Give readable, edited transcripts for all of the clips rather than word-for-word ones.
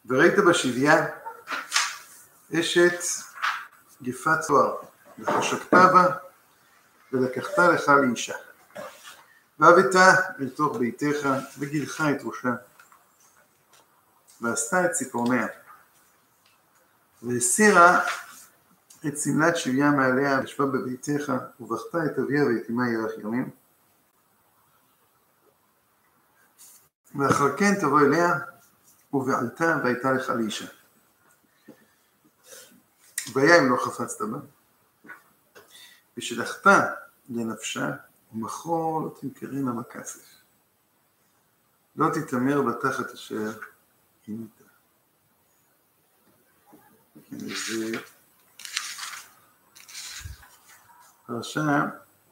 וראית בשביה אשת יפת תואר, וחשקת בה ולקחת לך לאישה. והבאתה אל תוך ביתך וגילחה את ראשה, ועשתה את ציפורניה, והסירה את סמלת שביה מעליה, וישבה בביתך, ובכתה את אביה ואת אמה ירח ימים. ואחר כן תבוא אליה, ובעלתה והייתה לך לאישה. והיה אם לא חפצת בה, ושלחת לנפשה, ומחור לא תמכרנה בכסף. לא תתאמר בתחת אשר עינית. זה פרשה,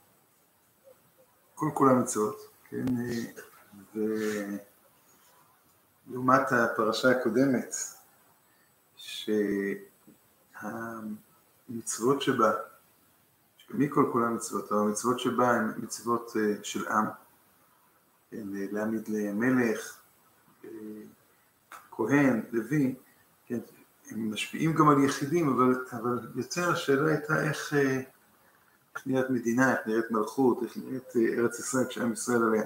כל כולה מצוות, כן? ולעומת הפרשה הקודמת, שהמצוות שבה, מי כל כולה מצוות, אבל המצוות שבה הן מצוות של עם, כן? להעמיד למלך, כהן, לוי, כן? הם משפיעים גם על יחידים, אבל יותר השאלה הייתה איך נראית מדינה, איך נראית מלכות, איך נראית ארץ ישראל כשעם ישראל עליה.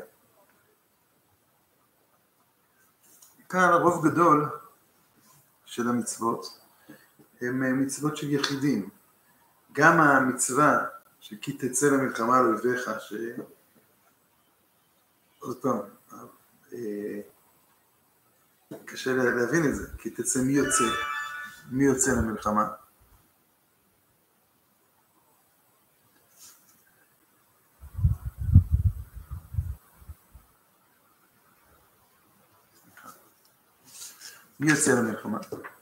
כאן הרוב גדול של המצוות הם מצוות של יחידים. גם המצווה של כי תצא למלחמה על אויביך, עוד פעם, קשה להבין את זה, כי תצא מי יוצא למלחמה. מי יוצא למלחמה?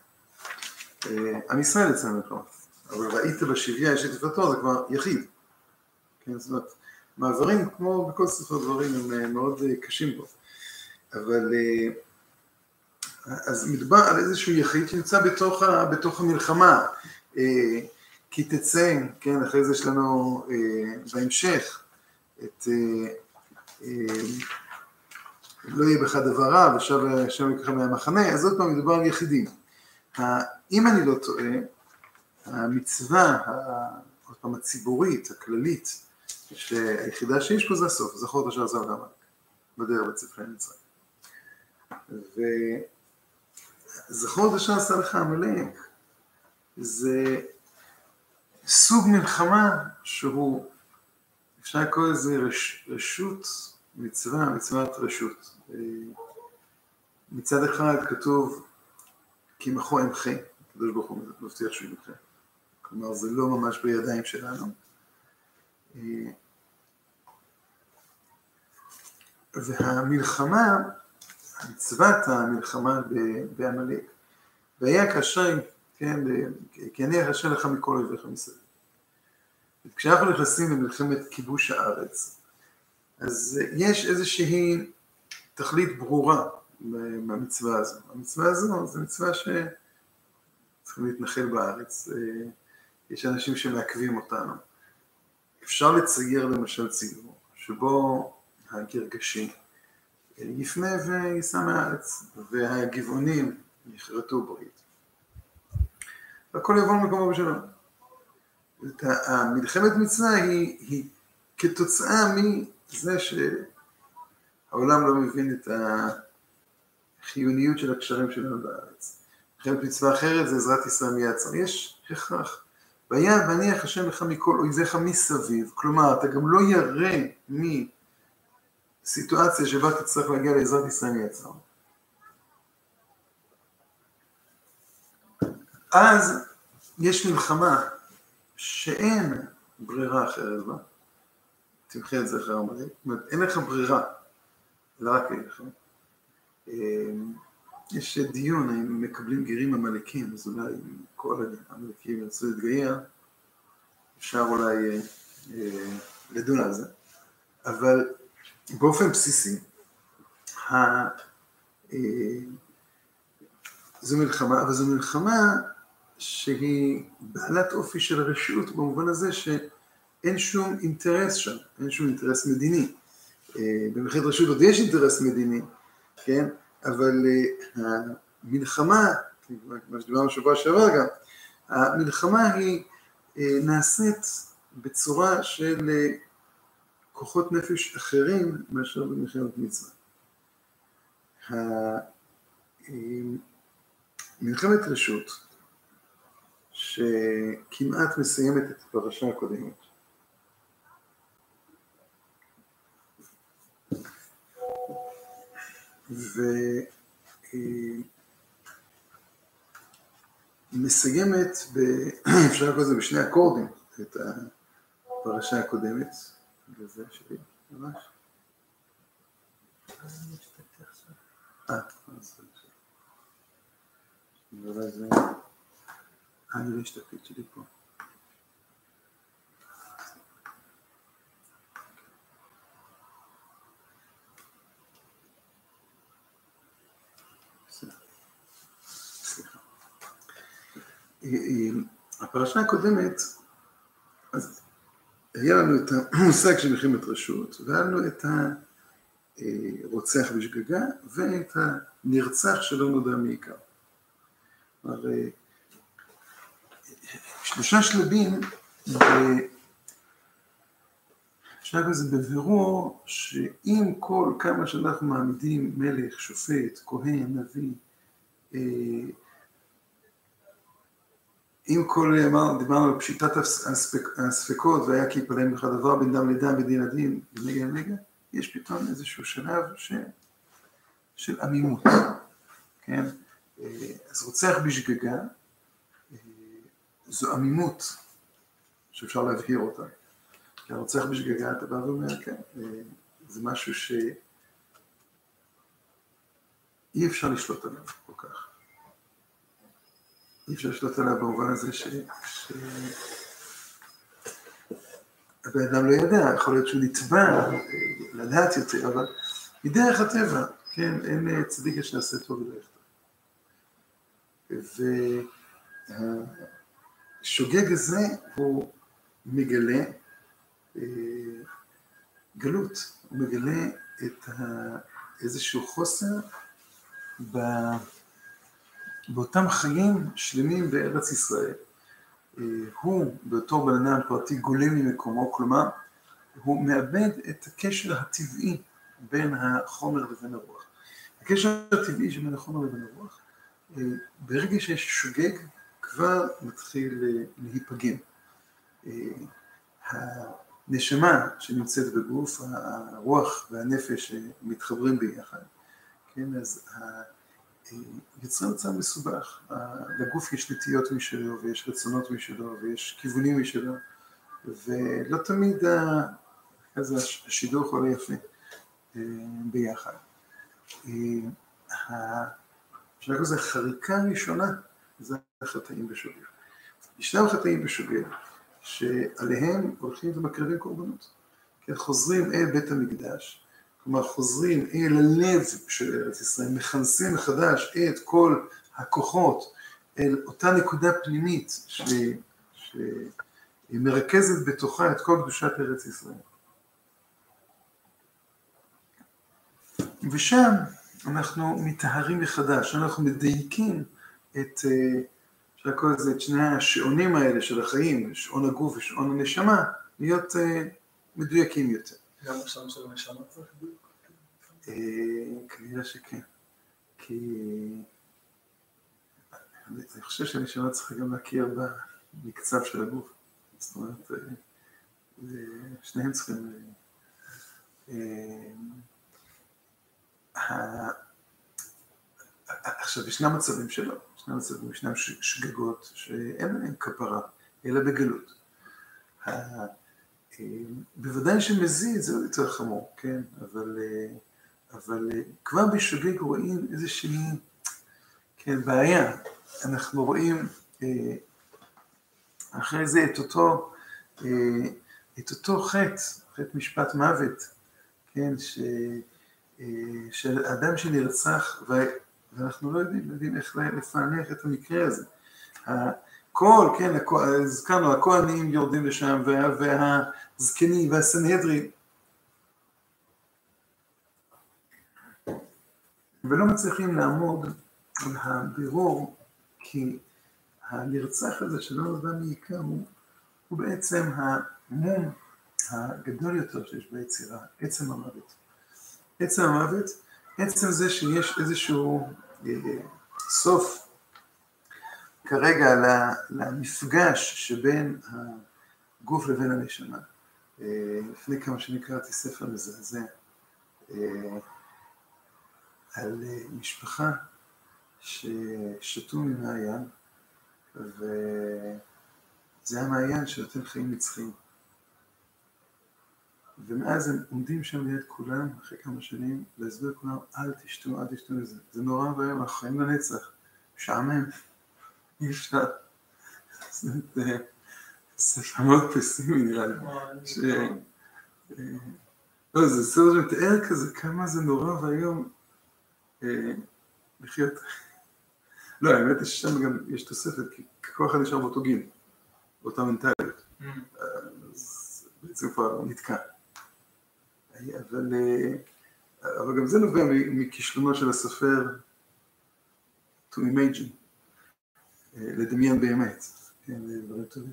עם ישראל יוצא למלחמה. אבל ראית בשביה אשת יפתו, זה כבר יחיד. כן, זאת אומרת, מעברים כמו בכל ספר דברים הם מאוד קשים פה. אבל אז מדבר על איזשהו יחיד שנמצא בתוך המלחמה. כי תצא, כן, אחרי זה יש לנו בהמשך את לא יהיה בך דבר רע, ושב יקחה מהמחנה, אז עוד פעם מדובר על יחידים. אם אני לא טועה, המצווה, עוד פעם הציבורית, הכללית, שהיחידה שיש פה זה הסוף, זכור את אשר עזב לעמלק, בדרך בצפרי מצרים. וזכור את אשר עשה לך עמלק, זה סוג מלחמה שהוא, אפשר לקרוא לזה רשות מצווה, מצוות רשות. מצד אחד כתוב, כי מחו עמכם, הקדוש ברוך הוא מבטיח שהוא עמכם. כלומר, זה לא ממש בידיים שלנו. והמלחמה, מצוות המלחמה בעמלק, והיה כאשר, כן, כי אני ארשה לך מכל אויביך מסביב. כשאנחנו נכנסים למלחמת כיבוש הארץ, אז יש איזושהי תכלית ברורה במצווה הזו. המצווה הזו זו מצווה שצריכים להתנחל בארץ. יש אנשים שמעכבים אותנו. אפשר לצייר למשל ציור, שבו הגרגשי יפנה וייסע מהארץ, והגבעונים יחרטו ברית. והכל יבוא למקומו בשלום. המלחמת מצווה היא כתוצאה מזה שהעולם לא מבין את החיוניות של הקשרים שלנו בארץ. מלחמת מצווה אחרת זה עזרת ישראל מיעצר. יש הכרח. והיה ואניח השם לך מכל אויביך מסביב. כלומר, אתה גם לא ירא מסיטואציה שבה תצטרך להגיע לעזרת ישראל מיעצר. אז יש מלחמה שאין ברירה אחרת בה. תמחה את זה אחר עמלק. זאת אומרת, אין לך ברירה, זה רק לך. יש דיון, אם מקבלים גרים עמלקים, אז אולי אם כל העמלקים ירצו להתגייר, אפשר אולי לדון על זה. אבל באופן בסיסי, זו מלחמה, אבל זו מלחמה שהיא בעלת אופי של רשות, במובן הזה שאין שום אינטרס שם, אין שום אינטרס מדיני. במלחמת רשות עוד יש אינטרס מדיני, כן? אבל המלחמה, מה שדיברנו שבוע שעבר גם, המלחמה היא נעשית בצורה של כוחות נפש אחרים מאשר במלחמת מצווה. מלחמת רשות, שכמעט מסיימת את הפרשה הקודמת, ומסיימת, אפשר לקרוא לזה בשני אקורדים, את הפרשה הקודמת, וזה שלי, ממש. אני לא אשתפית שלי פה. סליחה. הפרשה הקודמת, אז היה לנו את המושג של מלחמת רשות, והיה לנו את הרוצח בשגגה, ואת הנרצח שלא נודע מעיקר. הרי שלושה שלבים, אפשר לזה בבירור, שאם כל כמה שאנחנו מעמידים מלך, שופט, כהן, נביא, אם כל, דיברנו על פשיטת הספקות, והיה כי יפלם אחד דבר בין דם לדם, בדין הדין, בנגע לנגע, יש פתאום איזשהו שלב של עמימות, כן? אז רוצח בשגגה, זו עמימות שאפשר להבהיר אותה. כי הרוצח בשגגה, אתה בא ואומר, כן, זה משהו שאי אפשר לשלוט עליו כל כך. אי אפשר לשלוט עליו במובן הזה הבן אדם לא ידע, יכול להיות שהוא נתבע, לדעת יותר, אבל מדרך הטבע, כן, אין צדיק שנעשה טוב בדרך טוב. והשוגג הזה הוא מגלה גלות, הוא מגלה את איזשהו חוסר באותם חיים שלמים בארץ ישראל. הוא, באותו בן אדם פרטי, גולם ממקומו, כלומר, הוא מאבד את הקשר הטבעי בין החומר לבין הרוח. הקשר הטבעי שבין החומר לבין הרוח, ברגע שיש שוגג, כבר מתחיל להיפגם. הנשמה שנמצאת בגוף, הרוח והנפש מתחברים ביחד, כן, אז יוצרים מצב מסובך. לגוף יש נטיות משלו, ויש רצונות משלו, ויש כיוונים משלו, ולא תמיד השידור עולה יפה ביחד. אפשר כזה חריקה ראשונה, זה החטאים בשוגג. ישנם חטאים בשוגג, שעליהם הולכים ומקריבים קורבנות. כן, חוזרים אל בית המקדש, כלומר חוזרים אל הלב של ארץ ישראל, מכנסים מחדש את כל הכוחות אל אותה נקודה פנימית שמרכזת בתוכה את כל קדושת ארץ ישראל. ושם אנחנו מטהרים מחדש, אנחנו מדייקים את, אפשר לקרוא לזה, את שני השעונים האלה של החיים, שעון הגוף ושעון הנשמה, להיות מדויקים יותר. גם השעון של הנשמה צריך דיוק? כנראה שכן. כי אני חושב שהנשמה צריכה גם להכיר במקצב של הגוף. זאת אומרת, שניהם צריכים... עכשיו, ישנם מצבים שלו, ישנם שגגות שאין להם כפרה, אלא בגלות. בוודאי שמזיד זה יותר חמור, כן? אבל כבר בשוגג רואים איזושהי, כן, בעיה. אנחנו רואים אחרי זה את אותו חטא משפט מוות, כן? של אדם שנרצח, ואנחנו לא יודעים איך לפענח את המקרה הזה. כן, הזכרנו, הכהנים יורדים לשם, והזקנים והסנהדרין, ולא מצליחים לעמוד הבירור, כי הנרצח הזה שלא נודע מעיקר הוא בעצם המום הגדול יותר שיש ביצירה, עצם המוות. עצם המוות, עצם זה שיש איזשהו סוף כרגע למפגש שבין הגוף לבין הנשמה. לפני כמה שנים קראתי ספר מזעזע על משפחה ששתו ממעיין, וזה היה מעיין שנותן חיים נצחיים. ומאז הם עומדים שם ליד כולם, אחרי כמה שנים, להסביר לכולם, אל תשתו, אל תשתו מזה. זה נורא והיום, אנחנו חיים לנצח. משעמם. אי אפשר. זה ספר מאוד פסימי נראה לי. לא, זה ספר שמתאר כזה, כמה זה נורא והיום לחיות. לא, האמת היא ששם גם יש תוספת, כי כל אחד נשאר באותו גיל, באותה מנטליות. אז בעצם כבר נתקע. אבל גם זה נובע מכישלונו של הסופר to imagine, לדמיין באמת, כן, דברים טובים.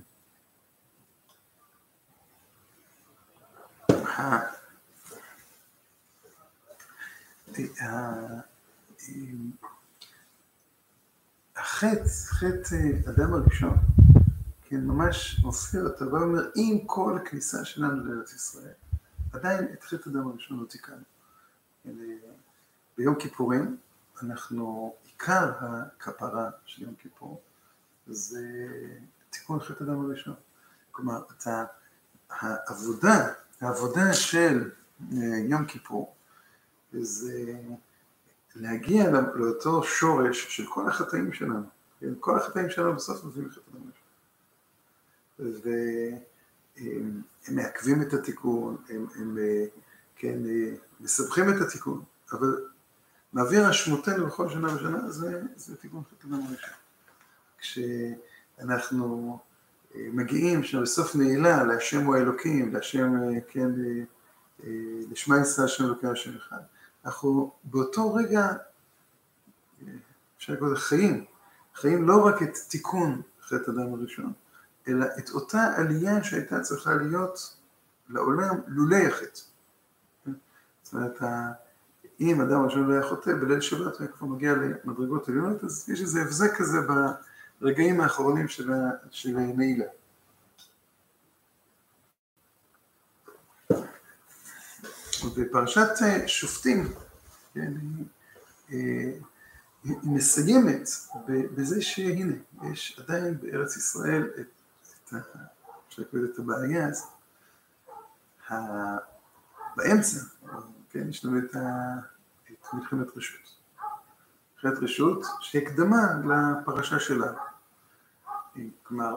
חטא אדם הראשון, כן, ממש מופיע, אתה בא ואומר, עם כל הכניסה שלנו לארץ ישראל, עדיין את חטא אדם הראשון לא תיקנו. ביום כיפורים, עיקר הכפרה של יום כיפור, זה תיקון חטא אדם הראשון. כלומר, העבודה של יום כיפור, זה להגיע לאותו שורש של כל החטאים שלנו. כל החטאים שלנו בסוף מביאים חטא אדם הראשון. והם מעכבים את התיקון, הם כן, מסבכים את התיקון, אבל מעביר אשמותינו בכל שנה ושנה, זה תיקון חטא אדם הראשון. כשאנחנו מגיעים שבסוף נעילה להשם הוא האלוקים, להשם, כן, לשמה ישראל השם אלוקי השם אחד, אנחנו באותו רגע, אפשר לקרוא לזה חיים לא רק את תיקון חטא אדם הראשון, אלא את אותה עלייה שהייתה צריכה להיות לעולם לולא החטא. זאת אומרת, אם אדם הראשון לא היה חוטא, בליל שבת הוא כבר מגיע למדרגות עליונות, אז יש איזה הבזק כזה ברגעים האחרונים של נעילה. ובפרשת שופטים, כן, היא מסיימת בזה שהנה, יש עדיין בארץ ישראל את הבעיה הזאת. באמצע, כן, יש לנו את מלחמת רשות. מלחמת רשות שהיא הקדמה לפרשה שלנו. כלומר,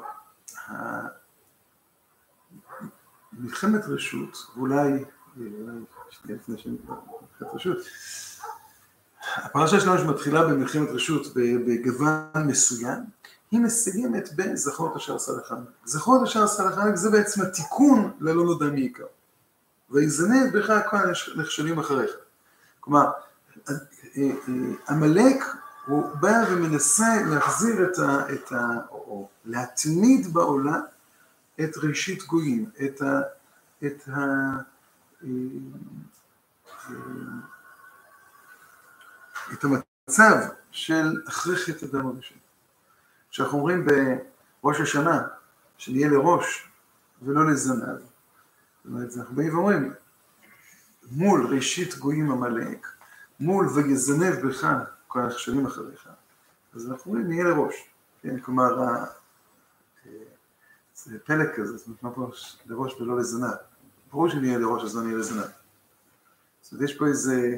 מלחמת רשות, ואולי לפני מלחמת רשות, הפרשה שלנו שמתחילה במלחמת רשות בגוון מסוים, היא מסיימת בזכור את אשר עשה לך. זכור את אשר עשה לך זה בעצם התיקון ללא נודע מעיקר. ויזנב בך הכהן נחשלים אחריך. כלומר, עמלק הוא בא ומנסה להחזיר או להתמיד בעולם את ראשית גויים, את המצב של אחרי חטא אדם הראשון. כשאנחנו אומרים בראש השנה, שנהיה לראש ולא לזנב, זאת אומרת, אנחנו באים ואומרים, מול ראשית גויים עמלק, מול ויזנב בך כל הנחשלים אחריך, אז אנחנו אומרים, נהיה לראש. כן, כלומר, זה פלא כזה, זאת אומרת, לראש ולא לזנב. ברור שנהיה לראש, אז לא נהיה לזנב. זאת אומרת, יש פה איזה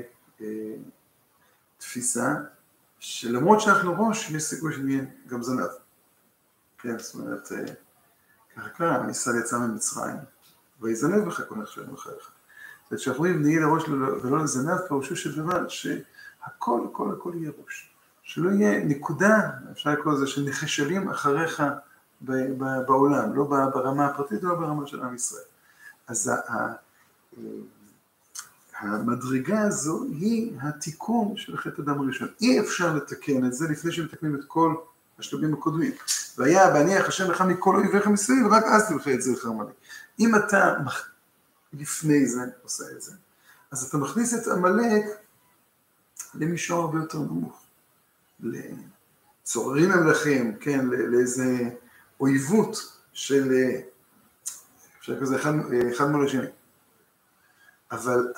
תפיסה, שלמרות שאנחנו ראש, יש סיכוי שנהיה גם זנב. כן, זאת אומרת, ככה קרה, ישראל יצא ממצרים, ויזנב בך כל הנחשלים אחריך. זאת אומרת, שאנחנו אומרים, נהיה לראש ולא לזנב, פירושו של דבר שהכל, הכל יהיה ראש. שלא יהיה נקודה, אפשר לקרוא לזה, של נחשלים אחריך בעולם, לא ברמה הפרטית, לא ברמה של עם ישראל. אז המדרגה הזו היא התיקון של חטא אדם הראשון. אי אפשר לתקן את זה לפני שמתקנים את כל השלבים הקודמים. והיה בהניח השם לך מכל אויביך מסביב, רק אז תלכה את זה לך עמלק. אם אתה לפני זה עושה את זה, אז אתה מכניס את עמלק למישור הרבה יותר נמוך. לצוררים המלכים, כן, לאיזה אויבות של, אפשר כזה אחד מול השני. אבל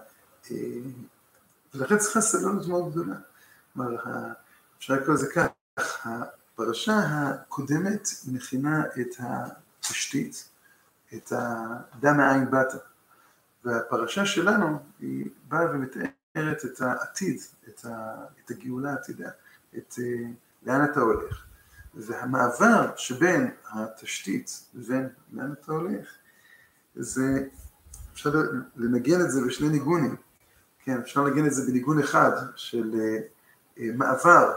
ולכן צריכה סבלנות מאוד גדולה. כלומר, אפשר לקרוא לזה כך, הפרשה הקודמת מכינה את התשתית, את הדם מאין באת, והפרשה שלנו היא באה ומתארת את העתיד, את הגאולה העתידה, לאן אתה הולך. והמעבר שבין התשתית לבין לאן אתה הולך, זה אפשר לנגן את זה בשני ניגונים, כן, אפשר לנגן את זה בניגון אחד של מעבר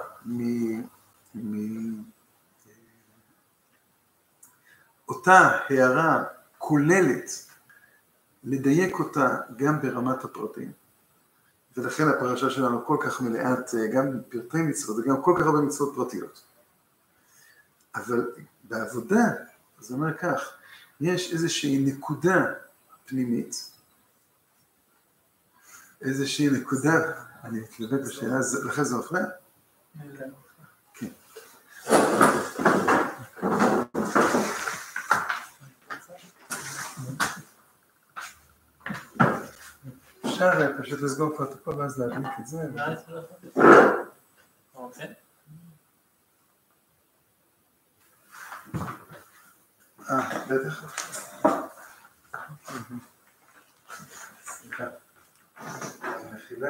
מאותה הערה כוללת, לדייק אותה גם ברמת הפרטים, ולכן הפרשה שלנו כל כך מלאת גם פרטי מצוות וגם כל כך הרבה מצוות פרטיות. אבל בעבודה, זה אומר כך, יש איזושהי נקודה פנימית, איזושהי נקודה, אני מתלבט בשאלה, לכן זה מפריע? כן. אפשר פשוט לסגור פרוטוקול ואז להדליק את זה. אוקיי. בטח. סליחה. מחילה.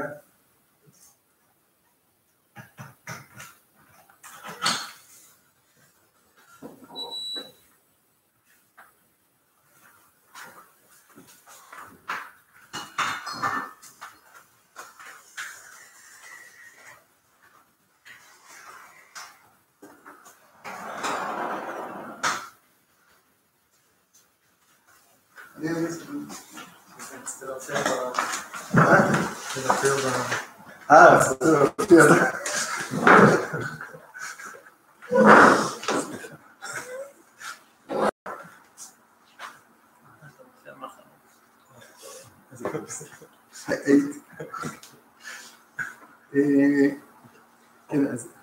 כן, אז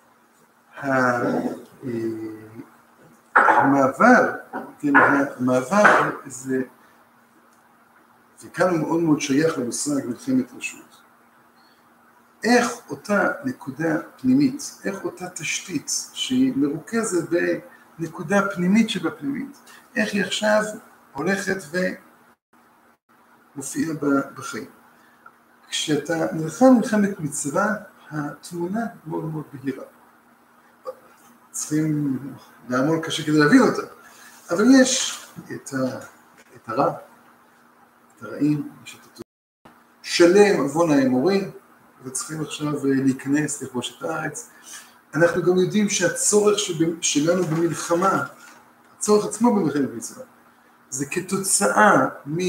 המעבר, כן, המעבר זה, וכאן הוא מאוד מאוד שייך למושג מלחמת רשות. איך אותה נקודה פנימית, איך אותה תשתית שהיא מרוכזת בנקודה פנימית שבפנימית, איך היא עכשיו הולכת ומופיעה בחיים. כשאתה נלחם מלחמת מצווה, התמונה מאוד מאוד בהירה. צריכים לעמול קשה כדי להבין אותה, אבל יש את הרע, את הרעים, יש את הטוב. שלם עוון האמורי, וצריכים עכשיו להיכנס לכבוש את הארץ. אנחנו גם יודעים שהצורך שלנו במלחמה, הצורך עצמו במלחמת מצווה, זה כתוצאה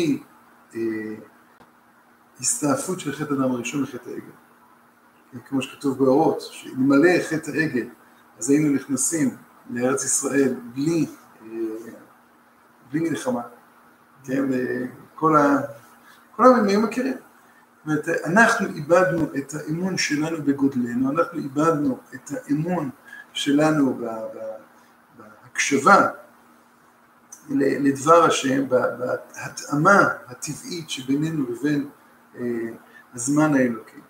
מהסתעפות של חטא אדם הראשון לחטא העגל. כמו שכתוב באורות, שאלמלא חטא העגל, אז היינו נכנסים לארץ ישראל בלי מלחמה. כן, כל המאמרים מכירים. זאת אומרת, אנחנו איבדנו את האמון שלנו בגודלנו, אנחנו איבדנו את האמון שלנו בהקשבה לדבר השם, בהתאמה הטבעית שבינינו לבין הזמן האלוקי.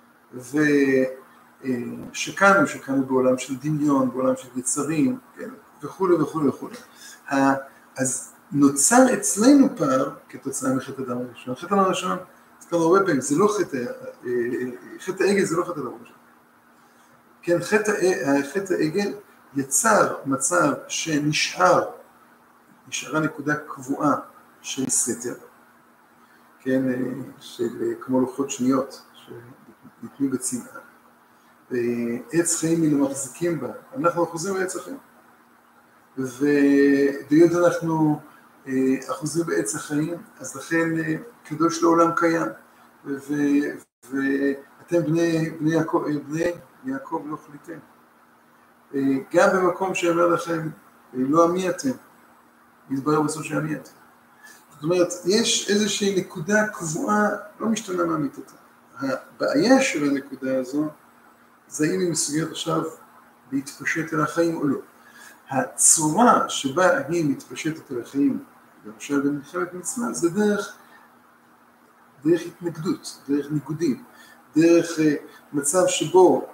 ושקענו בעולם של דמיון, בעולם של יצרים, כן, וכו' וכו' וכו'. אז נוצר אצלנו פער כתוצאה מחטא אדם הראשון. חטא אדם הראשון, הזכרנו הרבה פעמים, זה לא חטא העגל זה לא חטא אדם הראשון. כן, חטא העגל יצר מצב שנשארה נקודה קבועה של סתר, כן, כמו לוחות שניות שניתנו בצנעה. ועץ חיים מן המחזיקים בה, אנחנו אחוזים בעץ החיים. וביות אנחנו אחוזים בעץ החיים, אז לכן קדוש לעולם קיים. ואתם בני יעקב לא חליתם. גם במקום שאומר לכם, לא עמי אתם, יתברר בסוף שעמי אתם. זאת אומרת, יש איזושהי נקודה קבועה, לא משתנה מהמיתתה. הבעיה של הנקודה הזו, זה אם היא מסוגלת עכשיו להתפשט אל החיים או לא. הצורה שבה היא מתפשטת אל החיים, למשל במלחמת מצווה, זה דרך התנגדות, דרך ניגודים, דרך מצב שבו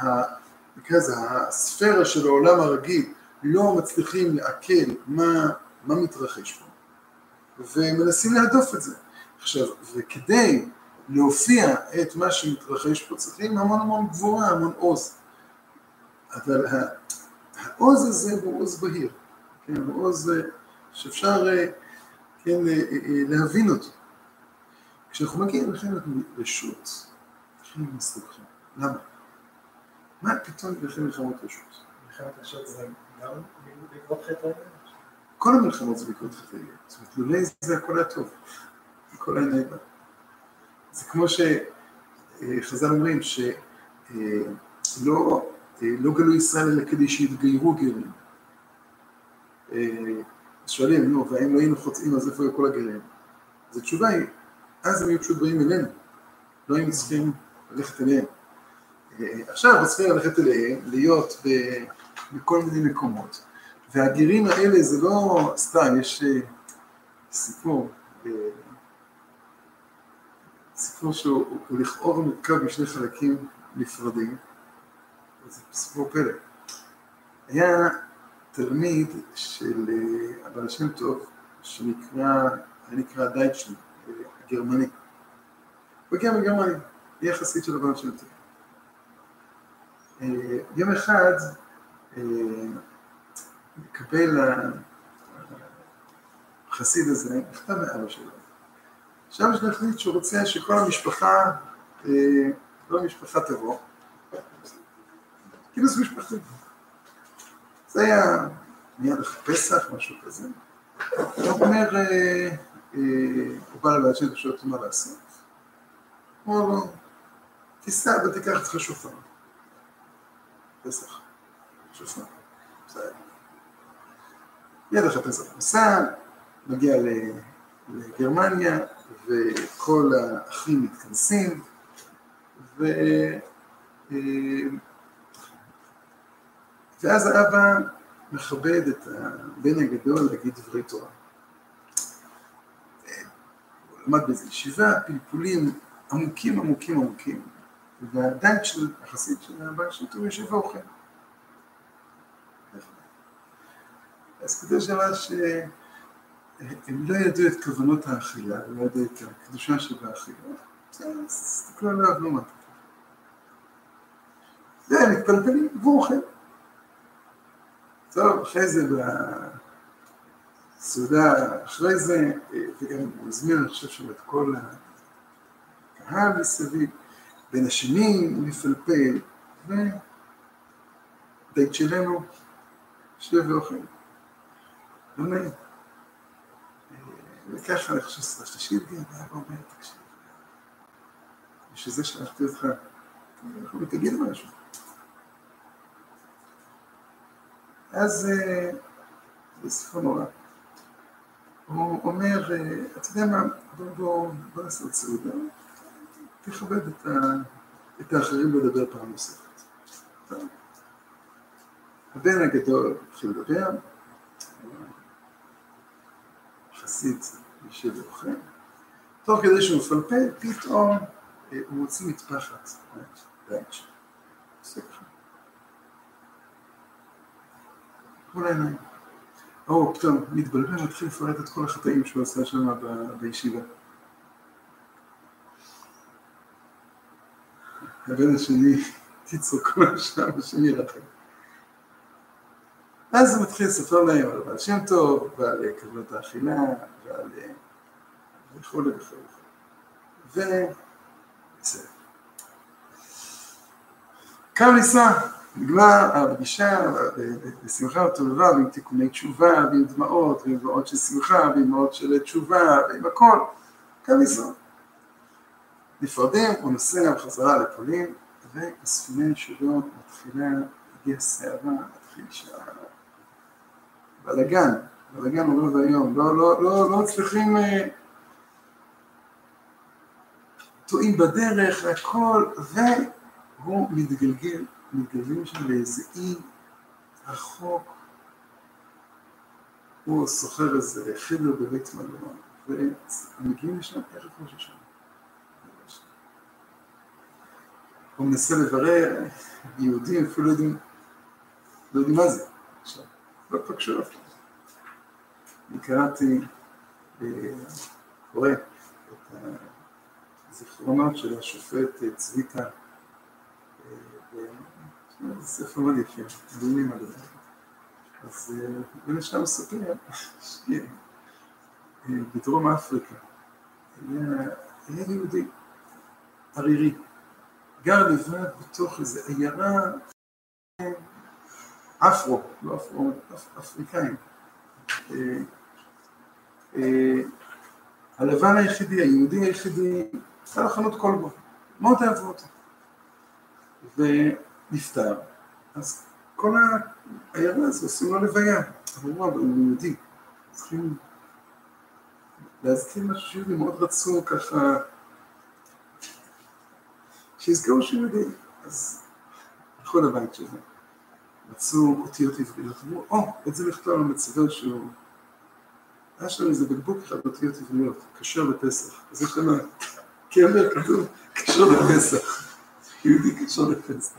הספירה של העולם הרגיל לא מצליחים לעכל מה מתרחש פה, ומנסים להדוף את זה. עכשיו, וכדי להופיע את מה שמתרחש פה, צריכים המון גבורה, המון עוז. אבל העוז הזה הוא עוז בהיר, כן? הוא עוז שאפשר להבין אותו. כשאנחנו מגיעים למלחמת רשות, אנחנו מסתבכים. למה? מה פתאום מלחמת רשות? מלחמת רשות זה גם בעקבות חטא העגל? כל המלחמות זה בעקבות חטא העגל. זאת אומרת, לולא זה הכל היה טוב. הכל היה נהדר. זה כמו שחז"ל אומרים שלא גלו ישראל אלא כדי שיתגיירו גרים. שואלים, נו, והאם לא היינו חוצאים, אז איפה היו כל הגרים? אז התשובה היא, אז הם היו פשוט באים אלינו. לא היינו צריכים ללכת אליהם. עכשיו אנחנו צריכים ללכת אליהם, להיות בכל מיני מקומות. והגירים האלה זה לא סתם, יש סיפור שהוא לכאורה מורכב משני חלקים נפרדים. זה סיפור פלא. היה תלמיד של הבעל שם טוב, שנקרא דייטשטיין, הגרמני. הוא הגיע מגרמניה, היא יחסית של הבעל שם טוב. יום אחד מקבל החסיד הזה, נכתב מאבא שלו. עכשיו יש להחליט שהוא רוצה שכל המשפחה, כל המשפחה תבוא. כינוס משפחתי. זה היה מיד אחרי פסח, משהו כזה. הוא אומר, הוא בא לבעל שם ושואל אותו מה לעשות. הוא אומר לו, תיסע ותיקח אתך שופר. פסח, שופר. בסדר. מיד אחרי פסח נסע, מגיע לגרמניה, וכל האחים מתכנסים, ואז האבא מכבד את הבן הגדול להגיד דברי תורה. הוא למד באיזו ישיבה, פלפולים עמוקים, והדייט של החסיד של הבעל שם טוב יושב ואוכל. אז כדי שאלה שהם לא ידעו את כוונות האכילה, לא ידעו את הקדושה שבאכילה, אז תסתכלו עליו לא מה. זה מתפלפלים והוא אוכל. טוב, אחרי זה בסעודה, אחרי זה, וגם הוא הזמין, אני חושב שם את כל הקהל מסביב, בין השנים מפלפל, ודייט שלנו, יושב ואוכל. לא נעים. וככה אני חושב שזה השלישית גם, ואבא אומר, תקשיב. ושזה שלחתי אותך, אנחנו תגיד משהו. אז זה ספר נורא. הוא אומר, אתה יודע מה, בוא נעשה את סעודה, תכבד את האחרים לדבר פעם נוספת. הבן הגדול התחיל לדבר, חסיד יושב ואוכל, תוך כדי שהוא מפלפל, פתאום הוא מוציא מטפחת, דייטש. עושה ככה. מול העיניים. פתאום מתבלבל, מתחיל לפרט את כל החטאים שהוא עשה שם בישיבה. הבן השני תצרוק כל השם, השני רחם. אז הוא מתחיל לספר להם על הבעל שם טוב, ועל כוונות האכילה, ועל וכו'. ובסדר. קם ניסה, נגמר הפגישה, בשמחה וטובה, ועם תיקוני תשובה, ועם דמעות, ועם דמעות של שמחה, ועם דמעות של תשובה, ועם הכל. קם ניסה. נפרדים, הוא נוסע בחזרה לפולין, והספינה שלו מתחילה, הגיעה סערה, מתחיל שעה. בלגן עורב היום, לא מצליחים, טועים בדרך, הכל, והוא מתגלגלים שם לאיזה אי רחוק, הוא סוחר איזה חדר בבית מלון, ומגיעים לשם ערב ראש השנה. הוא מנסה לברר, יהודים אפילו לא יודעים מה זה. עכשיו, לא פגשו אף אחד. אני קראתי, קורא את הזיכרונות של השופט צביקה, זה ספר מאוד יפה, מדהימים על זה. אז בין שם מספר, בדרום אפריקה, היה יהודי, ערירי, גר לבד בתוך איזו עיירה, לא אפרו, אפריקאים. הלבן היחידי, היהודי היחידי, היה לחנות כלבו, מאוד אהבו אותו. ונפטר. אז כל העיירה הזו עושים לו לוויה. אמרו, אבל הוא יהודי. צריכים להזכיר משהו שיהודי, מאוד רצו ככה, שיזכרו שיהודי. אז הלכו לבית שלו. מצאו אותיות עבריות, אמרו, את זה לכתוב על מצווה שהוא... היה שם איזה בקבוק אחד אותיות עבריות, קשר לפסח. אז יש לנו קבר כתוב, קשר לפסח. יהודי קשר לפסח.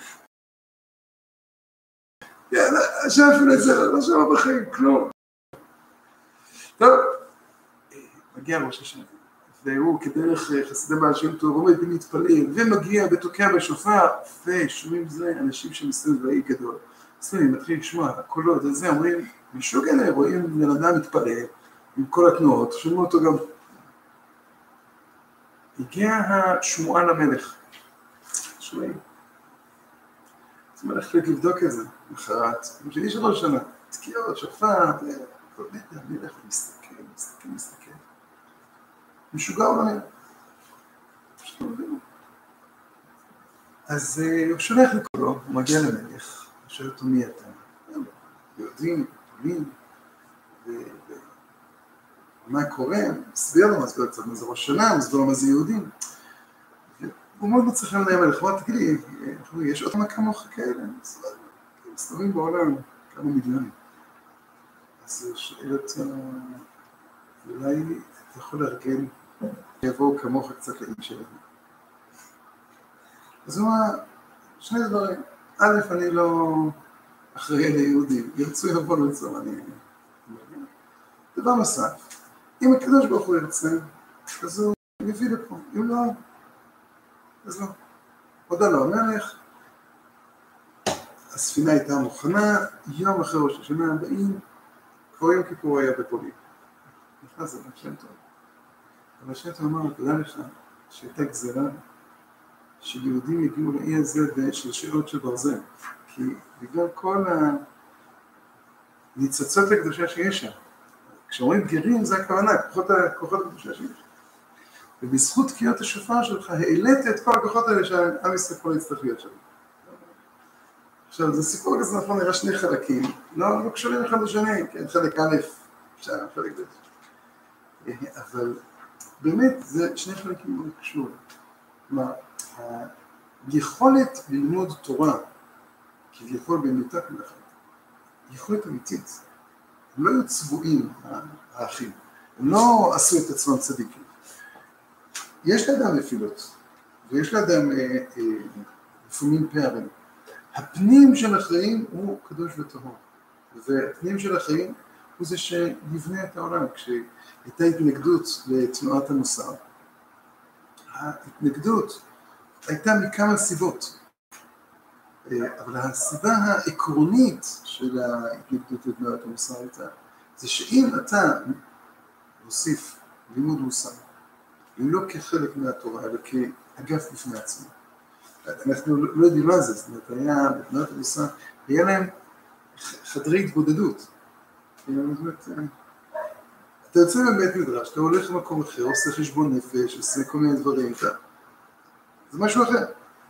יאללה, השם אפילו את זה, לא שם בחיים, כלום. טוב, מגיע ראש השנה, והוא כדרך חסידי בעל שם טוב, עומד ומתפלל, ומגיע ותוקע בשופר, ושומעים זה אנשים שמסתובבים באי גדול. מסתובבים, מתחילים לשמוע, הקולות, זה אומרים, משוגע אלה, רואים בן אדם מתפלל, עם כל התנועות, שומעים אותו גם. הגיע השמועה למלך. שומעים. אז המלך החליט לבדוק את זה, מחרת, שני שלוש שנה, תקיעות, שופר, המלך מסתכל. משוגע או לא נראה. אז הוא שולח לקולו, הוא מגיע למלך, הוא שואל אותו מי אתה. יודעים, פולין, ומה קורה, מסביר לו, מסביר קצת מה זה ראש שנה, מסביר לו מה זה יהודים. הוא מאוד מצליח לנהל המלך, הוא אומר, תגידי, יש עוד כמוך כאלה? מסתובבים בעולם, כמה מיליונים. אז הוא שואל אותו, אולי אתה יכול לארגן, יבואו כמוך קצת לאם שלנו. אז הוא אומר, שני דברים, א', אני לא אחראי ליהודים, ירצו יבוא לצור, אני... דבר נוסף, אם הקדוש ברוך הוא ירצה, אז הוא מביא לפה, אם לא, אז לא. הודה לו המלך, הספינה הייתה מוכנה, יום אחרי ראש השנה הבאים, כבר יום כיפור היה בפולין. נכנס לבן שם טוב. אבל שם טוב אמר, תדע לך, שהייתה גזירה, שיהודים הגיעו לאי הזה בשלשלות של ברזל. כי בגלל כל הניצוצות הקדושה שיש שם, כשאומרים גרים זה הכוונה, כוחות הקדושה שיש. ובזכות תקיעות השופר שלך, העלית את כל הכוחות האלה שהעם ישראל כבר יצטרך להיות שם. עכשיו, זה סיפור כזה נכון, נראה שני חלקים, לא קשורים אחד לשני, כן, חלק א', שם, חלק ב'. אבל באמת, זה שני חלקים מאוד קשורים. כלומר, היכולת ללמוד תורה, כביכול במנותק מלאכה, יכולת אמיתית. הם לא היו צבועים, האחים. הם לא עשו את עצמם צדיקים. יש לאדם נפילות, ויש לאדם לפעמים פערים. הפנים של החיים הוא קדוש וטהור, והפנים של החיים הוא זה שנבנה את העולם. כשהייתה התנגדות לתנועת המוסר, ההתנגדות הייתה מכמה סיבות, אבל הסיבה העקרונית של ההתנגדות לתנועת המוסר הייתה, זה שאם אתה מוסיף לימוד מוסר, אם לא כחלק מהתורה, אלא כאגף בפני עצמו, אנחנו לא יודעים מה זה, זאת אומרת, היה בתנועת המוסר, היה להם חדרי התבודדות. אתה יוצא מבית מדרש, אתה הולך למקום אחר, עושה חשבון נפש, עושה כל מיני דברים, זה משהו אחר.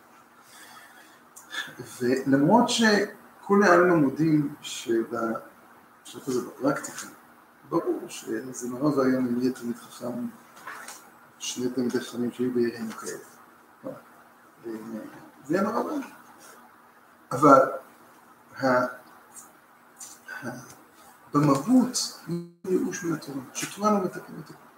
ולמרות שכולי עלמא מודים שזה בפרקטיקה, ברור שזה נורא והיום אם יהיה תלמיד חכם, שני תלמידי חכמים שיהיו בעירינו כאלה. זה יהיה נורא בעיה. אבל במהות ייאוש מן התורה, שתורה לא מתקנת את הכל.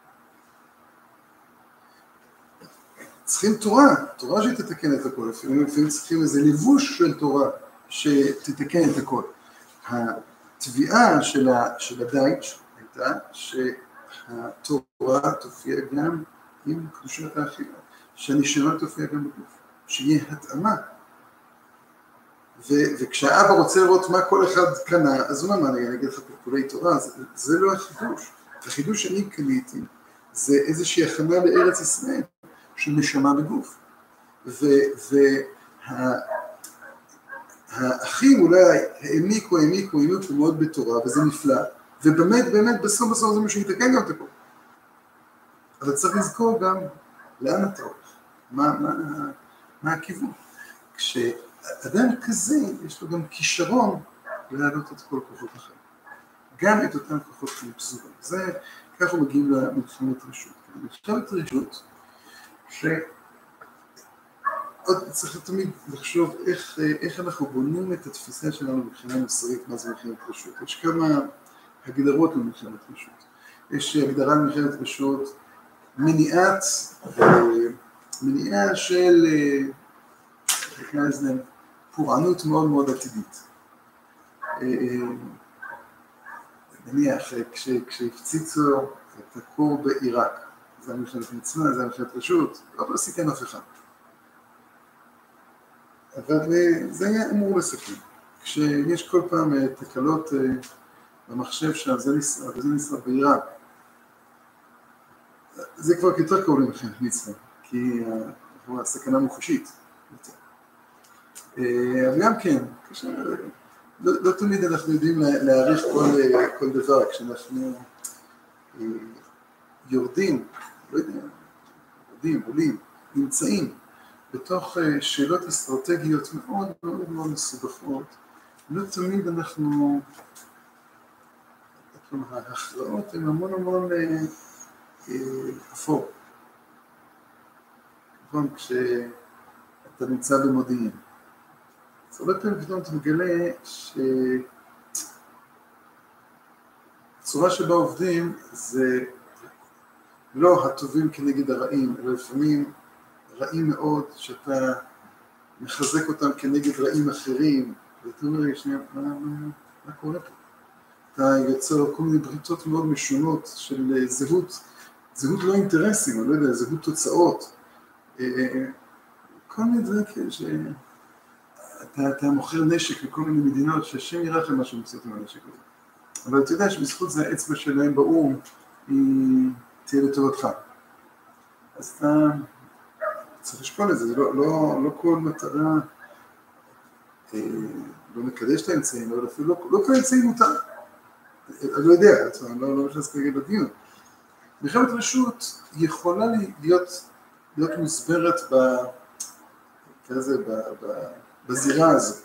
צריכים תורה שתתקן את הכל, לפעמים צריכים איזה לבוש של תורה שתתקן את הכל. התביעה של הדייץ' הייתה שהתורה תופיע גם עם קדושת האכילה, שהנשמה תופיע גם בגוף, שיהיה התאמה. וכשהאבא רוצה לראות מה כל אחד קנה, אז הוא אמר, אני אגיד לך פלפולי תורה, זה לא החידוש. החידוש שאני קניתי זה איזושהי הכנה לארץ ישראל, של נשמה בגוף. והאחים אולי העמיקו מאוד בתורה, וזה נפלא, ובאמת בסוף זה משהו יתקן גם את הכל. אבל צריך לזכור גם לאן אתה הולך, מה הכיוון. כשאדם כזה יש לו גם כישרון להעלות את כל כוחות החיים. גם את אותם כוחות חיים פזורים. זה, ככה מגיעים למלחמת רשות. מלחמת רשות, עוד צריך תמיד לחשוב איך אנחנו בונים את התפיסה שלנו מבחינה מוסרית, מה זה מלחמת רשות. יש כמה הגדרות למלחמת רשות. יש הגדרה למלחמת רשות, מניעה של פורענות מאוד מאוד עתידית. נניח, כשהפציצו את הכור בעיראק, זה מלחמת מצווה, זה מלחמת רשות, לא סיכן אף אחד. אבל זה היה אמור לסכן. כשיש כל פעם תקלות במחשב שם, זה נשרף בעיראק. זה כבר יותר קרוב למלחמת מצווה, כי הסכנה מוחשית. אבל גם כן, לא תמיד אנחנו יודעים להעריך כל דבר, כשאנחנו יורדים, לא יודע, עולים, נמצאים בתוך שאלות אסטרטגיות מאוד מאוד מאוד מסובכות, לא תמיד אנחנו, ההכרעות הן המון אפור. נכון, כשאתה נמצא במודיעין. אז הרבה פעמים פתאום אתה מגלה שהצורה שבה עובדים זה לא הטובים כנגד הרעים, אלא לפעמים רעים מאוד שאתה מחזק אותם כנגד רעים אחרים, ואתה אומר, שנייה, מה קורה פה? אתה יוצר כל מיני בריתות מאוד משונות של זהות לא אינטרסים, אני לא יודע, זהות תוצאות, כל מיני דברים כאלה שאתה מוכר נשק לכל מיני מדינות שהשם יראה לכם מה שמוצאות עם הנשק הזה. אבל אתה יודע שבזכות זה האצבע שלהם באום היא תהיה לטובתך. אז אתה צריך לשקול את זה, זה לא כל מטרה, לא מקדש את האמצעים, אבל אפילו לא כל האמצעים מותר. אני לא יודע, אני לא נכנס כרגע בדיון. מלחמת רשות יכולה להיות מוסברת בזירה הזו,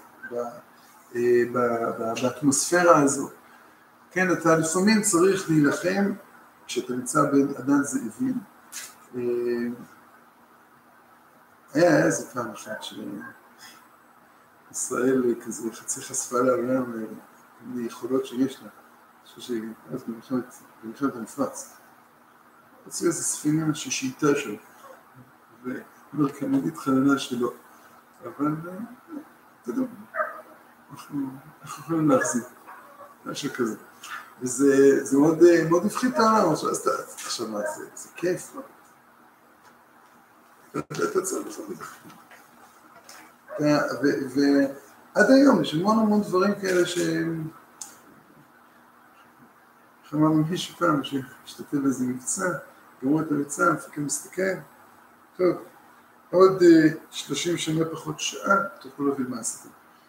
באטמוספירה הזו. כן, אתה לפעמים צריך להילחם כשאתה נמצא בין עדן זאבים. היה איזה פעם אחת שישראל כזה חצי חשפה לעולם מיכולות שיש לה. אני חושב שהיא אז במלחמת המפרץ. הוציאו איזו ספינה ששייטה שם, ומרכנית חלנה שלו. אבל, אתה יודע, אנחנו יכולים להחזיק, משהו כזה. וזה מאוד הפחיד את העולם, עכשיו מה, זה כיף, לא? אתה צריך לעשות את זה. ועד היום יש המון דברים כאלה שהם... חמה ממש פעם שהשתתף באיזה מבצע, גמרו את המבצע, המפקד מסתכל, טוב, עוד 30 שנה פחות שעה, תוכלו להבין מה עשיתם.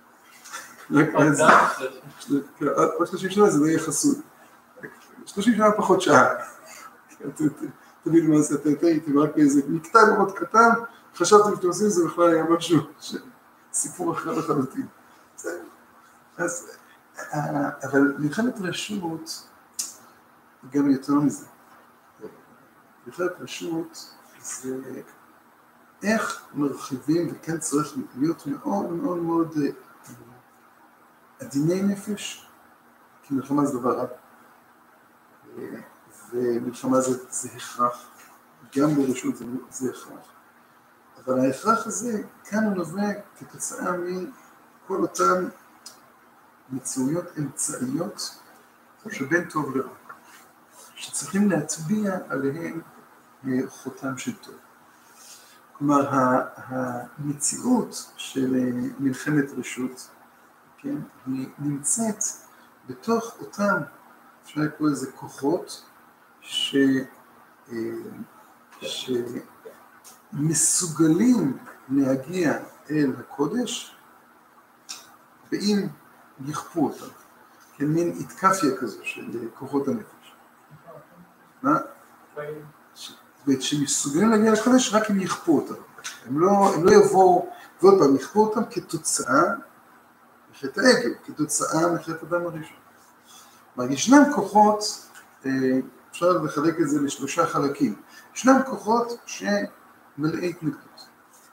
עוד 30 שנה זה לא יהיה חסוד. 30 שנה פחות שעה. תבינו מה עשיתם, הייתם רק באיזה מקטע מאוד קטן, חשבתם שאתם עושים, זה בכלל היה משהו, סיפור אחר לחלוטין. אז, אבל מלחמת רשות, גם יותר מזה. מלחמת רשות זה איך מרחיבים, וכן צריך להיות מאוד מאוד מאוד עדיני נפש, כי מלחמה זה דבר רע. ומלחמה זה הכרח, גם ברשות זה הכרח. אבל ההכרח הזה, כאן הוא נובע כתוצאה מכל אותן מצויות אמצעיות שבין טוב לרע, שצריכים להטביע עליהם חותם של טוב. כלומר, המציאות של מלחמת רשות, כן, היא נמצאת בתוך אותם, אפשר לקרוא איזה כוחות, שמסוגלים להגיע אל הקודש, ואם יכפו אותם, כמין התקפיה כזו של כוחות הנפש. מה? שמסוגלים להגיע לקודש רק אם יכפו אותם. הם לא יבואו, ועוד פעם, יכפו אותם כתוצאה מחטא העגל, כתוצאה מחטא אדם הראשון. ישנם כוחות, אפשר לחלק את זה לשלושה חלקים, ישנם כוחות שמלאי התנגדות.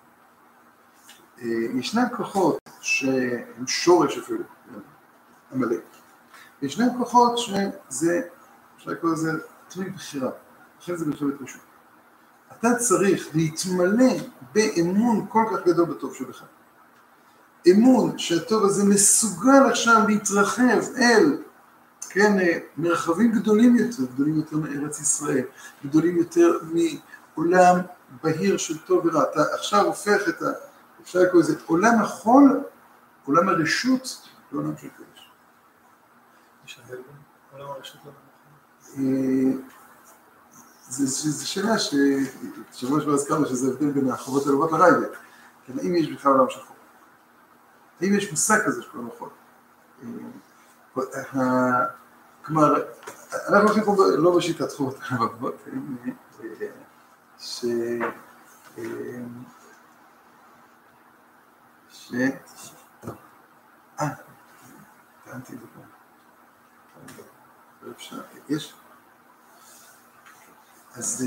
ישנם כוחות שהם שורש אפילו, המלא. ישנם כוחות שזה, אפשר לקרוא לזה תלוי בחירה, לכן זה מלחמת רשות. אתה צריך להתמלא באמון כל כך גדול בטוב שלך. אמון שהטוב הזה מסוגל עכשיו להתרחב אל, כן, מרחבים גדולים יותר מארץ ישראל, גדולים יותר מעולם בהיר של טוב ורע. אתה עכשיו הופך את אפשר לקרוא לזה, עולם החול, עולם הרשות, לעולם של קודש. יש הבדל בין עולם הרשות לעולם החול? זו שאלה ששבוע שבוע הזכרנו שזה הבדל בין החובות הלוות לרייבד. כן, האם יש בכלל עולם של חול? האם יש מושג כזה של עולם החול? כלומר, אנחנו הולכים פה לא בשיטת חובות הלוות, טענתי את זה פה. יש? אז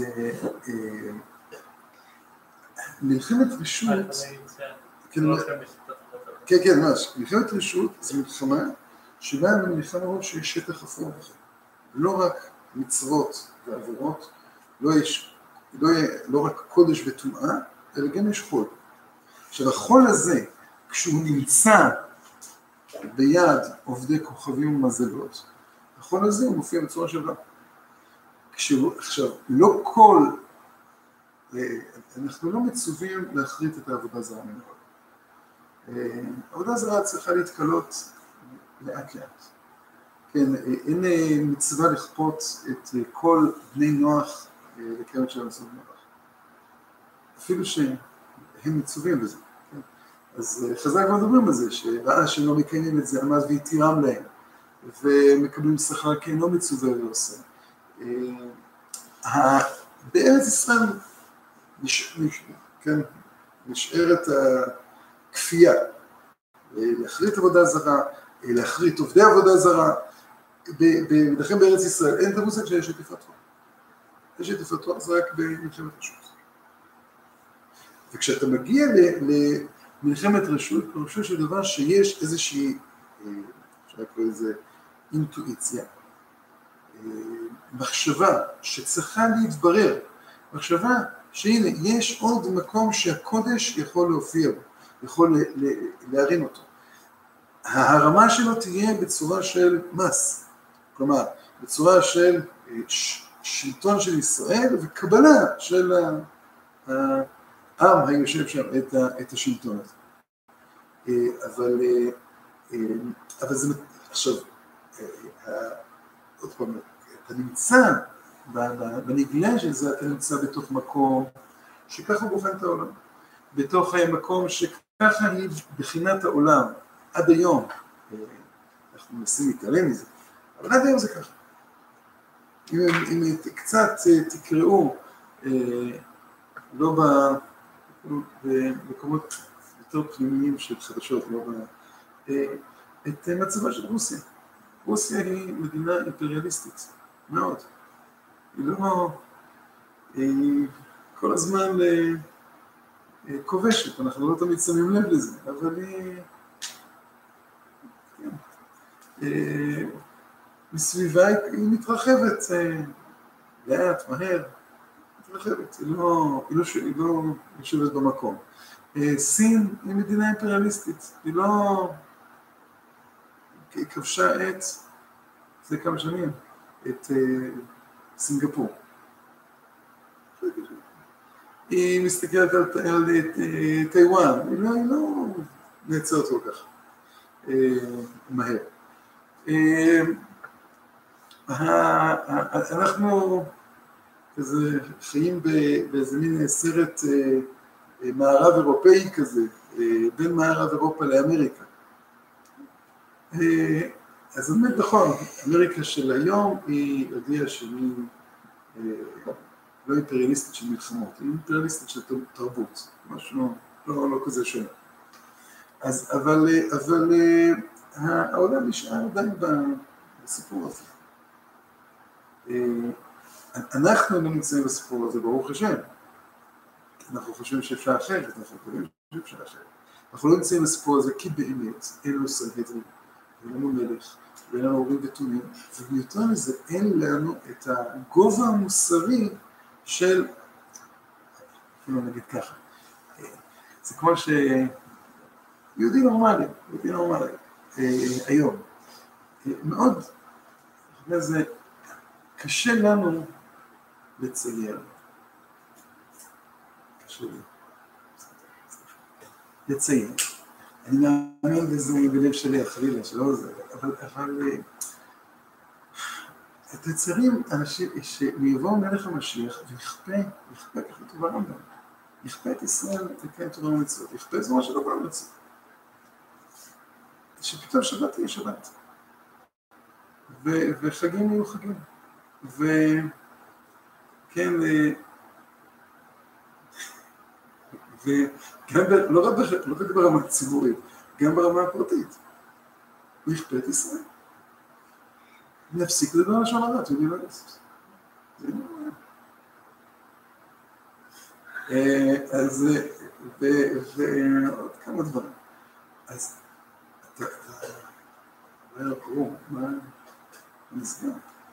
מלחמת רשות, כן, ממש, מלחמת רשות זה מלחמה שבה מלחמה רוב שיש שטח אפור בכלל. לא רק מצוות ועבירות, לא רק קודש וטומאה, אלא גם יש חול. עכשיו החול הזה, כשהוא נמצא ביד עובדי כוכבים ומזלות, החול הזה הוא מופיע בצורה שווה. עכשיו, לא כל, אנחנו לא מצווים להחריט את העבודה זרה מנהל. העבודה זרה צריכה להתקלות לאט לאט. כן, אין מצווה לכפות את כל בני נוח לקראת של המסורת מלאך. אפילו שהם מצווים בזה. כן? אז חז"ל כבר מדברים על זה, שראה שהם לא מקיימים את זה, עמד והתירם להם, ומקבלים שכר כי אינו מצווה ועושה. בארץ ישראל נשארת הכפייה, להחריט עבודה זרה, להחריט עובדי עבודה זרה, ולכן בארץ ישראל אין את המושג שיש שטיפת רוח. יש שטיפת רוח זה רק במלחמת רשות. וכשאתה מגיע למלחמת רשות, פירושו של דבר שיש איזושהי, אפשר לקרוא לזה אינטואיציה, מחשבה שצריכה להתברר, מחשבה שהנה יש עוד מקום שהקודש יכול להופיע בו, יכול להרים אותו. ההרמה שלו תהיה בצורה של מס, כלומר בצורה של שלטון של ישראל וקבלה של העם היושב שם את השלטון הזה. אבל זה עכשיו, עוד פעם, אתה נמצא בנגלה של זה, אתה נמצא בתוך מקום שככה הוא בוחן את העולם, בתוך מקום שככה היא בחינת העולם עד היום. אנחנו מנסים להתעלם מזה, אבל עד היום זה ככה. אם קצת תקראו, לא במקומות יותר פנימיים של חדשות, את מצבה של רוסיה. רוסיה היא מדינה אימפריאליסטית, מאוד. היא לא... היא כל הזמן כובשת, אנחנו לא תמיד שמים לב לזה, אבל היא... מסביבה היא מתרחבת לאט, מהר, מתרחבת, היא לא יושבת במקום. סין היא מדינה אימפריאליסטית, היא לא... היא כבשה את, זה כמה שנים, את סינגפור. היא מסתכלת על טיואן, היא לא נעצרת כל כך מהר. אנחנו כזה חיים באיזה מין סרט מערב אירופאי כזה, בין מערב אירופה לאמריקה. אז באמת נכון, אמריקה של היום היא הודיעה שהיא לא אימפריאליסטית של מלחמות, היא אימפריאליסטית של תרבות, משהו לא כזה שונה. אבל העולם נשאר עדיין בסיפור הזה. אנחנו לא נמצאים בסיפור הזה, ברוך השם. אנחנו חושבים שאפשר אחרת, אנחנו חושבים שאפשר אחרת. אנחנו לא נמצאים בסיפור הזה כי באמת אין לנו סנהדרין, אין לנו מלך, ואין לנו הורים ותומים, וביותר מזה אין לנו את הגובה המוסרי של, אפילו נגיד ככה, זה כמו שיהודי נורמלי, היום, מאוד, זה קשה לנו לצייר, לצייר. אני מאמין בזה בלב שלי, חלילה, שלא זה, אבל את היצרים אנשים שיבואו מלך המשיח ויכפה ככה טוב הרמב"ם, יכפה את ישראל לקיים תורה ומצוות, יכפה זה מה שלא בא מצוות. שפתאום שבת תהיה שבת, וחגים יהיו חגים, וכן, וגם לא רק ברמה הציבורית, גם ברמה הפרטית, הוא יכפה את ישראל. נפסיק לדבר לשון הרע, אתם יודעים מה לעשות. זה נורא. אז, ועוד כמה דברים. אז, אתה אומר, מה נסגר?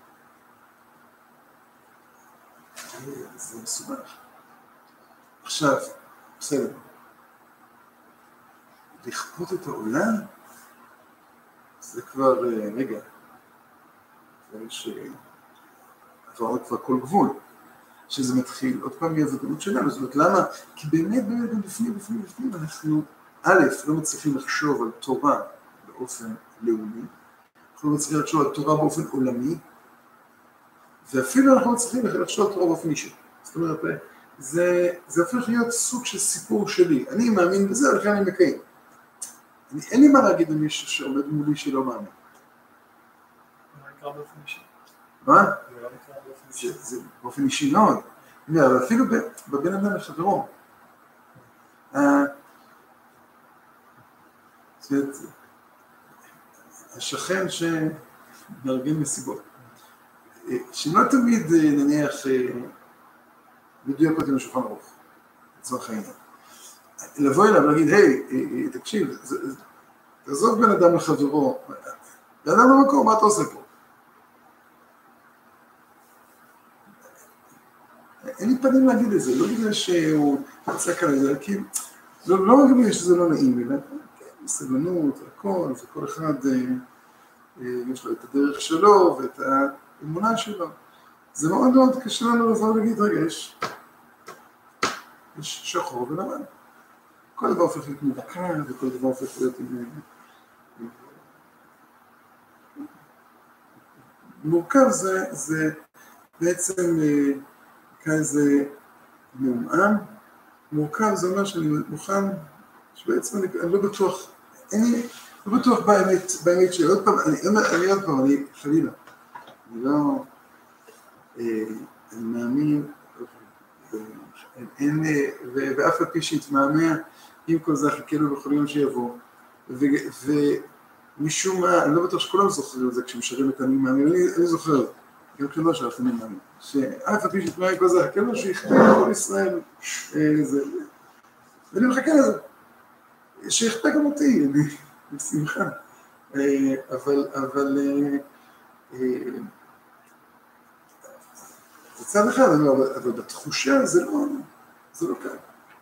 זה מסובך. עכשיו, בסדר. לכפות את העולם, זה כבר, רגע, עברנו כבר כל גבול, שזה מתחיל, עוד פעם מהוודאות שלנו, זאת אומרת, למה? כי באמת בפנים, אנחנו, א', לא מצליחים לחשוב על תורה באופן לאומי, אנחנו לא מצליחים לחשוב על תורה באופן עולמי, ואפילו אנחנו מצליחים לחשוב על תורה באופן אישי. זאת אומרת, זה הופך להיות סוג של סיפור שלי, אני מאמין בזה, ולכן אני מקיים. אין לי מה להגיד למישהו שעומד מולי שלא מאמין. באופן אישי. מה? זה באופן אישי מאוד. אבל אפילו בבין אדם לחברו. השכן שמארגן מסיבות. שלא תמיד נניח מדויק אותי לשולחן ערוך. לצורך העניין. לבוא אליו ולהגיד, היי, תקשיב, תעזוב בין אדם לחברו. בן אדם במקום, מה אתה עושה פה? אין לי פנים להגיד את זה, לא בגלל שהוא יצק על זה, כי לא רק בגלל שזה לא נעים, אלא בסבלנות, הכל, וכל אחד יש לו את הדרך שלו ואת האמונה שלו. זה מאוד מאוד קשה לנו לבוא ולהגיד, רגע, יש שחור ולבן. כל דבר הופך להיות מבקר, וכל דבר הופך להיות מורכב, זה בעצם כזה מעומעם. מורכב זה אומר שאני מוכן, שבעצם אני לא בטוח, לא בטוח באמת שלי. עוד פעם, אני חלילה, אני לא, אני מאמין, ואף על פי שהתמהמה, עם כל זה חיכינו בכל יום שיבוא, ומשום מה, אני לא בטוח שכולם זוכרים את זה כשמשרים את אני מאמין, אני זוכר את זה, גם כשלא שרף אני מאמין, שאף על פי שהתמהמה עם כל זה חיכינו שיכפה לכל ישראל, ואני מחכה לזה, שיכפה גם אותי, אני בשמחה, אבל בצד אחד, אבל בתחושה זה לא קל.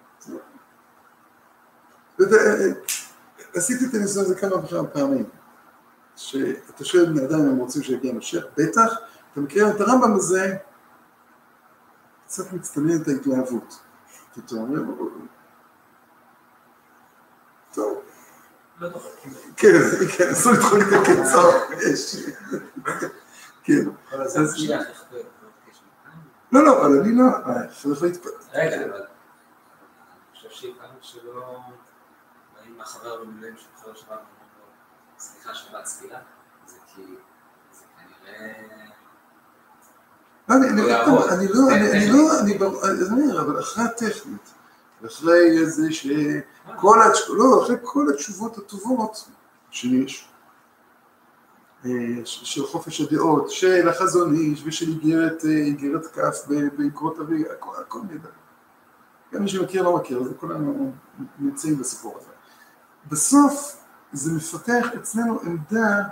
עשיתי את הניסיון הזה כמה וכמה פעמים, שאתה שואל בני אדם אם הם רוצים שיגיע משיח, בטח, אתה מכיר את הרמב"ם הזה, קצת מצטנן את ההתלהבות. אתה אומר, טוב. לא דוחקים. כן, אסור לדחוק את הקצר, יש. כן. אבל זה משיח יכפה. לא, אבל אני לא, שלא להתפתח. רגע, אבל אני חושב שהכרנו שלא באים מהחבר במילואים שבחר שבת, סליחה שבת סבילה, זה כי זה כנראה... אני לא, אבל אחרי הטכנית, אחרי זה אחרי כל התשובות הטובות שיש, של חופש הדעות, של החזון איש ושל איגרת כף בעקרות אבי, הכל נדע. גם מי שמכיר לא מכיר, אז כולנו נמצאים בסיפור הזה. בסוף זה מפתח אצלנו עמדה,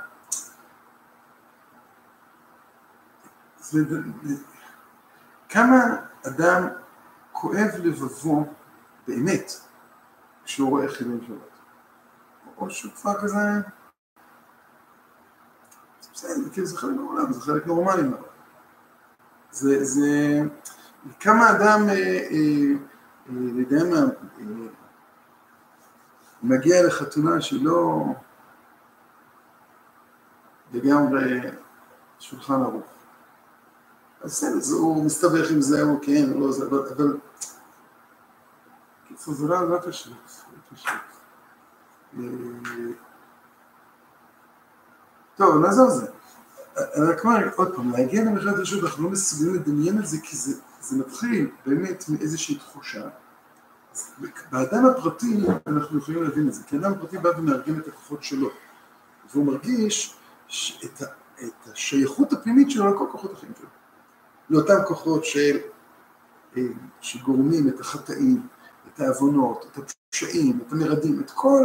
כמה אדם כואב לבבו באמת כשהוא רואה חילול שבת. או שהוא כבר כזה... בסדר, זה חלק מעולם, זה חלק נורמלי מאוד. זה... כמה אדם, לדעת מה, מגיע לחתונה שהיא לא לגמרי שולחן ערוך. אז הוא מסתבך עם זה, או כן, או לא זה, אבל... קיצור, זה לא פשוט, טוב, נעזור זה. רק מה, עוד פעם, להגיע למחרת רשות, אנחנו לא מסוגלים לדמיין את זה, כי זה מתחיל באמת מאיזושהי תחושה. באדם הפרטי אנחנו יכולים להבין את זה, כי האדם הפרטי בא ומארגן את הכוחות שלו, והוא מרגיש את השייכות הפנימית שלו לכל כוחות אחרים שלו. לאותם כוחות שגורמים את החטאים, את העוונות, את הפשעים, את המרדים, את כל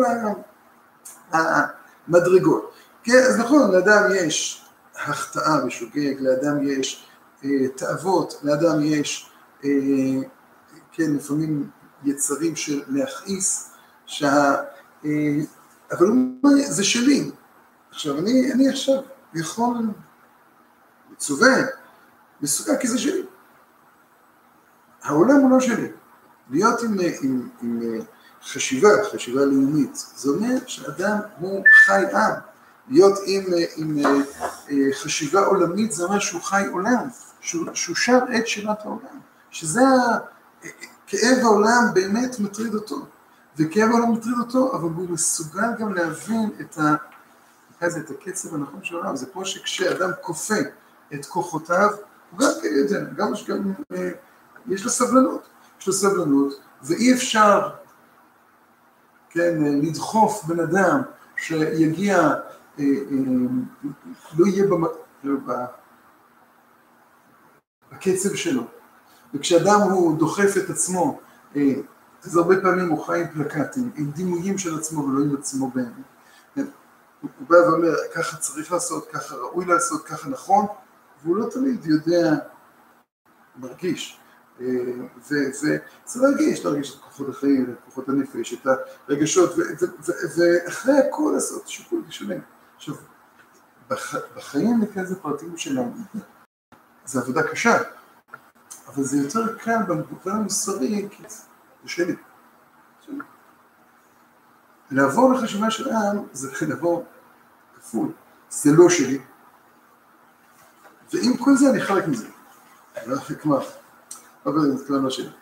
המדרגות. כן, אז נכון, לאדם יש החטאה בשוגג, לאדם יש תאוות, לאדם יש, כן, לפעמים יצרים של להכעיס, אבל זה שלי. עכשיו, אני עכשיו יכול מצווה, מסוגל כי זה שלי. העולם הוא לא שלי. להיות עם חשיבה לאומית, זה אומר שאדם הוא חי עם. להיות עם חשיבה עולמית, זה אומר שהוא חי עולם, שהוא שר את שירת העולם. שזה כאב העולם באמת מטריד אותו. וכאב העולם מטריד אותו, אבל הוא מסוגל גם להבין את הקצב הנכון של העולם. זה פה שכשאדם כופה את כוחותיו, הוא גם יודע, גם יש לו סבלנות. יש לו סבלנות, ואי אפשר, כן, לדחוף בן אדם שיגיע, לא יהיה בקצב שלו. וכשאדם הוא דוחף את עצמו, אז הרבה פעמים הוא חי עם פלקטים, עם דימויים של עצמו ולא עם עצמו באמת. הוא בא ואומר, ככה צריך לעשות, ככה ראוי לעשות, ככה נכון, והוא לא תמיד יודע, מרגיש. וזה להרגיש את כוחות החיים, את כוחות הנפש, את הרגשות, ואחרי הכל לעשות שיקול שלם. עכשיו, בחיים לכזה פרטים שלנו, זה עבודה קשה, אבל זה יותר קל במובן המוסרי, כי זה שלי. לעבור לחשיבה של העם, זה לעבור כפול, זה לא שלי. ועם כל זה אני חלק מזה. לא כמו... אבל זה כלל לא שלי.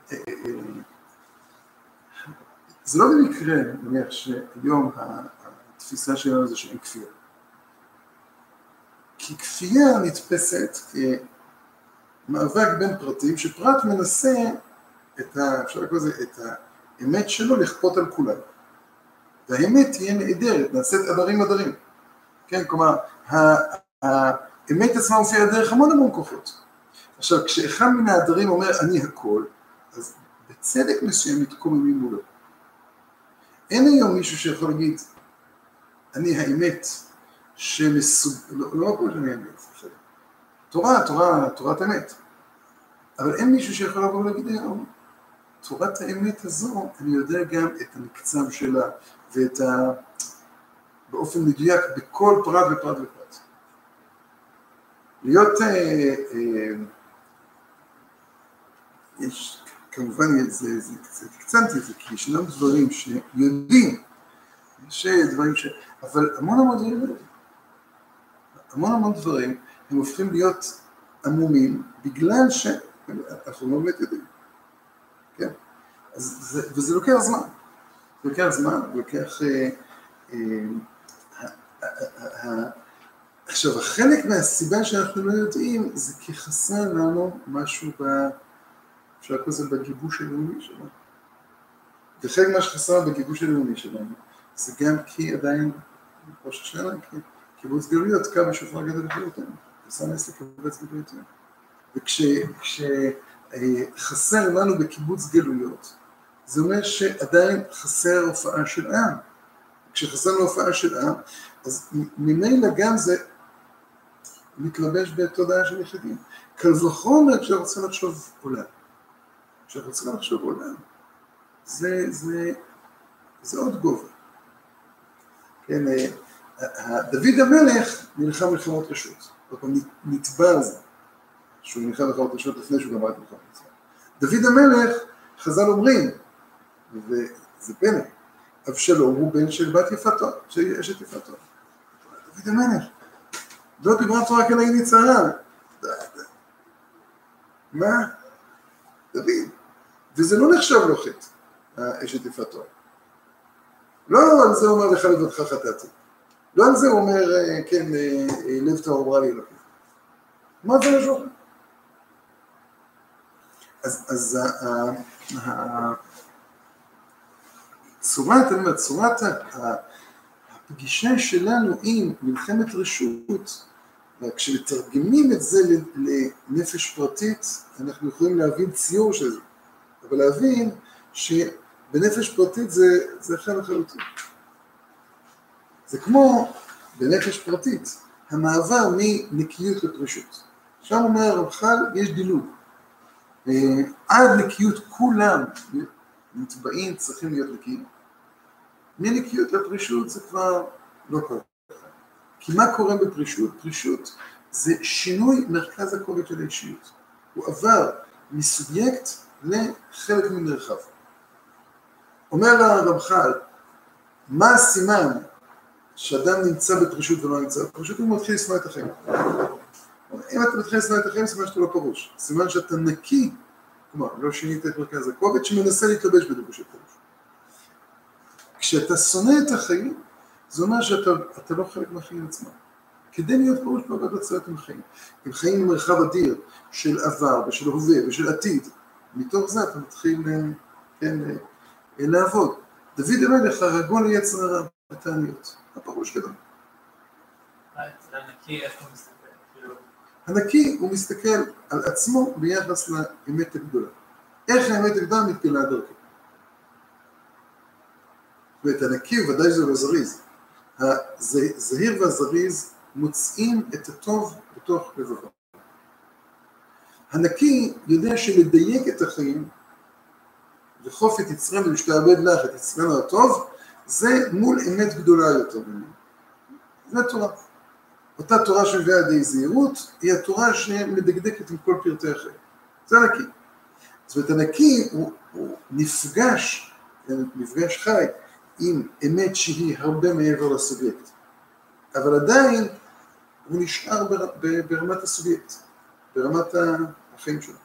זה לא במקרה, נניח שהיום התפיסה שלנו זה שאין כפייה. כי כפייה נתפסת מאבק בין פרטים, שפרט מנסה אפשר לקרוא לזה, את האמת שלו לכפות על כולם. והאמת תהיה נהדרת, נעשית עדרים. כן, כלומר, האמת עצמה מופיעה דרך המון כוחות. עכשיו, כשאחד מן העדרים אומר אני הכל, אז בצדק מסוים מתקוממים מולו. אין היום מישהו שיכול להגיד, אני האמת לא הכל שאני האמת, תורת אמת. אבל אין מישהו שיכול לבוא ולהגיד היום, תורת האמת הזו, אני יודע גם את המקצם שלה, ואת באופן מדויק, בכל פרט ופרט. להיות, יש, כמובן, זה קצנתי, זה כי ישנם דברים שיודעים, יש דברים אבל המון דברים, הם הופכים להיות עמומים, בגלל שאנחנו לא באמת יודעים. כן? וזה לוקח זמן, עכשיו, החלק מהסיבה שאנחנו לא יודעים, זה כי חסר לנו משהו אפשר לקרוא לזה בגיבוש הלאומי שלנו. וחלק מה שחסר בגיבוש הלאומי שלנו, זה גם כי עדיין, ראש השנה, קיבוץ גלויות, קו השופר גדול לחיותנו. חסר נס לקיבוץ גלויותנו. וכשחסר לנו בקיבוץ גלויות, זה אומר שעדיין חסר הופעה של עם. כשחסר לנו הופעה של עם, אז ממילא גם זה מתלבש בתודעה של יחידים. קל וחומר כשאנחנו רוצים לחשוב עולם. זה עוד גובה. כן, דוד המלך נלחם מלחמות רשות. נתבע על זה. שהוא נלחם מלחמות רשות לפני שהוא גמר את מלחמות רשות. דוד המלך, חז"ל אומרים, וזה פלא, אבשלום הוא בן של בת יפתו, של אשת יפתו. דוד המלך. לא דיברה תורה כנגד יצרה. מה? דוד. וזה לא נחשב לו חטא, אשת יפתו. לא על זה הוא אומר לך לבדך חטאתי. לא על זה הוא אומר, כן, לב טהור אמרה לי אלוקים. מה זה לשאול? אז צורת הפגישה שלנו עם מלחמת רשות, כשמתרגמים את זה לנפש פרטית, אנחנו יכולים להבין ציור של זה, אבל להבין שבנפש פרטית זה אחר לחלוטין. זה כמו בנפש פרטית, המעבר מנקיות לפרישות. שם אומר הרמח"ל, יש דילוג. עד נקיות כולם נתבעים צריכים להיות נקיים. מנקיות לפרישות זה כבר לא קורה. כי מה קורה בפרישות? פרישות זה שינוי מרכז הכובד של האישיות. הוא עבר מסובייקט לחלק ממרחב. אומר הרמח"ל, מה הסימן שאדם נמצא בפרישות ולא נמצא בפרישות? הוא מתחיל לשנוא את החיים. אם אתה מתחיל לשנוא את החיים, סימן שאתה לא פרוש. סימן שאתה נקי, כלומר, לא שינית את מרכז הכובד, שמנסה להתלבש בדבוש הפרוש. כשאתה שונא את החיים, זה אומר שאתה לא חלק מהחיים עצמם. כדי להיות פרוש בעבד הצלת עם חיים. הם חיים במרחב אדיר של עבר ושל הווה ושל עתיד. מתוך זה אתה מתחיל לעבוד. דוד המלך הרגו ליצר הרע בתעניות. הפרוש גדול. הנקי, איך הוא מסתכל? הנקי הוא מסתכל על עצמו ביחס לאמת הגדולה. איך האמת הגדולה מתגלה דרכו. ואת הנקי ודאי זה לא זריז. הזהיר והזריז מוצאים את הטוב בתוך לבבו. הנקי יודע שלדייק את החיים, וחוף את יצרנו ושתעבד לך את יצרנו הטוב, זה מול אמת גדולה יותר ממנו. זה התורה. אותה תורה שמביאה די זהירות, היא התורה שמדקדקת עם כל פרטי החיים. זה הנקי. זאת אומרת, הנקי הוא מפגש חי עם אמת שהיא הרבה מעבר לסובייקט. אבל עדיין הוא נשאר ברמת הסובייקט, ברמת החיים שלו.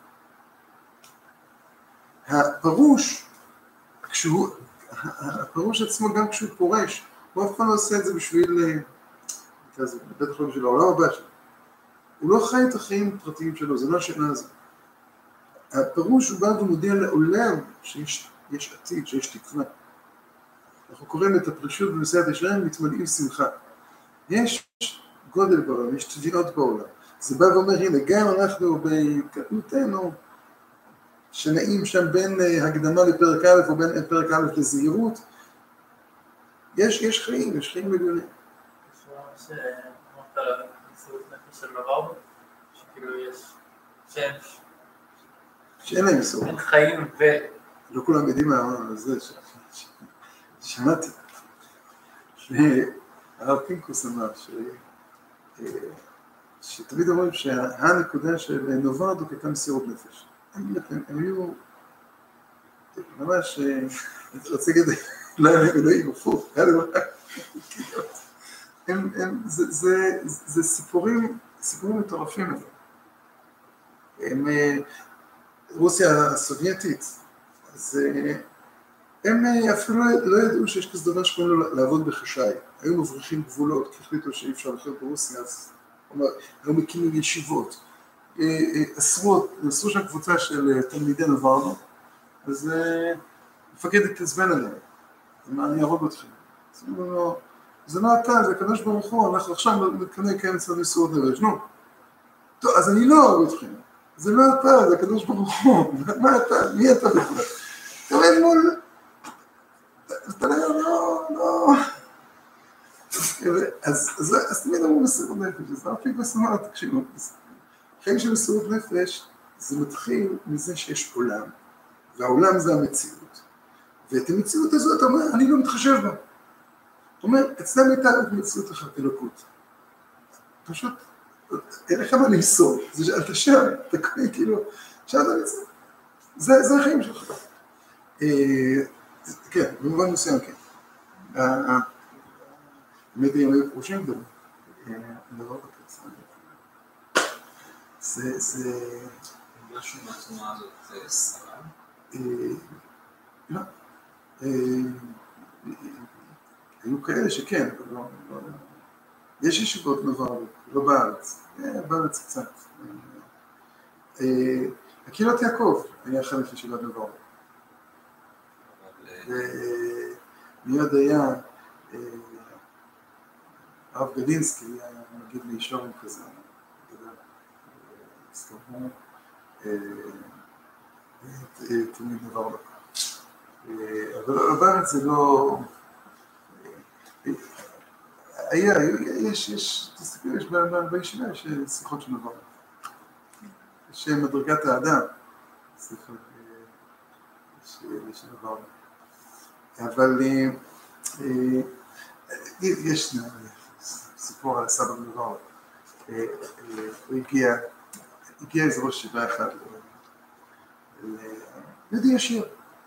הפרוש עצמו גם כשהוא פורש, הוא אף פעם לא עושה את זה בשביל, בטח לא בשביל העולם הבא שלו. הוא לא חי את החיים הפרטיים שלו, זה לא השאלה הזו. הפירוש הוא בא ומודיע לעולם שיש עתיד, שיש תקווה. אנחנו קוראים את הפרישות בנשיאת ישרים, מתמלאים שמחה. יש גודל בעולם, יש תביעות בעולם. זה בא ואומר, הנה, גם אנחנו בקטנותנו, שנעים שם בין הקדמה לפרק א' או בין פרק א' לזהירות, יש חיים, יש חיים מיליונים. יש ממש אמרת על המסירות נפש של נברדו, שכאילו יש שאין להם מסירות. אין חיים לא כולם יודעים מה זה, שמעתי. הרב פינקוס אמר שתמיד אומרים שהנקודה של נברדו הייתה מסירות נפש. הם היו ממש, אני רוצה להגיד, לא אלוהים, הפוך, זה סיפורים מטורפים. הם, רוסיה הסובייטית, הם אפילו לא ידעו שיש כזה דבר שקוראים לו לעבוד בחשאי. היו מבריחים גבולות, כי החליטו שאי אפשר לחיות ברוסיה, אז היו מקימים ישיבות. אסרו שם קבוצה של תלמידי נברדו, אז מפקד התעצבן עליהם. אני אהרוג אתכם. זה לא אתה, זה הקדוש ברוך הוא, אנחנו עכשיו מתכוונים לקיים אצלנו מסירות נפש. נו, טוב, אז אני לא אהרוג אתכם. זה לא אתה, זה הקדוש ברוך הוא. מה אתה? מי אתה בכלל? אתה רואה מול... אתה לא... אז תמיד אמרו מסירות נפש, אז אפילו בסמר, תקשיבו, חיים של מסירות נפש, זה מתחיל מזה שיש עולם, והעולם זה המציאות. ואת המציאות הזאת אתה אומר, אני לא מתחשב בה. אתה אומר, אצלם הייתה עוד מציאות אחת, אלוקות. פשוט, אין לך מה למסור, אתה שם, אתה קורא כאילו, שם אתה מציאות. זה החיים שלך. כן, במובן מסוים, כן. באמת הם היו פרושים גדולים. דבר בקצה. זה... משהו מהתנועה הזאת שרה? לא. היו כאלה שכן, אבל לא... יש ישיבות נברדו, לא בארץ. בארץ קצת. הקהילות יעקב היה חלק ישיבת נברדו. מיד היה... הרב גדינסקי היה מגיד לי שורים כזה, סתובו, תמיד נברדו. אבל בארץ זה לא... יש, תסתכלו, יש בישיבה, יש שיחות של נברדו. יש מדרגת האדם, שיחות של נברדו. אבל יש סיפור על סבא נברדו. הוא הגיע איזה ראש ישיבה אחד לידי ישיר.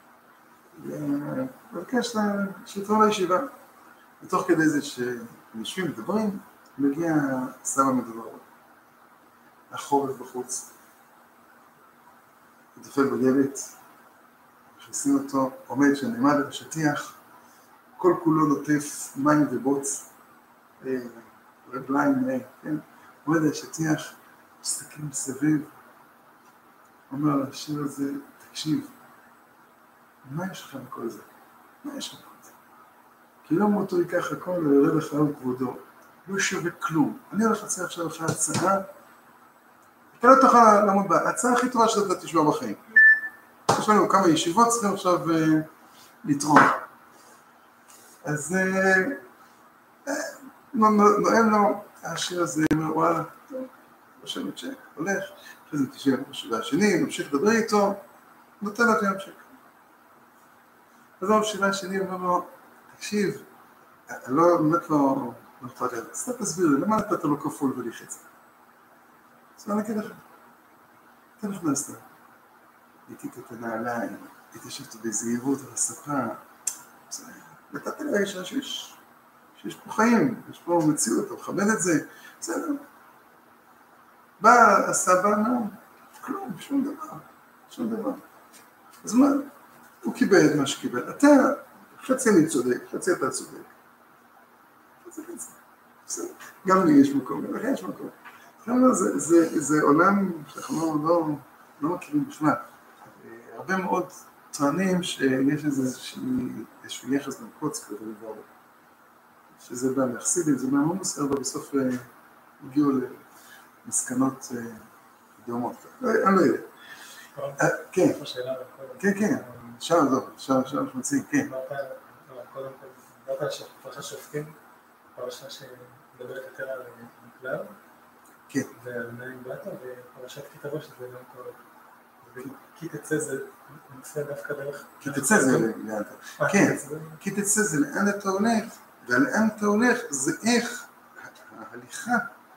ובקש שיתרון לישיבה. ותוך כדי זה שיושבים מדברים, מגיע סבא נברדו. החורף בחוץ. הוא דופק בדלת, מכניסים אותו, עומד שנעמד על השטיח, כל כולו נוטף מים ובוץ, רגליים, כן? עומד על השטיח, מסתכלים מסביב, אומר לשיר הזה, תקשיב, מה יש לך מכל זה? מה יש לך מכל זה? כי לא מותו ייקח הכל וירד לך על כבודו, לא שווה כלום. אני הולך לצאת עכשיו לך הצעה, אתה לא תוכל לעמוד בה, ההצעה הכי טובה שאתה תשמע בחיים. יש לנו כמה ישיבות, צריכים עכשיו לתרום. אז נועם לו, השיר הזה אומר, וואלה, טוב, חושב צ'ק, הולך, אחרי זה תשאר בשבילה השני, ממשיך לדבר איתו, נותן לו גם צ'ק. אז בשבילה השני אומר לו, תקשיב, לא, באמת לא אכפת לי, אז תסביר לי, למה נתת לו כפול ולחץ? אז אני אגיד לך, אתה נכנסת, הייתי את הנעליים, הייתי ישבתי בזהירות על הספה, נתת לי האישה שיש פה חיים, יש פה מציאות, אתה מכבד את זה, בסדר. בא הסבא, כלום, שום דבר. אז מה? הוא קיבל את מה שקיבל. אתה, חצי אני צודק, חצי אתה צודק. בסדר. גם לי יש מקום, ולכן יש מקום. זה עולם שאנחנו לא מכירים בכלל. הרבה מאוד טוענים שיש איזשהו יחס בין קוצק ולבורא. שזה בא מהחסידים, זה מהמון מוסר, אבל בסוף הגיעו למסקנות דומות. אני לא יודע. כן, כן, שם שמציג, כן. קודם כל, דיברת על פרשת שופטים, פרשה שמדברת יותר על מקלר, כן. ועל מאין באת, ופרשת כי תבוא שזה גם קורה. כי תצא זה נושא דווקא דרך... כי תצא זה לאן אתה... כן, כי תצא זה לאן אתה הולך, ולאן אתה הולך זה איך ההליכה,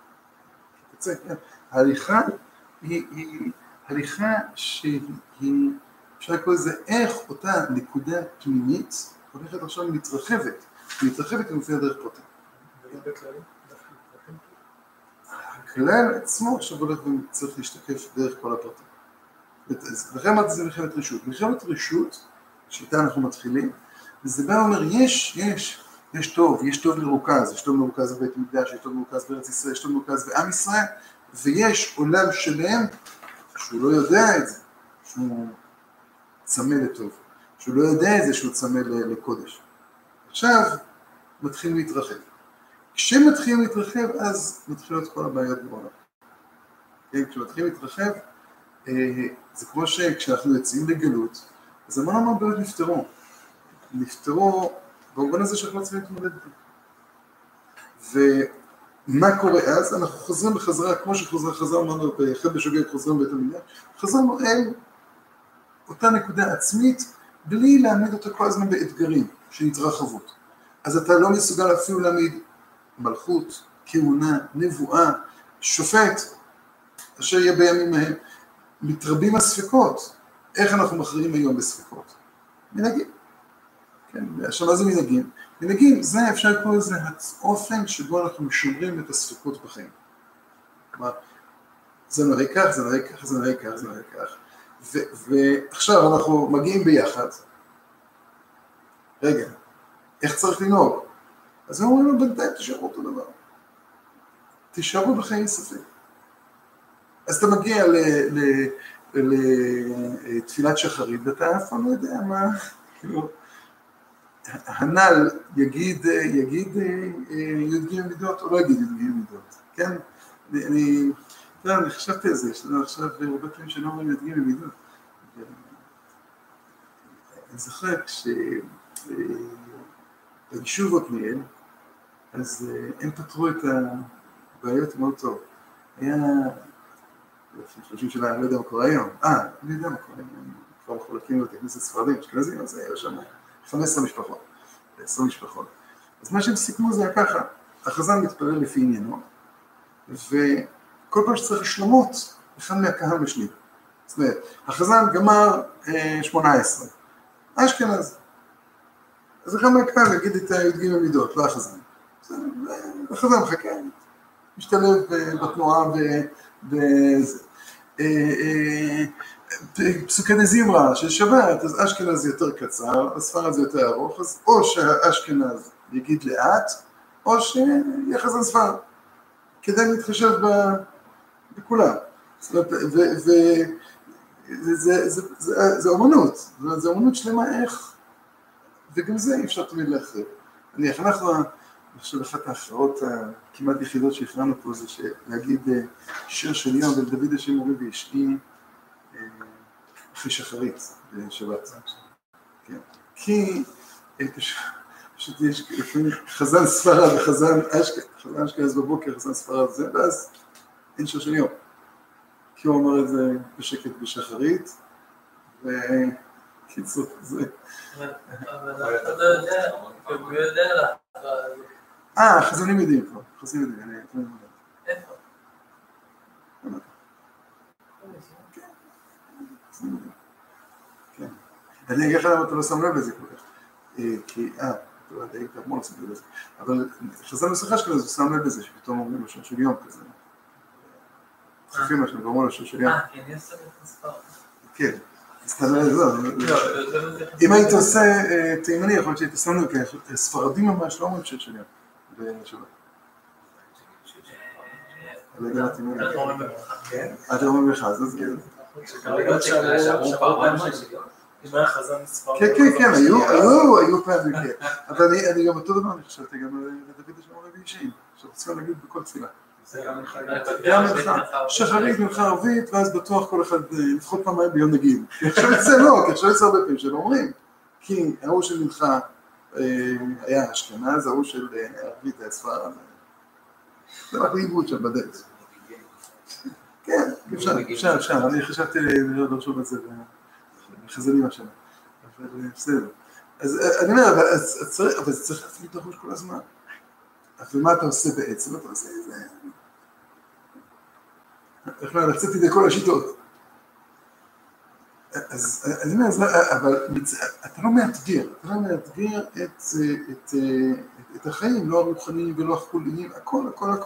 ההליכה היא הליכה שהיא, אפשר לקרוא לזה איך אותה נקודה פנימית הולכת עכשיו מתרחבת ומופיעה דרך פרטים. הכלל עצמו עכשיו הולך וצריך להשתקף דרך כל הפרטים. לכן אמרתי זה מלחמת רשות. מלחמת רשות, שאיתה אנחנו מתחילים, וזה בא ואומר, יש טוב מרוכז, יש טוב מרוכז בבית המקדש, יש טוב מרוכז בארץ ישראל, יש טוב מרוכז בעם ישראל, ויש עולם שלם שהוא לא יודע את זה, שהוא צמא לטוב, שהוא לא יודע את זה שהוא צמא לקודש. עכשיו מתחילים להתרחב. כשמתחילים להתרחב, אז מתחילות כל הבעיות בעולם. כשמתחילים להתרחב, זה כמו שכשאנחנו יוצאים לגלות, אז המון בעיות נפטרו במובן הזה שאנחנו צריכים להתמודד בו. ומה קורה אז? אנחנו חוזרים בחזרה, כמו שחזרנו באחד בשוגג, חוזרים בבית המקדש, חזרנו אל אותה נקודה עצמית, בלי להעמיד אותה כל הזמן באתגרים של התרחבות. אז אתה לא מסוגל אפילו להעמיד מלכות, כהונה, נבואה, שופט, אשר יהיה בימים ההם. מתרבים הספקות. איך אנחנו מכריעים היום בספקות? מנהגים. כן, עכשיו מה זה מנהגים? מנהגים, זה אפשר לקרוא לזה האופן שבו אנחנו משומרים את הספקות בחיים. כלומר, זה נראה כך, זה נראה כך, זה נראה כך, זה נראה כך. ועכשיו אנחנו מגיעים ביחד. רגע, איך צריך לנהוג? אז הם אומרים לו, בינתיים תשארו אותו דבר. תשארו בחיי ספק. אז אתה מגיע לתפילת שחרית, ואתה אף פעם לא יודע מה, כאילו, הנ"ל יגיד י"ג מידות, או לא יגיד י"ג מידות, כן? אני חשבתי על זה, יש לנו עכשיו הרבה פעמים שלא אומרים י"ג מידות. אני זוכר כשביישוב עתניאל, אז הם פתרו את הבעיות מאוד טוב. היה 30 שנה, אני לא יודע מה קורה היום. אני יודע מה קורה היום. כבר אנחנו להקים אותי, כנסת ספרדים, אשכנזים, אז היה שם 15 משפחות, 20 משפחות. אז מה שהם סיכמו זה היה ככה, החזן מתפלל לפי עניינו, וכל פעם שצריך השלמות, אחד מהקהל משלים. זאת אומרת, החזן גמר 18, אשכנז. אז אחד מהקהל יגיד את י"ג מידות, לא החזן. החזן מחכה, משתלב בתנועה וזה. פסוקי דזמרה של שבת, אז אשכנז יותר קצר, הספרד זה יותר ארוך, אז או שהאשכנז יגיד לאט, או שיהיה חזן ספרד, כדי להתחשב בכולם. זה אומנות, זה אומנות שלמה איך, וגם זה אי אפשר תמיד להחריב. אני חושב אחת ההכרעות הכמעט יחידות שהכרענו פה זה להגיד שיר של יום ולדוד השם מורי ואשתי אחרי שחרית בשבת. כי פשוט יש חזן ספרד וחזן אשכנז בבוקר, חזן ספרד זה, ואז אין שיר של יום. כי הוא אמר את זה בשקט בשחרית, וקיצור זה. אבל אתה לא יודע, הוא יודע לה. חזנים יודעים כבר, חזנים יודעים, אני לא יודע. איפה? כן. אני אגיד לך למה אתה לא שם לב לזה כל כך. כי, אתה לא יודע, היית המון שם לב לזה. אבל חזן מסכה שכזה, הוא שם לב לזה, שפתאום אומרים לו שיר של יום כזה. דחפים לו שם, ואומרים לו שיר של יום. כן, יש שם את הספר. כן. אם היית עושה תימני, יכול להיות שהיית שם לב, כי ספרדים ממש לא אומרים שיר של יום. בשבת. לא ידעתי מי. אנחנו אומרים בברכה. כן. אתם אומרים לך, אז כאילו. שכרגע שאמרו פעם אם היה חזן מספר. כן, היו פעמים, כן. אבל אני גם אותו דבר, אני חשבתי גם לדוד השמור לוי אישיים, שאנחנו צריכים להגיד בכל תפילה. גם לך, שחרית ממך ערבית, ואז בטוח כל אחד לפחות פעמיים ביום נגיד. כי עכשיו יצא לא, כי עכשיו יצא הרבה פעמים שלא אומרים. כי ההוא של ממך היה אשכנז, ההוא של ערבית היה ספרד. זה רק לאיבוד שם בדלת. כן, אפשר, אני חשבתי לרשום את זה בחזנים השנה, אבל בסדר. אז אני אומר, אבל זה צריך להפעיל את הראש כל הזמן. ומה אתה עושה בעצם? אתה עושה את זה. איך אומר, לצאתי לכל השיטות. אז אני אומר, אבל אתה לא מאתגר את החיים, לא הרוחניים ולא החוליים, הכל.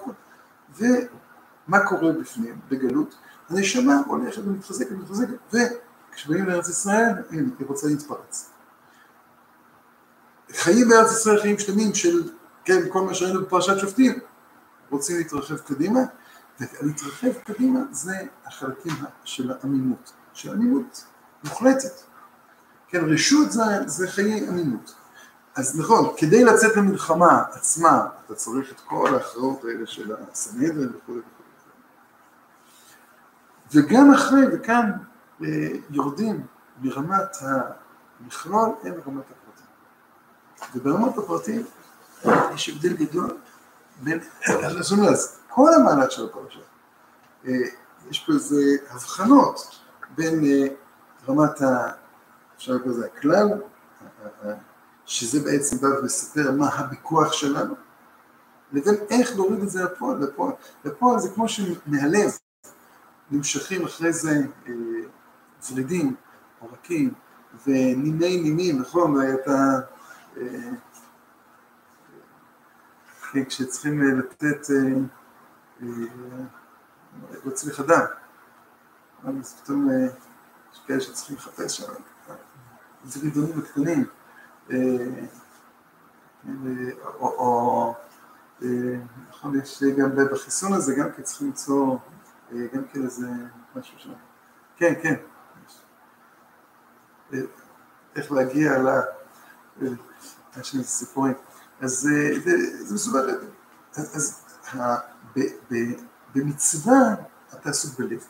ומה קורה בפנים, בגלות? הנשמה הולכת ומתחזקת, וכשבאים לארץ ישראל, הנה, היא רוצה להתפרץ. חיים בארץ ישראל, חיים שלמים של, כן, כל מה שראינו בפרשת שופטים, רוצים להתרחב קדימה, ולהתרחב קדימה זה החלקים של העמימות, של עמימות מוחלטת. כן, רשות זה חיי עמימות. אז נכון, כדי לצאת למלחמה עצמה, אתה צריך את כל ההכרעות האלה של הסנהדרין וכו'. וגם אחרי, וכאן יורדים מרמת המכלול אל רמת הפרטים. וברמת הפרטים יש הבדל גדול בין, אז כל המעלת של הפרשה, יש פה איזה הבחנות בין רמת, אפשר לקרוא לזה הכלל, שזה בעצם בא ומספר מה הביקוח שלנו, לבין איך להוריד את זה לפועל. לפועל זה כמו שמהלב נמשכים אחרי זה ורידים, עורקים ונימים, נכון? אתה, כשצריכים לתת, להצליח אדם, אז פתאום יש כאלה שצריכים לחפש שם, ורידונים וקטנים, או נכון, יש גם בחיסון הזה, גם כי צריכים ליצור, גם כאיזה משהו שם. כן. איך להגיע יש סיפורים. אז זה מסובך. אז במצווה אתה עסוק בלב.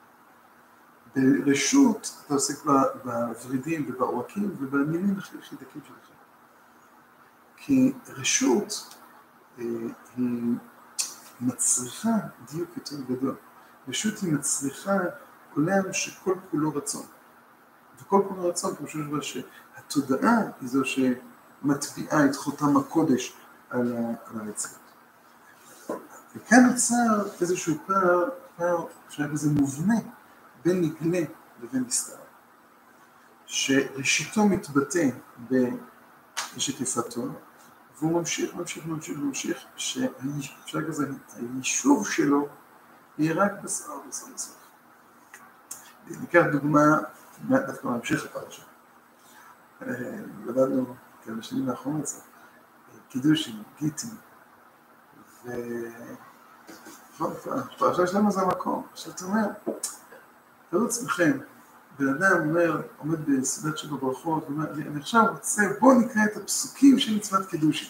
ברשות אתה עוסק בוורידים ובעורקים ובמילים החידקים שלך. כי רשות היא מצריכה דיוק יותר גדול. רשות היא מצריכה עולם שכל כולו רצון. וכל כולו רצון, כמו שיש בה שהתודעה היא זו שמטביעה את חותם הקודש על המציאות. וכאן נוצר איזשהו פער שהיה בזה מובנה בין נגלה לבין נסתר. שראשיתו מתבטא בשטיפתו, והוא ממשיך, שאפשר כזה, היישוב שלו יהיה רק בסוף. ניקח דוגמה, דווקא ממשיך הפרשה. למדנו כמה שנים האחרונות, קידושים, גיטים, פרשה שלנו זה המקום. עכשיו אתה אומר, תראו עצמכם, בן אדם אומר, עומד בסעודת שבע ברכות, ואומר, אני עכשיו רוצה, בואו נקרא את הפסוקים של מצוות קידושים.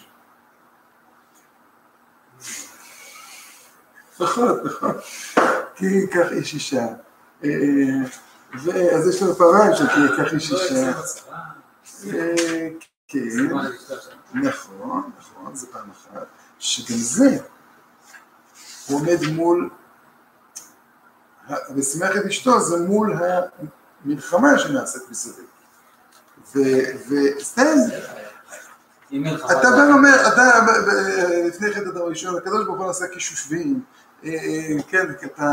נכון. כי כך איש אישה. אז יש לנו פעמיים של כך איש אישה. כן, נכון, זה פעם אחת. שגם זה, הוא עומד מול, ושמח את אשתו, זה מול המלחמה שנעשית מסביב. וסתם, אתה בא ואומר, אתה לפני כן אתה ראשון, הקדוש ברוך הוא נעשה כישושבים, כן, אתה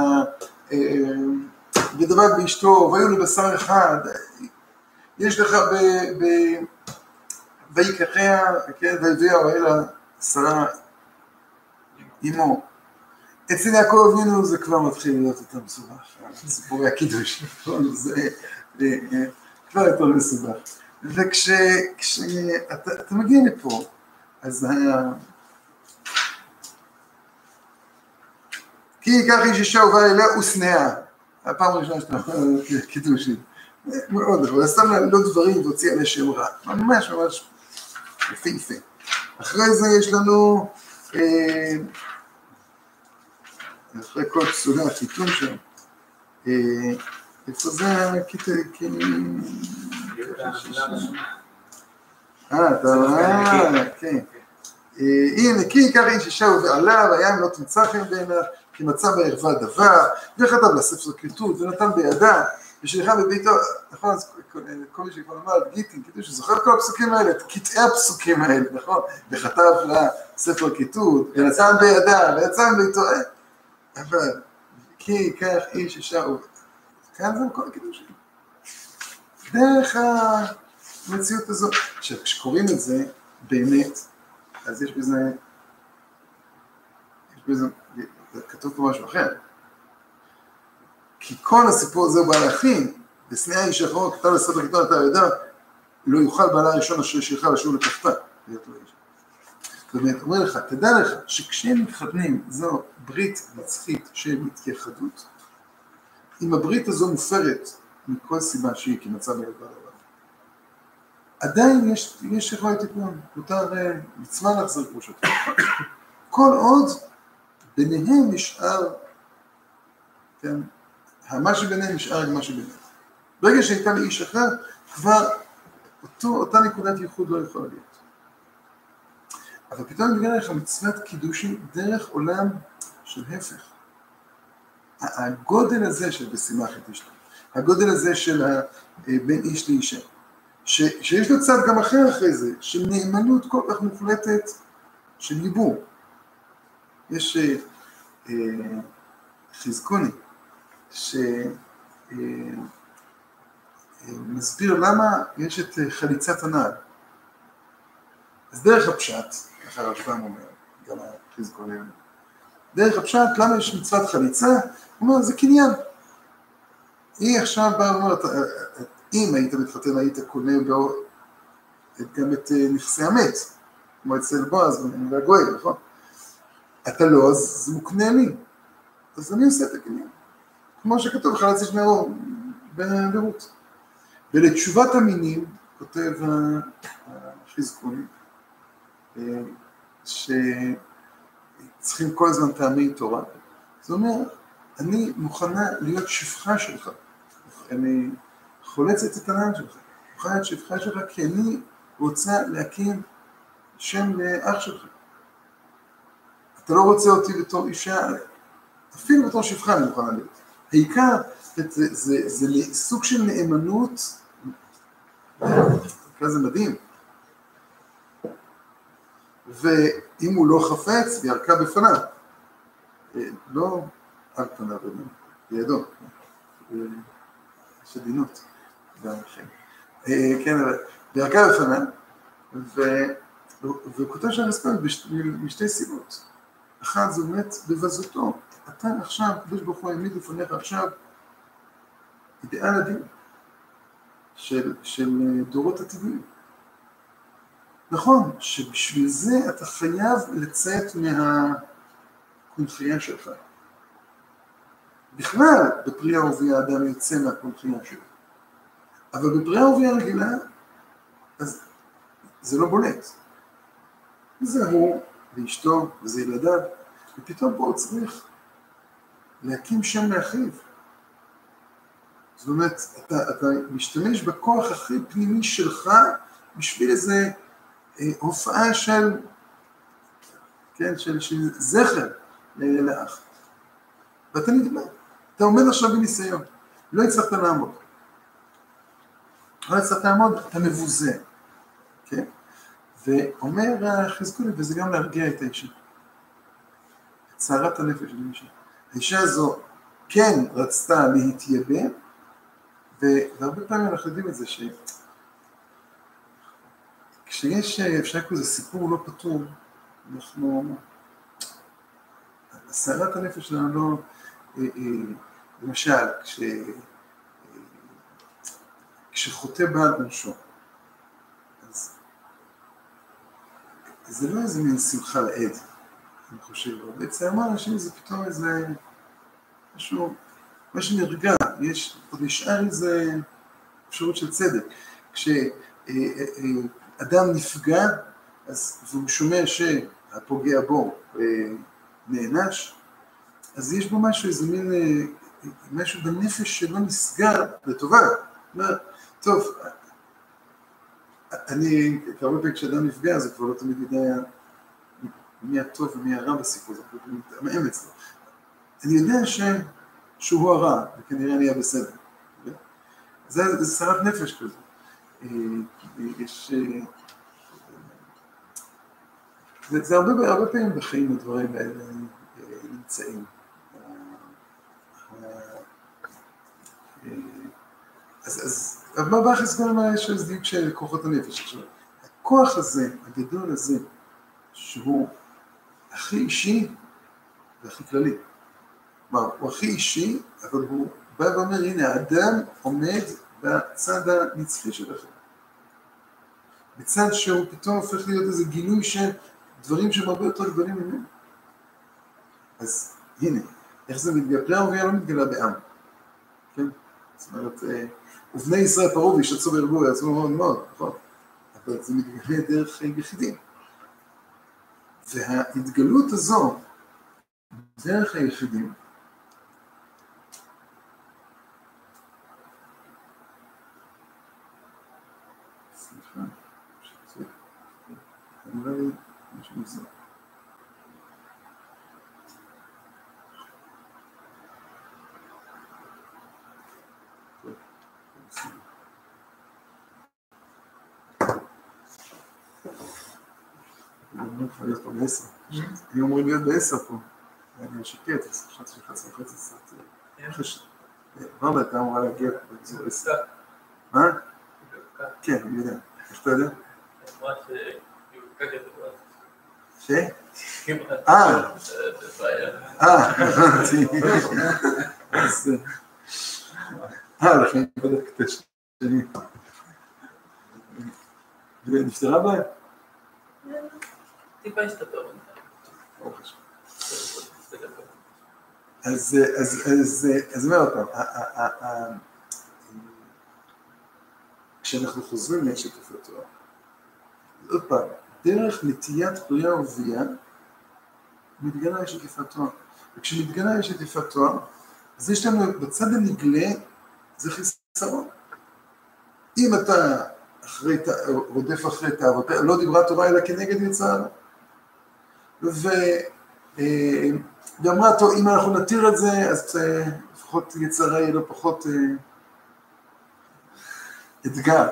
בדבק באשתו, והיו לו בשר אחד, יש לך ויקחיה, כן, והביאה אוהלה שרה אמו. אצל יעקב אבינו זה כבר מתחיל להיות יותר מסובך, סיפורי הקידוש, זה כבר יותר מסובך. וכשאתה מגיע לפה, אז כי ייקח איש אישה ובא אליה ושנאה. הפעם הראשונה שאתה קידושין. מאוד, אבל סתם לא דברים והוציא עליה שם רע. ממש ממש יפה. אחרי זה יש לנו, אחרי כל פסולי החיתון שם, איפה זה כן. הנה, כי ייקח איש אישה ובעלה, והים לא תמצא חן בעיניו, כי מצא בערווה דבר, וכתב לה ספר כריתות, ונתן בידה, ושליחה בביתו, נכון, אז כל מי שכבר אמר, גיטין, כתוב שזוכר כל הפסוקים האלה, את קטעי הפסוקים האלה, נכון? וכתב לה ספר כריתות, ונתן בידה, ויצא מביתו, אבל, כי ייקח איש אישה ובעלה, כאן זה כל הקידושים. דרך המציאות הזאת. עכשיו, כשקוראים את זה, באמת, אז יש בזה, כתוב פה משהו אחר. כי כל הסיפור הזה הוא בא להכין, ושנאה איש אחרון, כתב לספר כתוב אתה יודע, לא יוכל בעלה הראשון אשר שלך לשוב לקחתה. זאת אומרת, אומר לך, תדע לך, שכשהם מתחתנים, זו ברית נצחית של התייחדות, אם הברית הזו מופרת מכל סיבה שהיא, כי מצא בערווה דבר, עדיין יש יכולה תיקון, מותר מצווה להחזיר כמו שאתה. כל עוד ביניהם נשאר, כן, מה שביניהם נשאר מה שביניהם. ברגע שהייתה לאיש אחר, כבר אותה נקודת ייחוד לא יכולה להיות. אבל פתאום נגלה לך מצוות קידושין דרך עולם של הפך. הגודל הזה של בשימח את אשתו, הגודל הזה של בין איש לאישה, שיש לו צד גם אחרי זה, של נאמנות כל כך מוחלטת של ליבור. יש חזקוני, שמסביר למה יש את חליצת הנעל. אז דרך הפשט, אחר הרשב"ם אומר, גם החזקוני אומר, דרך הפשט, למה יש מצוות חליצה? הוא אומר, זה קניין. היא עכשיו באה ואומרת, אם היית מתחתן, היית קונה גם את נכסי המת, כמו אצל בועז והגואל, נכון? אתה לא, אז זה מוקנה לי. אז אני עושה את הקניין. כמו שכתוב, חלץ יש נאור ברות. ולתשובת המינים, כותב החזקוני, שצריכים כל הזמן טעמי תורה. זאת אומרת, אני מוכנה להיות שפחה שלך. אני חולצת את הנעל שלך. מוכנה להיות שפחה שלך, כי אני רוצה להקים שם לאח שלך. אתה לא רוצה אותי בתור אישה, אפילו בתור שפחה אני מוכנה להיות. העיקר, זה סוג של נאמנות, זה מדהים. ואם הוא לא חפץ, ירקה בפניו. לא על פניו, לידו. יש עדינות. כן, ירקה בפניו, והוא כותב שם מספר משתי סיבות. אחת זה באמת בבזותו. אתה עכשיו, קדוש ברוך הוא העמיד לפניך עכשיו, אידאל הדין של דורות עתידיים. נכון, שבשביל זה אתה חייב לצאת מהקונחייה שלך. בכלל, בפרי הערביה האדם יוצא מהקונחייה שלו. אבל בפרי הערביה הרגילה, אז זה לא בולט. זה הוא ואשתו וזה ילדיו, ופתאום פה הוא צריך להקים שם לאחיו. זאת אומרת, אתה משתמש בכוח הכי פנימי שלך בשביל איזה הופעה של, כן, של זכר לאח. ואתה נדמה, אתה עומד עכשיו בניסיון, לא הצלחת לעמוד. לא הצלחת לעמוד, אתה מבוזה, כן? ואומר החזקוני, וזה גם להרגיע את האישה. את צערת הנפש של האישה. האישה הזו כן רצתה להתייבא, והרבה פעמים אנחנו יודעים את זה, כשיש, אפשר לקרוא איזה סיפור לא פתור, אנחנו, צערת הנפש שלנו לא, למשל, כשחוטא בעל עונשו, אז זה לא איזה מין שמחה לעד, אני חושב, בעצם אמר אנשים זה פתאום איזה משהו נרגע, עוד נשאר איזה אפשרות של צדק. כשאדם נפגע, והוא שומע שהפוגע בו נענש, אז יש בו משהו, איזה מין, משהו בנפש שלא נסגר לטובה. טוב, הרבה פעמים כשאדם נפגע, זה כבר לא תמיד יודע מי הטוב ומי הרע בסיפור, זה כבר מתאמם אצלו. אני יודע שהוא הרע, וכנראה אני אהיה בסדר. זה שרת נפש כזה. זה הרבה פעמים בחיים הדברים האלה נמצאים. אז מה בחזקון מה יש לזדיק של כוחות הנפש? עכשיו, הכוח הזה, הגדול הזה, שהוא הכי אישי והכי כללי. הוא הכי אישי, אבל הוא בא ואומר, הנה, האדם עומד בצד הנצחי שלכם. בצד שהוא פתאום הופך להיות איזה גילוי של דברים שהם הרבה יותר גדולים ממנו. אז הנה, איך זה מתגלה? פרי הערביה לא מתגלה בעם. כן? זאת אומרת, ובני ישראל פרעו וישתצו וירבו, יעשו מאוד מאוד, נכון? אבל זה מתגלה דרך יחידים. וההתגלות הזו, דרך היחידים, סליחה, אני לא יודע משהו מזה. אני אומרים להיות ב10 פה, אני שקט, אז חשבתי שחצי קצת, מה אתה אמורה להגיע פה? מה? כן, אני יודע. איך אתה יודע? ש? הבנתי. לכן אני בדק את השני. נפטרה בהם? טיפה השתפר. אז מה עוד פעם, כשאנחנו חוזרים לאשת יפת תואר, עוד פעם, דרך נטיית פרייה ורבייה, מתגלה אשת יפת תואר. וכשמתגלה אשת יפת תואר, אז יש לנו בצד הנגלה, זה חיסרון. אם אתה רודף אחרי תאוותיה, לא דיברה תורה אלא כנגד יצרה. ואמרה, טוב, אם אנחנו נתיר את זה, אז לפחות יצרה יהיה לו פחות אתגר.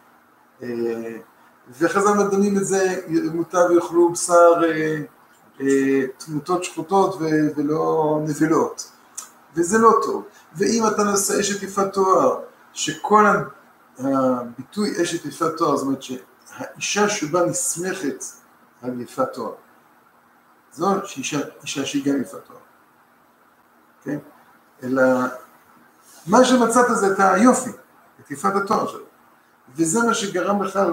וחז"ל מדמים את זה, מוטב יאכלו בשר תמותות שחוטות ולא נבלות. וזה לא טוב. ואם אתה נושא אשת יפת תואר, שכל הביטוי אשת יפת תואר, זאת אומרת שהאישה שבה נסמכת על יפת תואר, זו אישה שהיא גם יפת תואר. כן? אלא מה שמצאת זה את היופי, את יפת התואר שלו. וזה מה שגרם לך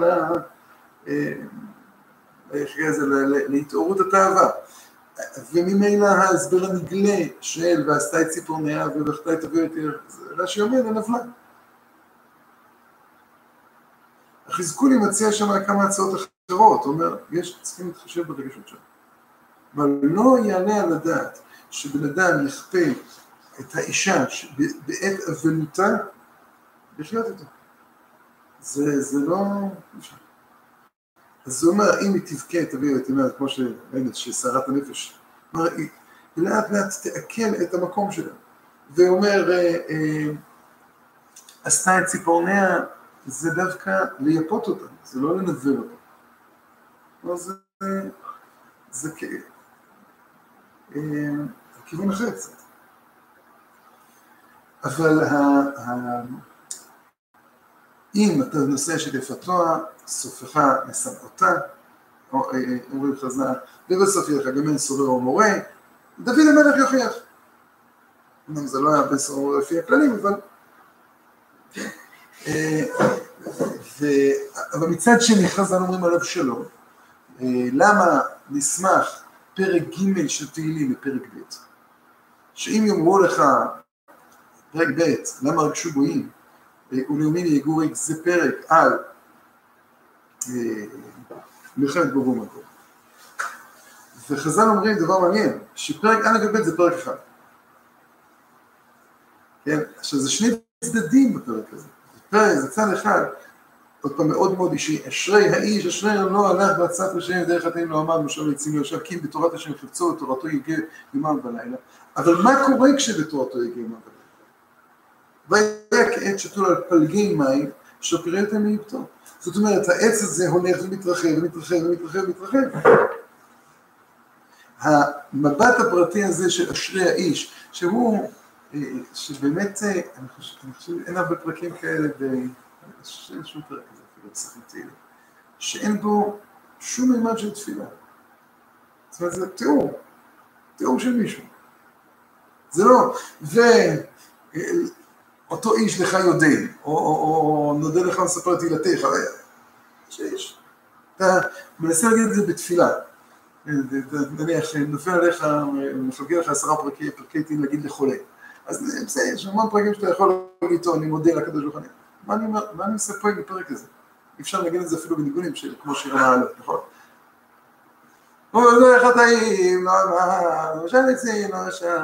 להתעוררות התאווה. וממילא ההסבר הנגלה של ועשתה את ציפורניה ובכתה את אביה יותר, זה רש"י אומר, הנבלה. החזקולי מציע שם כמה הצעות אחרות, הוא אומר, צריכים להתחשב ברגשות שלנו. אבל לא יעלה על הדעת שבן אדם יכפה את האישה בעת אבלותה, לחיות איתו. זה לא... אז זה אומר, אם היא תבכה את אביה יותר, כמו שראינו, ששרת הנפש, היא לאט לאט תעכל את המקום שלה. ואומר, עשתה את ציפורניה, זה דווקא לייפות אותה, זה לא לנבל אותה. אז זה כיוון אחר קצת. אבל אם אתה נושא של יפת תואר, סופך משמחותה, אומרים חז"ל, ובסוף יהיה לך גם אין סורר או מורה, דוד המלך יוכיח. אמנם זה לא היה בן סורר לפי הכללים, אבל... אבל מצד שני חז"ל אומרים עליו שלום, למה נשמח פרק ג' של תהילים לפרק ב'? שאם יאמרו לך, פרק ב', למה רגשו גויים, ולאומין יגורי, זה פרק על מלחמת גוג ומגוג. וחז"ל אומרים דבר מעניין, שפרק א' וב' זה פרק אחד. כן? עכשיו זה שני צדדים בפרק הזה. זה צד אחד, עוד פעם מאוד מאוד אישי, אשרי האיש, אשרי לא הלך בעצת השם, דרך חטאים לא עמד, משל יצאים לו ישב, כי אם בתורת השם חפצו, ותורתו יגיע יומם ולילה. אבל מה קורה כשבתורתו יגיע יומם ולילה? והיה כעת שתול על פלגי מים, שוקריתם מאיבתו. זאת אומרת, העץ הזה הולך ומתרחב ומתרחב ומתרחב ומתרחב. המבט הפרטי הזה של אשרי האיש, שהוא, שבאמת, אני חושב, אין הרבה פרקים כאלה, אין שום פרק כזה, אפילו בספר תהילים, שאין בו שום מימד של תפילה. זאת אומרת, זה תיאור של מישהו. זה לא, ואותו איש לך יודעים, או נודה לך מספר תהילתך, שיש. אתה מנסה להגיד את זה בתפילה. נניח, נופל עליך, מפגר לך 10 פרקי תהילים להגיד לחולה. אז בסדר, יש המון פרקים שאתה יכול להגיד איתו, אני מודה לקדוש ברוך הוא. מה אני עושה פה עם הפרק הזה? אי אפשר להגיד את זה אפילו בניגונים כמו שיר המעלות, נכון? זה חטאים, לא מה, משל יצאים, לא משל.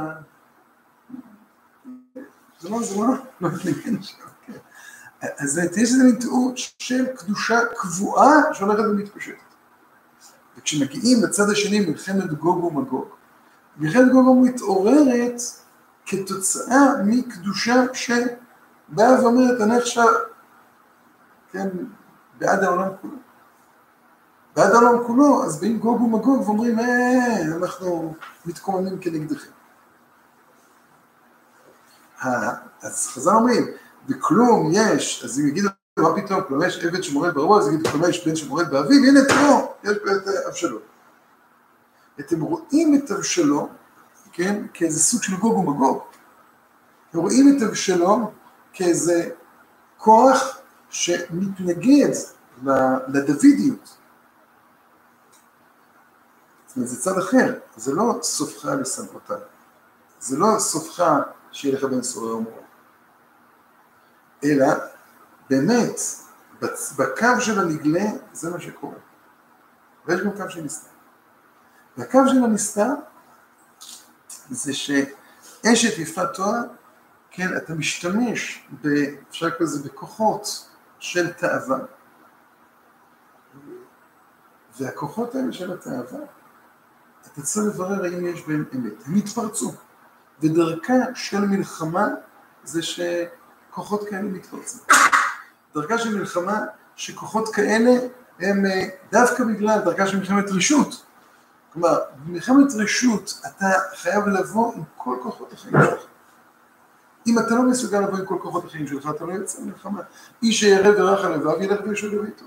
זה לא מתנגן שם, כן. אז יש איזה תיאור של קדושה קבועה שהולכת ומתפשטת. וכשמגיעים לצד השני מלחמת גוג ומגוג, מלחמת גוג ומגוג מתעוררת כתוצאה מקדושה שבאה ואומרת, אני עכשיו, כן, בעד העולם כולו. בעד העולם כולו, אז באים גוג ומגוג ואומרים, אנחנו מתקוממים כנגדכם. אז חז"ל אומרים, בכלום יש, אז אם יגידו, מה פתאום, כלומר יש עבד שמורד ברבו, אז יגידו, כלומר יש בן שמורד באביו, הנה תראו, יש פה את אבשלום. אתם רואים את אבשלום, כן, כאיזה סוג של גוג ומגוג. אתם רואים את אבשלום כאיזה כוח שמתנגד לדוידיות. זאת אומרת, זה צד אחר, זה לא סופך לסמכותה, זה לא סופך שיהיה לך בן סורר ומורה, אלא באמת, בקו של הנגלה זה מה שקורה. ויש גם קו של נסתר. והקו של הנסתר זה שאשת יפת תואר, כן, אתה משתמש, אפשר לקרוא לזה בכוחות של תאווה, והכוחות האלה של התאווה, אתה צריך לברר האם יש בהם אמת. הם התפרצו, ודרכה של מלחמה זה שכוחות כאלה מתפרצים. דרכה של מלחמה שכוחות כאלה הם דווקא בגלל דרכה של מלחמת רשות. כלומר, במלחמת רשות אתה חייב לבוא עם כל כוחות החיים שלך. אם אתה לא מסוגל לבוא עם כל כוחות החיים שלך, אתה לא יוצא מלחמה. איש שירא ורך על לבב, ילך וישב לביתו.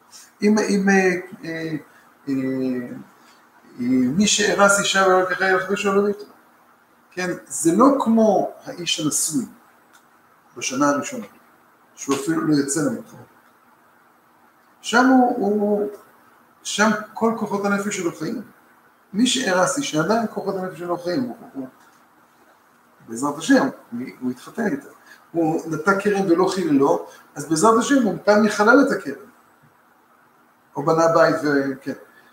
מי שארס אישה ורק אחרי ילך וישב לביתו. כן, זה לא כמו האיש הנשוי בשנה הראשונה, שהוא אפילו לא יוצא למלחמה. שם כל כוחות הנפש שלו חיים. מי שארס אישה, עדיין כוחות הנפש שלו חיים. בעזרת השם, הוא התחתן איתה. הוא נטע קרן ולא חיללו, אז בעזרת השם הוא פעם יחלל את הקרן. או בנה בית וכן.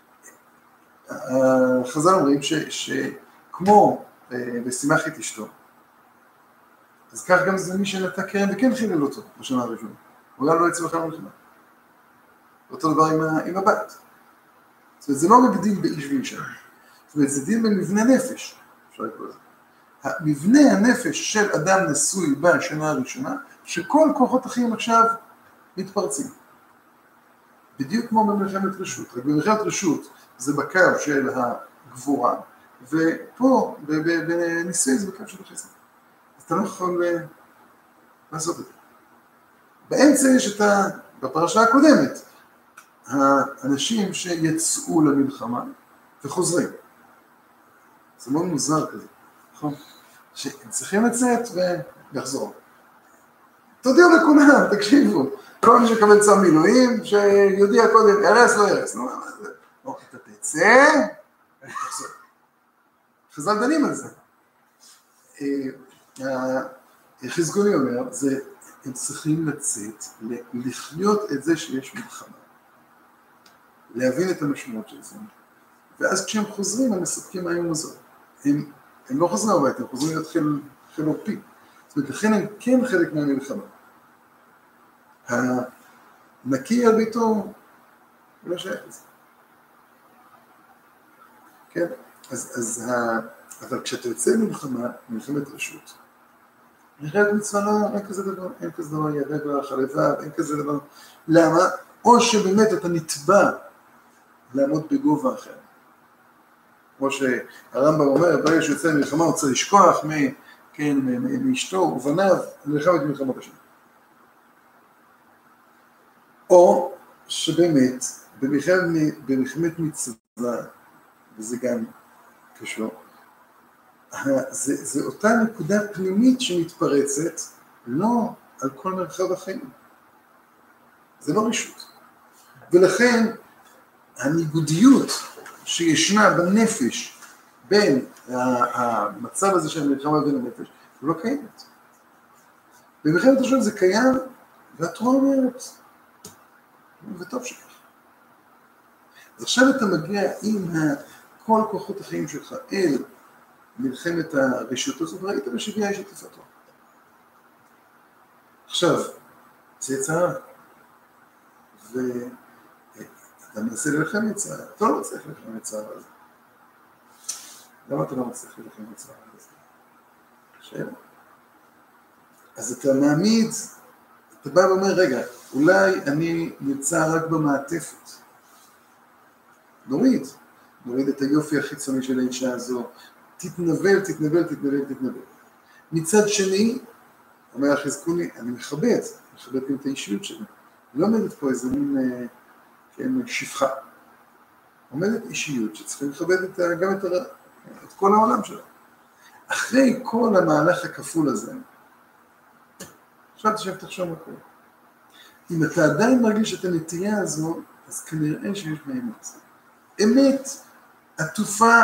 חז"ל אומרים שכמו ושימח את אשתו, אז כך גם זה מי שנטע קרן וכן חילל אותו בשנה הראשונה. הוא גם לא יצא בכלל מלחמה. אותו דבר עם הבת. זאת אומרת, זה לא מגדיל באיש ואישה. זאת אומרת, זה דין במבנה נפש. אפשר לקרוא לזה. המבנה הנפש של אדם נשוי בשנה הראשונה, שכל כוחות החיים עכשיו מתפרצים. בדיוק כמו במלחמת רשות. רק במלחמת רשות זה בקו של הגבורה, ופה בניסוי זה בקו של החסד. אז אתה לא יכול לעשות את זה. באמצע יש בפרשה הקודמת, האנשים שיצאו למלחמה וחוזרים. זה מאוד מוזר כזה, נכון? שהם צריכים לצאת ולחזור. תודיעו לכולם, תקשיבו. כל מי שקבל צו מילואים, שיודיע קודם, ירס לא ירס. לא, אתה תצא, תחזור. חז"ל דנים על זה. חזקוני אומר, זה הם צריכים לצאת, לחיות את זה שיש מלחמה, להבין את המשמעות של זה, ואז כשהם חוזרים הם מספקים מים ומזון. הם לא חוזרים הביתה, הם חוזרים להיות חיל עורפי. זאת אומרת, לכן הם כן חלק מהמלחמה. הנקי על ביתו, הוא לא שייך לזה. כן? אבל כשאתה יוצא למלחמה, מלחמת רשות, מלחמת מצווה לא, אין כזה דבר, ירק לך הלבב, אין כזה דבר. למה? או שבאמת אתה נתבע לעמוד בגובה אחר. כמו שהרמב"ם אומר, ברגע שיוצא למלחמה הוא צריך לשכוח מאשתו ובניו, נלחם את מלחמות השם. או שבאמת, במלחמת מצווה, וזה גם קשור, זה אותה נקודה פנימית שמתפרצת, לא על כל מרחב החיים. זה לא רשות. ולכן, הניגודיות שישנה בנפש, בין המצב הזה של מלחמה בין הנפש, הוא לא קיימת. במלחמת השם זה קיים, והתורה אומרת, וטוב שכך. אז עכשיו אתה מגיע עם כל כוחות החיים שלך אל מלחמת הרשות הזאת, וראית בשביעה יש עטיפתו. עכשיו, זה יצרה, ואתה מנסה ללחם יצרה, אתה לא מצליח ללחם יצרה הזה. למה אתה לא מצליח ללחם יצרה הזה? שאלה. אז אתה מעמיד, אתה בא ואומר, רגע, אולי אני נמצא רק במעטפת. נוריד את היופי החיצוני של האישה הזו, תתנבל. מצד שני, אומר החזקוני, אני מכבד גם את האישיות שלי. לא עומדת פה איזה מין שפחה. עומדת אישיות שצריכים לכבד גם את כל העולם שלה. אחרי כל המהלך הכפול הזה, עכשיו תחשוב מה קורה. אם אתה עדיין מרגיש את הנטייה הזו, אז כנראה שיש באמת. אמת עטופה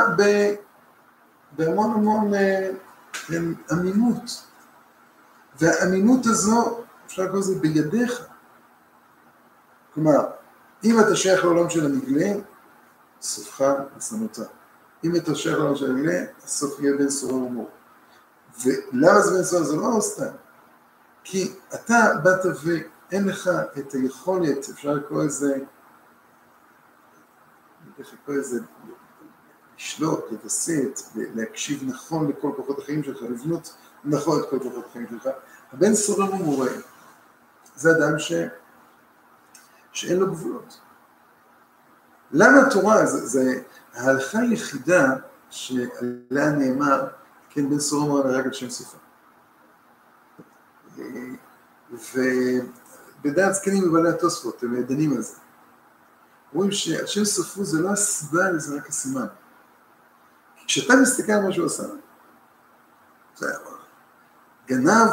בהמון אמינות. והאמינות הזו, אפשר לקרוא לזה בידיך. כלומר, אם אתה שייך לעולם של הנגלה, סופך ושנאותיו. אם אתה שייך לעולם של הנגלה, הסוף יהיה בן סורר ומור. ולמה זה בן סורר? זה לא סתם. כי אתה באת ואין לך את היכולת, אפשר לקרוא איזה, לשלוט, לבסט, להקשיב נכון לכל כוחות החיים שלך, לבנות נכון את כל כוחות החיים שלך. הבן סורר ומורה, זה אדם שאין לו גבולות. למה התורה? זה ההלכה היחידה שעליה נאמר, כן, בן סורר ומורה לרגל שם סופה. ובדעת זקנים מבעלי התוספות, הם דנים על זה. רואים שהשם סופו זה לא הסיבה, זה רק הסימן. כשאתה מסתכל על מה שהוא עשה, זה גנב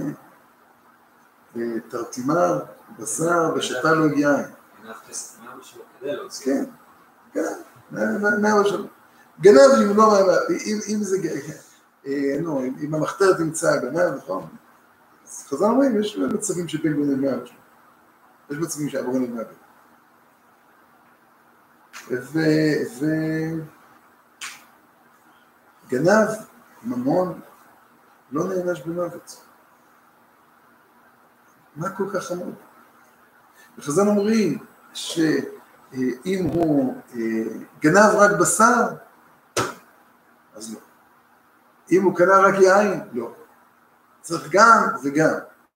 תרתימר, בשר ושתה לו יין. גנב כסף מה משהו כדי להוציא. כן, גנב אם לא, אם זה, אם המחתרת תמצא גנב, נכון? אז חז"ל אומרים, יש מצבים שבן גונב מהמשהו. יש מצבים שהבן גונב מהבן. וגנב, ממון, לא נענש במוות. מה כל כך חמור? וחז"ל אומרים שאם הוא גנב רק בשר, אז לא. אם הוא קנה רק יין, לא. צריך גם וגם.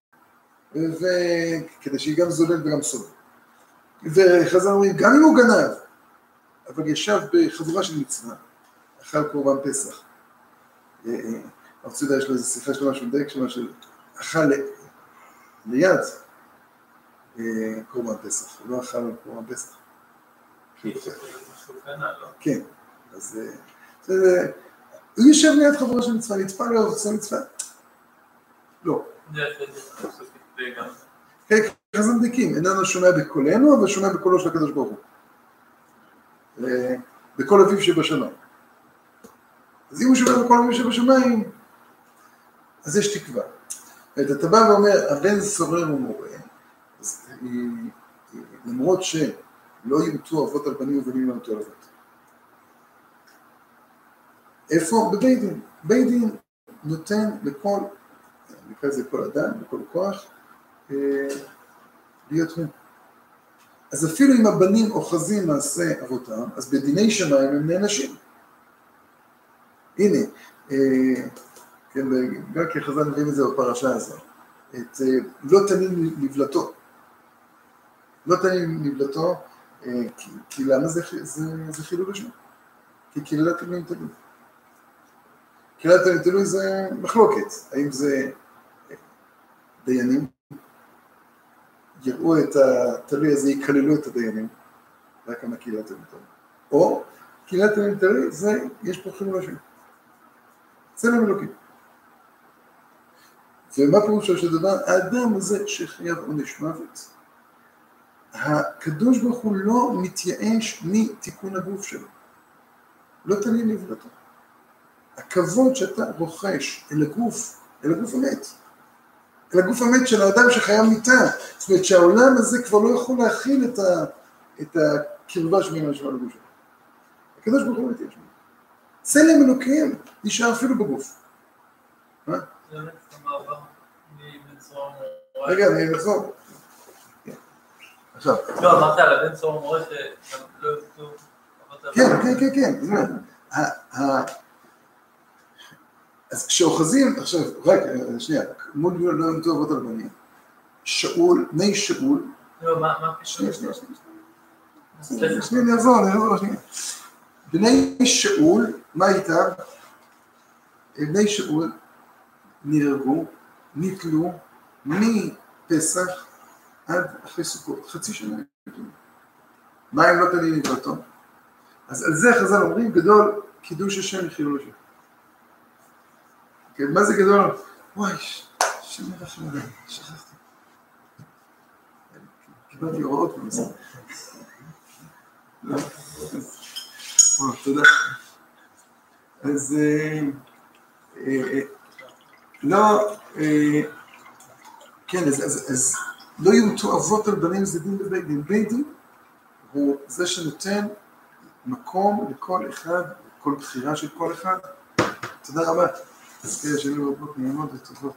וכדי שהיא גם זולל וגם סובל. וחז"ל אומרים, גם אם הוא גנב, אבל ישב בחבורה של מצווה, אכל קורבן פסח. הרב צודה יש לו איזו שיחה שלמה שהוא מדייק שמה של אכל ליד קורבן פסח, הוא לא אכל קורבן פסח. כן, אז הוא יושב ליד חבורה של מצווה, נצפה לו, עושה מצווה? לא. ככה זה מדייקים, איננו שומע בקולנו, אבל שומע בקולו של הקדוש ברוך הוא. בקול אביו שבשמיים. אז אם הוא שומע בקול אביו שבשמיים, אז יש תקווה. אתה בא ואומר, הבן סורר ומורה, אז למרות שלא יומתו אבות על בנים ובנים לא יומתו על אבות. איפה? בבית דין. בית דין נותן לכל, נקרא לזה כל אדם, לכל כוח, להיות הוא. אז אפילו אם הבנים אוחזים מעשה אבותם, אז בדיני שמיים הם נענשים. הנה, כן, גם כי חז"ל מביאים את זה בפרשה הזאת, את לא תנין נבלתו. לא תנין נבלתו, כי למה זה חילול השם? כי קללת תלויים תלוי. קללת תלויים תלוי זה מחלוקת, האם זה דיינים, יראו את התלוי הזה, יקללו את הדיינים, רק כמה קללת תלויים תלוי. או קללת תלויים תלוי, זה, יש פה חילול השם. צלם אלוקים. ומה פירושו של דבר? האדם הזה שחייב עונש מוות, הקדוש ברוך הוא לא מתייאש מתיקון הגוף שלו. לא תלין נבלתו. הכבוד שאתה רוכש אל הגוף המת. אל הגוף המת של האדם שחייב מיתה. זאת אומרת שהעולם הזה כבר לא יכול להכיל את הקרבה שבין השוואה לגוף שלו. הקדוש ברוך הוא מתייאש. צלם אלוקים נשאר אפילו בגוף. מה? זה באמת המעבר מבן סורר ומורה. רגע, אני נחזור. עכשיו. לא, אמרת על הבן סורר ומורה שלא יומתו. כן. אז כשאוחזים, עכשיו, רק, שנייה, מול לא יומתו אבות על בנים, שאול, בני שאול, לא, מה פשוט? שנייה, אני אעזור. בני שאול, מה איתם? בני שאול נהרגו, נתלו, מפסח עד אחרי סוכות, חצי שנה. מה אם לא תלין נבלתו? אז על זה חז"ל אומרים, גדול קידוש השם וחילול השם. כן, מה זה גדול? וואי, שם מרחם עליי, שכחתי. קיבלתי הוראות בנושא. תודה. אז לא, כן, אז לא יומתו אבות על בנים זה דין בבית דין. בית דין הוא זה שנותן מקום לכל אחד, לכל בחירה של כל אחד. תודה רבה. אז כדי שיהיו רבות נעימות וטובות.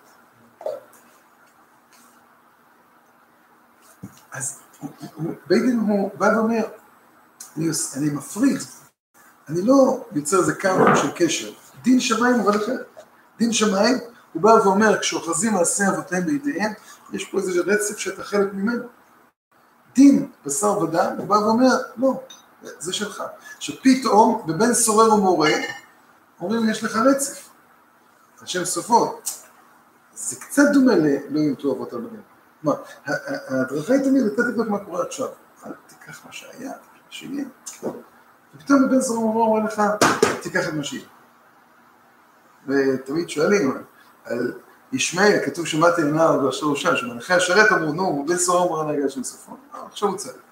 אז בית דין הוא בא ואומר, אני מפריד, אני לא יוצר איזה קו של קשר. דין שמיים הוא בא אחר. דין שמיים הוא בא ואומר, כשאוחזים מעשה אבותיהם בידיהם, יש פה איזה רצף שאתה חלק ממנו. דין בשר ודם, הוא בא ואומר, לא, זה שלך. שפתאום בבין סורר ומורה, אומרים, יש לך רצף. השם סופו. זה קצת דומה לא יומתו אבות על בנים. כלומר, ההדרכה היא תמיד, אתה תבדוק מה קורה עכשיו. אל תיקח מה שהיה, מה שיהיה. ופתאום בבין סורר ומורה אומר לך, תיקח את מה שיהיה. ותמיד שואלים, על ישמעאל, כתוב שמעתי לנער ואשר הוא שם, שמנחי השרת אמרו, נו, בן סורר ומורה נהגה של סופו. עכשיו הוא צדק.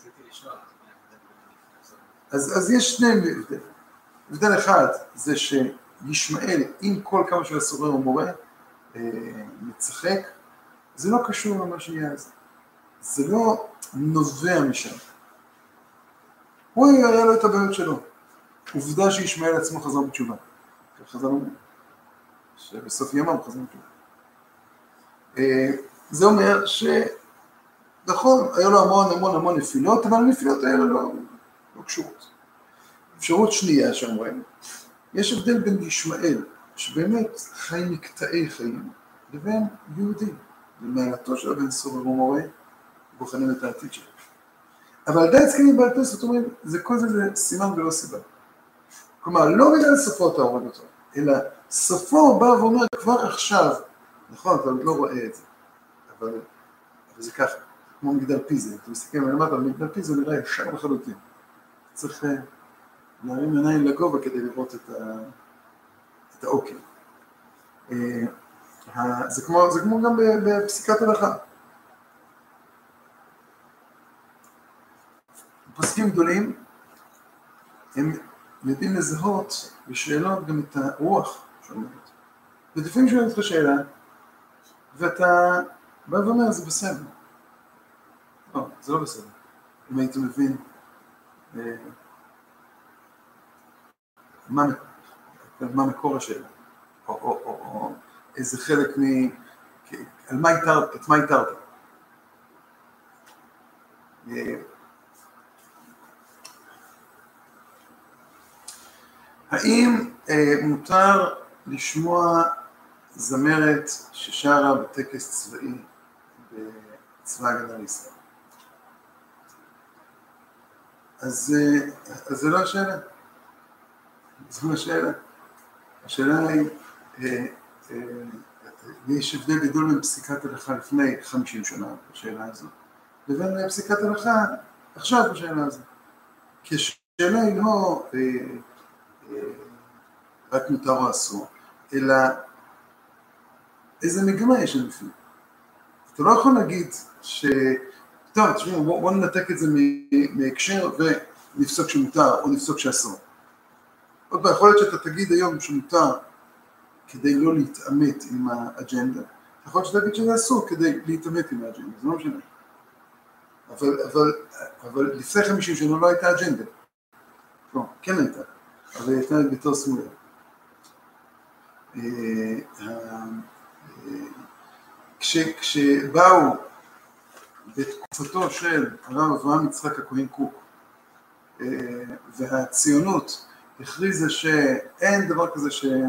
אז יש שני הבדל. הבדל אחד זה שישמעאל, עם כל כמה שהוא סורר ומורה, מצחק, זה לא קשור למה שיהיה הזה. זה לא נובע משם. הוא היה לו את הבעיות שלו. עובדה שישמעאל עצמו חזר בתשובה. חזר לו, שבסוף ימה הוא חזר בתשובה. זה אומר נכון, היה לו המון נפילות, אבל הנפילות האלה לא קשורות. אפשרות שנייה שאומרים, יש הבדל בין ישמעאל, שבאמת חי מקטעי חיים, לבין יהודי, במעלתו של הבן סורר ומורה, בוחנים את העתיד שלו. אבל די זקנים בעל פה, זאת אומרת, כל זה סימן ולא סיבה. כלומר, לא בגלל סופו אתה הורג אותו, אלא סופו בא ואומר כבר עכשיו, נכון, אתה לא רואה את זה, אבל זה ככה, כמו מגדל פיזה, אתה מסתכל מלמטה, מגדל פיזה נראה ישר לחלוטין. צריך להרים עיניים לגובה כדי לראות את האוקר. זה כמו גם בפסיקת הלכה. פוסקים גדולים, הם יודעים לזהות בשאלות גם את הרוח שאומרת. ולפעמים שואלים אותך שאלה, ואתה בא ואומר, זה בסדר. לא, זה לא בסדר. אם היית מבין מה מקור השאלה, או איזה חלק על מה התארת, את מה התארת. האם מותר לשמוע זמרת ששרה בטקס צבאי בצבא הגנה לישראל? אז זה לא השאלה. זו השאלה. השאלה היא, יש הבדל גדול בין פסיקת הלכה לפני 50 שנה בשאלה הזאת, לבין פסיקת הלכה עכשיו בשאלה הזאת. כי השאלה היא לא רק מותר או אסור, אלא איזה מגמה יש לנו בפנים. אתה לא יכול להגיד טוב, תשמעו, בואו ננתק את זה מהקשר ונפסוק שמותר או נפסוק שאסור. עוד פעם, יכול להיות שאתה תגיד היום שמותר כדי לא להתאמת עם האג'נדה. יכול להיות שאתה תגיד שזה אסור כדי להתאמת עם האג'נדה, זה לא משנה. אבל לפני 50 שנה לא הייתה אג'נדה. לא, כן הייתה, אבל היא הייתה יותר סמויה. כשבאו בתקופתו של הרב אברהם יצחק הכהן קוק, והציונות הכריזה שאין דבר כזה שלא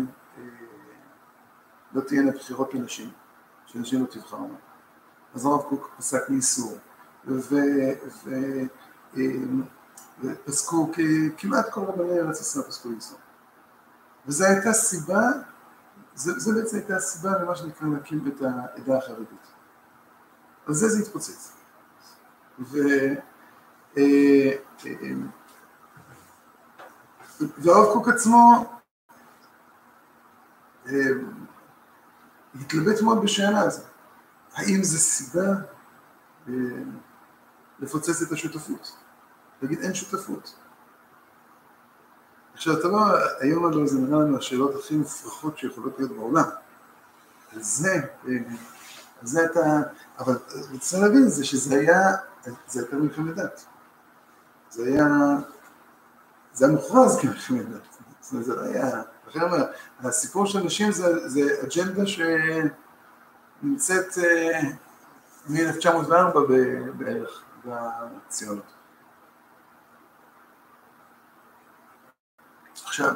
תהיינה בחירות לנשים, שנשים לא תבחרנה. אז הרב קוק פסק מאיסור, ופסקו כמעט כל רבני ארץ ישראל פסקו איסור. וזו הייתה סיבה, זה בעצם הייתה הסיבה למה שנקרא להקים את העדה החרדית. אז זה התפוצץ. והרב קוק עצמו התלבט מאוד בשאלה הזאת. האם זה סיבה לפוצץ את השותפות? להגיד אין שותפות. עכשיו אתה בא, היום עד זה נראה לנו השאלות הכי מופרכות שיכולות להיות בעולם. זה הייתה, אבל רוצה להבין זה שזה הייתה מלחמת דת. זה היה מוכרז כמלחמת דת. זה לא היה, לכן אומר, הסיפור של נשים זה אג'נדה שנמצאת מ-1904 בערך בציונות. עכשיו,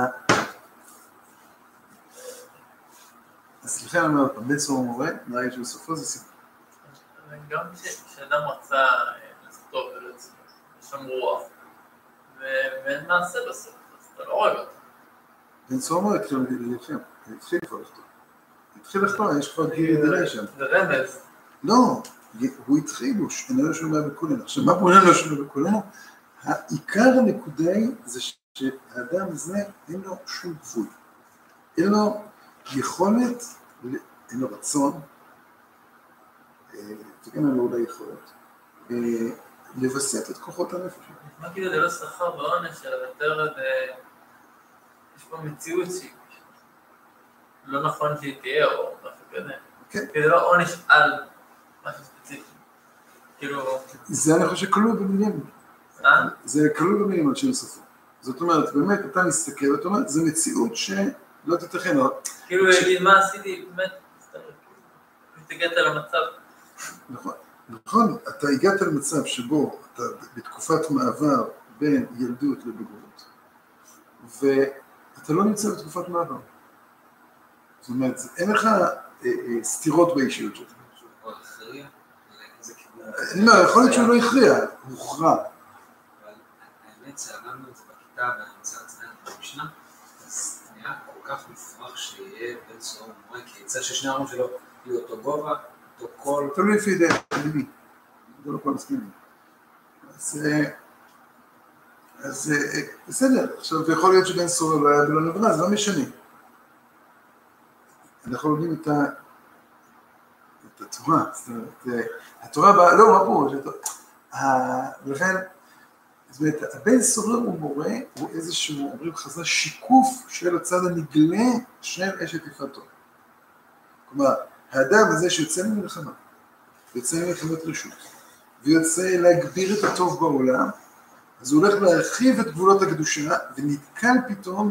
אז לכן אני אומר, בן סור מורה, נראה שבסופו זה סיפור. גם כשאדם רצה לכתוב ולשם רוח, ואין מעשה בסוף, אז אתה לא רואה אותו. בן סור מורה התחיל להילחם, התחיל כבר לכתוב. התחיל לכתוב, יש כבר גירי שם. זה רמז. לא, הוא התחיל, הוא לא שומע בקולנו. עכשיו, מה פונה לא שומע בקולנו? העיקר הנקודה היא, שהאדם הזה אין לו שום גבול. אין לו יכולת, אין לו רצון, וגם אין לו אולי יכולת, לבסט את כוחות הנפש. מה כאילו זה לא שכר ועונש, אלא יותר יש פה מציאות שהיא לא נכון שהיא תהיה, או משהו כזה. כי זה לא עונש על משהו ספציפי. כאילו... זה אני חושב שכלול במילים. זה כלול במילים על שם סופו. זאת אומרת, באמת, אתה מסתכל, אתה אומר, זו מציאות שלא תתכן. כאילו, להגיד, מה עשיתי, באמת, הגעת למצב. נכון, אתה הגעת למצב שבו אתה בתקופת מעבר בין ילדות לבגרות, ואתה לא נמצא בתקופת מעבר. זאת אומרת, אין לך סתירות באישיות שלך. הוא הכריע? לא, יכול להיות שהוא לא הכריע, הוא הוכרע. האמת שעמדנו את זה בכיתה ואני רוצה לציין את המשנה, אז נראה כל כך מופרך שיהיה בן סור מורה, כי יצא ששני הערום שלו יהיו אותו גובה, אותו קול. תלוי לפי ידי, תלוי. זה לא כל הסכימים. אז בסדר, עכשיו יכול להיות שבן סור לא היה בלא נברא, זה לא משנה. אנחנו לומדים את התורה, זאת אומרת, התורה, לא, מה פה? ולכן, זאת אומרת, הבן סורר הוא מורה, הוא איזשהו, אומרים חז"ל, שיקוף של הצד הנגלה של אשת יפתו. כלומר, האדם הזה שיוצא ממלחמה, יוצא ממלחמת רשות, ויוצא להגביר את הטוב בעולם, אז הוא הולך להרחיב את גבולות הקדושה, ונתקל פתאום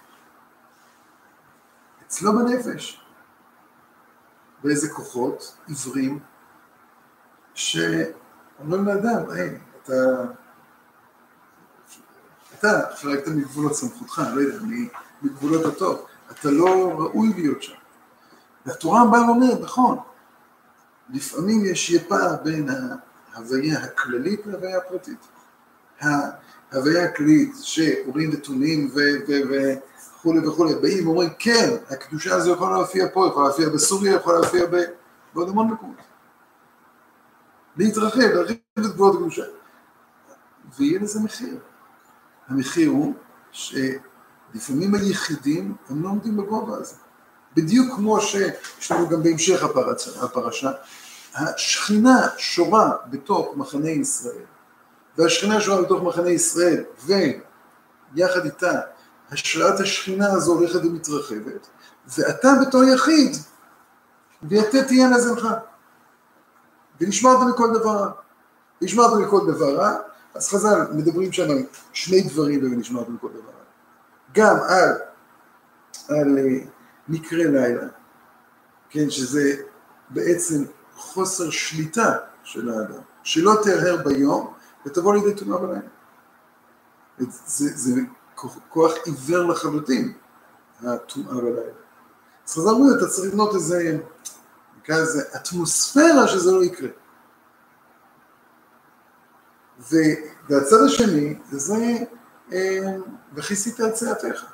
אצלו בנפש, באיזה כוחות עיוורים, שאומרים לאדם, היי, אתה חלקת מגבולות סמכותך, לא יודע, מגבולות הטוב, אתה לא ראוי להיות שם. והתורה באה ואומרת, נכון, לפעמים יש פער בין ההוויה הכללית להוויה הפרטית. ההוויה הכללית שאורים נתונים וכו' וכו', באים ואומרים, כן, הקדושה הזו יכולה להופיע פה, יכולה להופיע בסוריה, יכולה להופיע בעוד המון מקומות. להרחיב את גבולות הקדושה. ויהיה לזה מחיר. המחיר הוא שלפעמים היחידים הם לא עומדים בגובה הזה. בדיוק כמו שיש לנו גם בהמשך הפרשה, השכינה שורה בתוך מחנה ישראל, והשכינה שורה בתוך מחנה ישראל, ויחד איתה השראת השכינה הזו הולכת ומתרחבת, ואתה בתור יחיד, ויתת תהיה נזלך, ונשמרת מכל דבר, אז חז"ל מדברים שם על שני דברים ונשמרת מכל דבר, גם על מקרה לילה, כן, שזה בעצם חוסר שליטה של האדם, שלא תהרהר ביום ותבוא לידי תאונה בלילה. זה כוח עיוור לחלוטין, התאונה בלילה. אז חז"ל אומרים, אתה צריך לבנות איזה אטמוספירה שזה לא יקרה. והצד השני, זה וכיסית את צאתך.